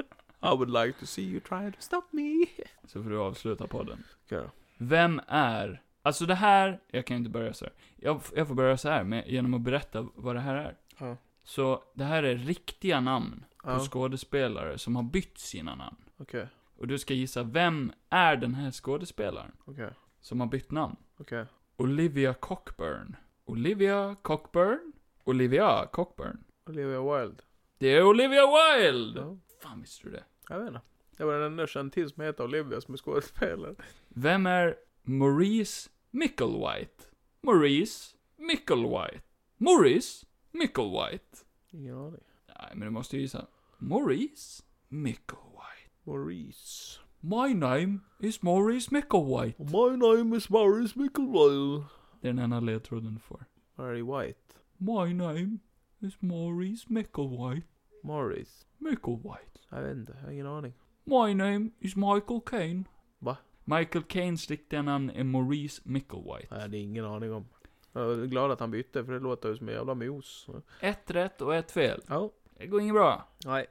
Speaker 2: I would like to see you try to stop me.
Speaker 1: Så får du avsluta podden.
Speaker 2: Okej.
Speaker 1: Vem är... Alltså det här... Jag kan inte börja så här. Jag, jag får börja så här med, genom att berätta vad det här är.
Speaker 2: Ja.
Speaker 1: Så det här är riktiga namn på
Speaker 2: Ja.
Speaker 1: skådespelare som har bytt sina namn.
Speaker 2: Okej,
Speaker 1: Och du ska gissa, vem är den här skådespelaren
Speaker 2: okej,
Speaker 1: som har bytt namn?
Speaker 2: okej.
Speaker 1: Olivia Cockburn. Olivia Cockburn? Olivia Cockburn.
Speaker 2: Olivia Wilde.
Speaker 1: Det är Olivia Wilde!
Speaker 2: Ja.
Speaker 1: Fan, visste du det?
Speaker 2: Jag vet inte. Det var den enda känd till som heter Olivia som är skådespelare.
Speaker 1: Vem är Maurice Micklewhite? Maurice Micklewhite. Maurice Micklewhite.
Speaker 2: Ingen aning.
Speaker 1: Nej, men du måste ju gissa. Maurice Micklewhite.
Speaker 2: Maurice.
Speaker 1: My name is Maurice Micklewhite.
Speaker 2: My name is Maurice Micklewhite.
Speaker 1: Det är den enda ledtråden du får.
Speaker 2: Mary White.
Speaker 1: My name is Maurice Micklewhite.
Speaker 2: Maurice.
Speaker 1: Micklewhite.
Speaker 2: Jag vet inte, jag har ingen aning.
Speaker 1: My name is Michael Caine.
Speaker 2: Va?
Speaker 1: Michael Caines riktiga namn är Maurice Micklewhite.
Speaker 2: Nej, det är ingen aning om. Jag är glad att han bytte, för det låter ju som en jävla mos.
Speaker 1: Ett rätt och ett fel.
Speaker 2: Ja.
Speaker 1: Det går inget bra.
Speaker 2: Nej.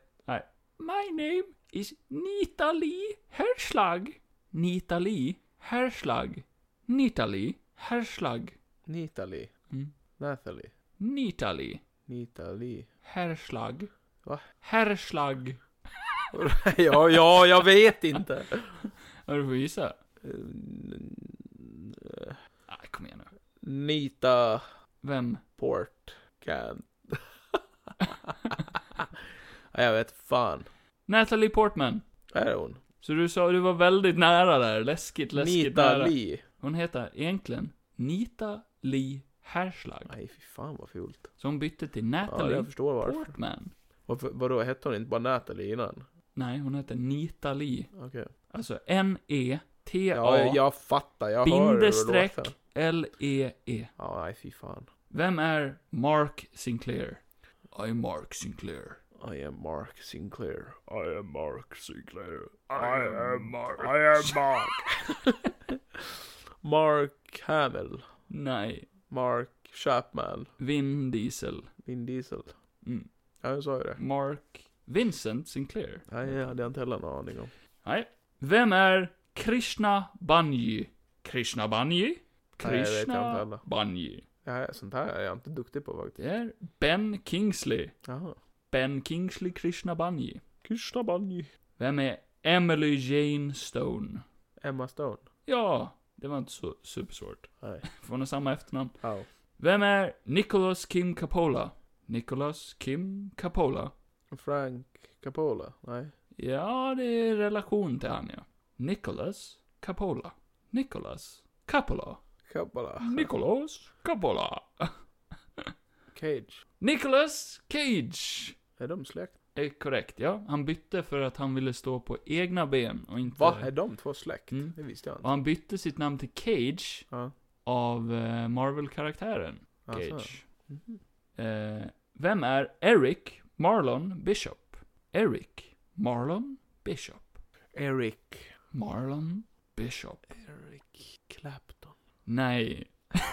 Speaker 1: My name is Nitalie Herslag. Nitalie Herslag. Nitalie Herslag.
Speaker 2: Nitalie.
Speaker 1: Mm.
Speaker 2: Nathalie.
Speaker 1: Nitalie
Speaker 2: Nitalie.
Speaker 1: Herslag.
Speaker 2: Va?
Speaker 1: Herslag.
Speaker 2: ja, ja, jag vet inte.
Speaker 1: Ja, du får gissa.
Speaker 2: Mm,
Speaker 1: Nej, kom igen nu.
Speaker 2: Nita
Speaker 1: Vem?
Speaker 2: Port can. Ja, jag vet fan.
Speaker 1: Natalie Portman.
Speaker 2: Är hon?
Speaker 1: Så du sa, du var väldigt nära där. Läskigt, läskigt
Speaker 2: Nita
Speaker 1: nära.
Speaker 2: Lee.
Speaker 1: Hon heter egentligen Nita Lee Herslag.
Speaker 2: Nej, fy fan vad fult.
Speaker 1: Så hon bytte till
Speaker 2: Ja,
Speaker 1: Natalie
Speaker 2: jag förstår varför.
Speaker 1: Portman.
Speaker 2: Varför, vadå, hette hon inte bara Natalie innan?
Speaker 1: Nej, hon heter Nita Lee.
Speaker 2: Okej.
Speaker 1: Alltså N E T A
Speaker 2: Ja, jag fattar. Jag hör hur det
Speaker 1: bindestreck
Speaker 2: låter.
Speaker 1: L E E.
Speaker 2: Ja, nej, fy fan.
Speaker 1: Vem är Mark Sinclair? I am Mark Sinclair.
Speaker 2: I am Mark Sinclair.
Speaker 3: I am Mark Sinclair. I am Mark. I am Mark.
Speaker 2: Mark Hamill.
Speaker 1: Nej,
Speaker 2: Mark Chapman.
Speaker 1: Vin Diesel.
Speaker 2: Vin Diesel.
Speaker 1: Mm.
Speaker 2: Ja, jag sa ju det.
Speaker 1: Mark Vincent Sinclair.
Speaker 2: Nej, jag hade inte heller någon aning om.
Speaker 1: Nej. Vem är Krishna Banji? Krishna Banji?
Speaker 2: Nej, jag vet inte
Speaker 1: Krishna
Speaker 2: heller.
Speaker 1: Banji.
Speaker 2: Ja, sånt här är jag inte duktig på faktiskt.
Speaker 1: Det är Ben Kingsley.
Speaker 2: Jaha.
Speaker 1: Ben Kingsley Krishna Banji.
Speaker 2: Krishna Banji.
Speaker 1: Vem är Emily Jane Stone?
Speaker 2: Emma Stone.
Speaker 1: Ja, det var inte så supersvårt.
Speaker 2: Nej.
Speaker 1: Får hon ha samma efternamn.
Speaker 2: Ja.
Speaker 1: Vem är Nicholas Kim Coppola? Nicholas Kim Coppola.
Speaker 2: Frank Capola. Nej.
Speaker 1: Ja, det är relation till han, ja. Nicholas Coppola. Nicholas Coppola.
Speaker 2: Capola.
Speaker 1: Nicholas Coppola.
Speaker 2: Cage.
Speaker 1: Nicholas Cage.
Speaker 2: Är de släkt?
Speaker 1: Är korrekt, ja. Han bytte för att han ville stå på egna ben och inte...
Speaker 2: Va? Är de två släkt?
Speaker 1: Mm.
Speaker 2: Det visste jag
Speaker 1: Och
Speaker 2: inte.
Speaker 1: han bytte sitt namn till Cage
Speaker 2: Ja.
Speaker 1: av eh, Marvel-karaktären
Speaker 2: Alltså.
Speaker 1: Cage.
Speaker 2: Mhm.
Speaker 1: Eh, vem är Eric Marlon Bishop? Eric Marlon Bishop.
Speaker 2: Eric.
Speaker 1: Marlon Bishop.
Speaker 2: Eric Clapton.
Speaker 1: Nej.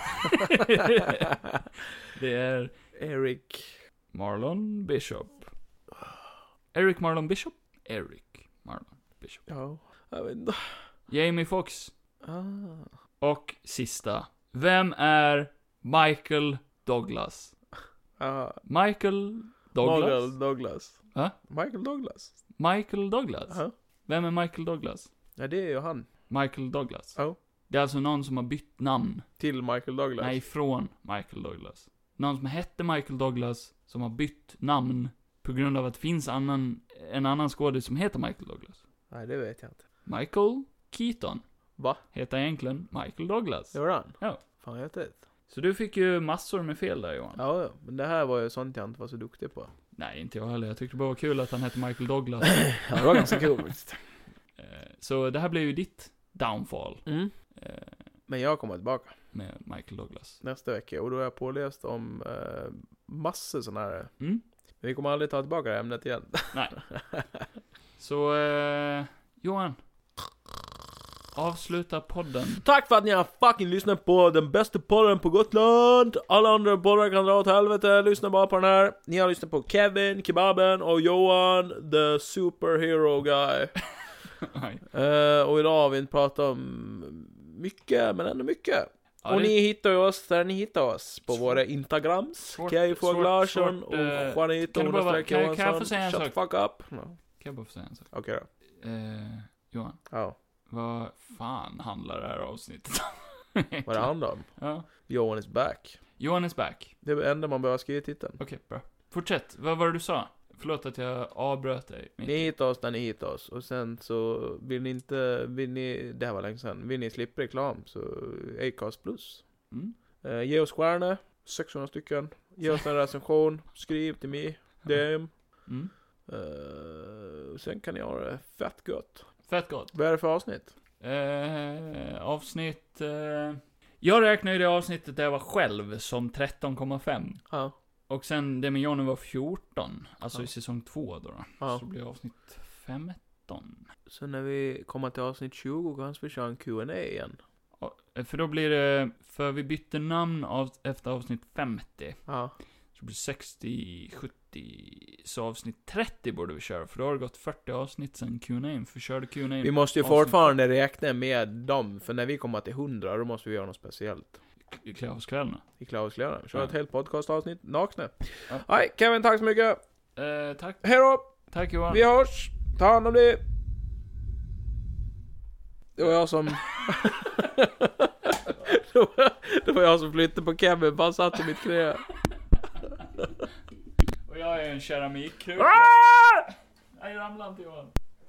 Speaker 1: Det är
Speaker 2: Eric
Speaker 1: Marlon Bishop. Eric Marlon Bishop. Eric Marlon Bishop.
Speaker 2: Ja, jag vet inte.
Speaker 1: Jamie Foxx.
Speaker 2: Ah.
Speaker 1: Och sista. Vem är Michael Douglas?
Speaker 2: Ah.
Speaker 1: Michael Douglas?
Speaker 2: Michael Douglas.
Speaker 1: Va?
Speaker 2: Michael Douglas.
Speaker 1: Michael Douglas?
Speaker 2: Ja.
Speaker 1: Vem är Michael Douglas?
Speaker 2: Ja, det är ju han.
Speaker 1: Michael Douglas?
Speaker 2: Ja.
Speaker 1: Det är alltså någon som har bytt namn.
Speaker 2: Till Michael Douglas.
Speaker 1: Nej, från Michael Douglas. Någon som hette Michael Douglas, som har bytt namn på grund av att det finns annan, en annan skådespelare som heter Michael Douglas.
Speaker 2: Nej, det vet jag inte.
Speaker 1: Michael Keaton
Speaker 2: Va?
Speaker 1: heter egentligen Michael Douglas.
Speaker 2: Gör han?
Speaker 1: Ja.
Speaker 2: Fan, jag vet inte.
Speaker 1: Så du fick ju massor med fel där, Johan.
Speaker 2: Ja, ja, men det här var ju sånt jag inte var så duktig på.
Speaker 1: Nej, inte jag heller. Jag tyckte det bara var kul att han hette Michael Douglas.
Speaker 2: Ja, det var ganska kul faktiskt.
Speaker 1: Eh, Så det här blev ju ditt downfall.
Speaker 2: Mm.
Speaker 1: eh,
Speaker 2: Men jag kommer tillbaka
Speaker 1: Med Michael Douglas.
Speaker 2: nästa vecka och då är jag påläst om eh, massor sådana här.
Speaker 1: Mm.
Speaker 2: Men vi kommer aldrig ta tillbaka det ämnet igen.
Speaker 1: Nej. Så, eh, Johan. Avsluta podden.
Speaker 2: Tack för att ni har fucking lyssnat på den bästa podden på Gotland. Alla andra poddar kan dra åt helvete. Lyssna bara på den här. Ni har lyssnat på Kevin, Kebaben och Johan, the superhero guy. uh, och idag har vi inte pratat om mycket, men ändå mycket.
Speaker 1: Ja,
Speaker 2: och
Speaker 1: det-
Speaker 2: ni hittar ju oss där ni hittar oss. På
Speaker 1: Svårt-
Speaker 2: våra Instagrams.
Speaker 1: svårt-
Speaker 2: Kay Fogh
Speaker 1: svårt-
Speaker 2: Larsson
Speaker 1: svårt,
Speaker 2: och
Speaker 1: eh,
Speaker 2: Juanita
Speaker 1: kan du bara-
Speaker 2: understreck
Speaker 1: kan- kan jag få
Speaker 2: Johansson.
Speaker 1: säga en
Speaker 2: Shut
Speaker 1: sak?
Speaker 2: the fuck up. No.
Speaker 1: Kan jag bara få säga en sak?
Speaker 2: Okej då.
Speaker 1: Eh, Johan.
Speaker 2: Ja.
Speaker 1: Vad fan handlar det här avsnittet om?
Speaker 2: Vad det handlar om.
Speaker 1: Ja.
Speaker 2: Johan is back.
Speaker 1: Johan is back.
Speaker 2: Det är det enda man behöver skriva i titeln.
Speaker 1: Okej, bra. Fortsätt. Vad var det du sa? Förlåt att jag avbröt dig.
Speaker 2: Ni hittar oss där ni hittar oss. Och sen så vill ni inte, vill ni, det här var länge sedan, vill ni slippa reklam så Acast plus.
Speaker 1: Mm.
Speaker 2: Uh, ge oss stjärnor, sexhundra stycken. Ge oss en recension, skriv till mig, D M.
Speaker 1: Mm.
Speaker 2: Uh, sen kan ni ha det fett gott.
Speaker 1: Fett gott.
Speaker 2: Vad är det för avsnitt?
Speaker 1: Eh, avsnitt... Eh, jag räknar ju det avsnittet där jag var själv som tretton komma fem.
Speaker 2: Ja.
Speaker 1: Och sen det med Johnny var fjorton. Alltså
Speaker 2: Ja.
Speaker 1: i säsong två då. då.
Speaker 2: Ja.
Speaker 1: Så det blir avsnitt femton.
Speaker 2: Så när vi kommer till avsnitt tjugo kanske vi kör en Q and A igen.
Speaker 1: Ja, för då blir det... För vi bytte namn av, efter avsnitt femtio.
Speaker 2: Ja.
Speaker 1: Så blir det sextio, sjuttio. Så avsnitt trettio borde vi köra. För då har det gått fyrtio avsnitt sen Q and A. För körde Q and A.
Speaker 2: Vi måste ju
Speaker 1: avsnitt-
Speaker 2: fortfarande räkna med dem. För när vi kommer till hundra då måste vi göra något speciellt.
Speaker 1: I Klävskvällarna.
Speaker 2: I Klauskläderna. Kör
Speaker 1: Ja.
Speaker 2: ett helt podcastavsnitt nakna.
Speaker 1: Ja.
Speaker 2: Nej, Kevin, tack så mycket.
Speaker 1: Eh, tack.
Speaker 2: Hej då.
Speaker 1: Tack Johan.
Speaker 2: Vi hörs. Ta hand om det. Det var jag som... det, var, det var jag som flyttade på Kevin. Bara satt i mitt knä.
Speaker 1: Och jag är en keramikkruka.
Speaker 2: Ah!
Speaker 1: Nej, ramla inte Johan.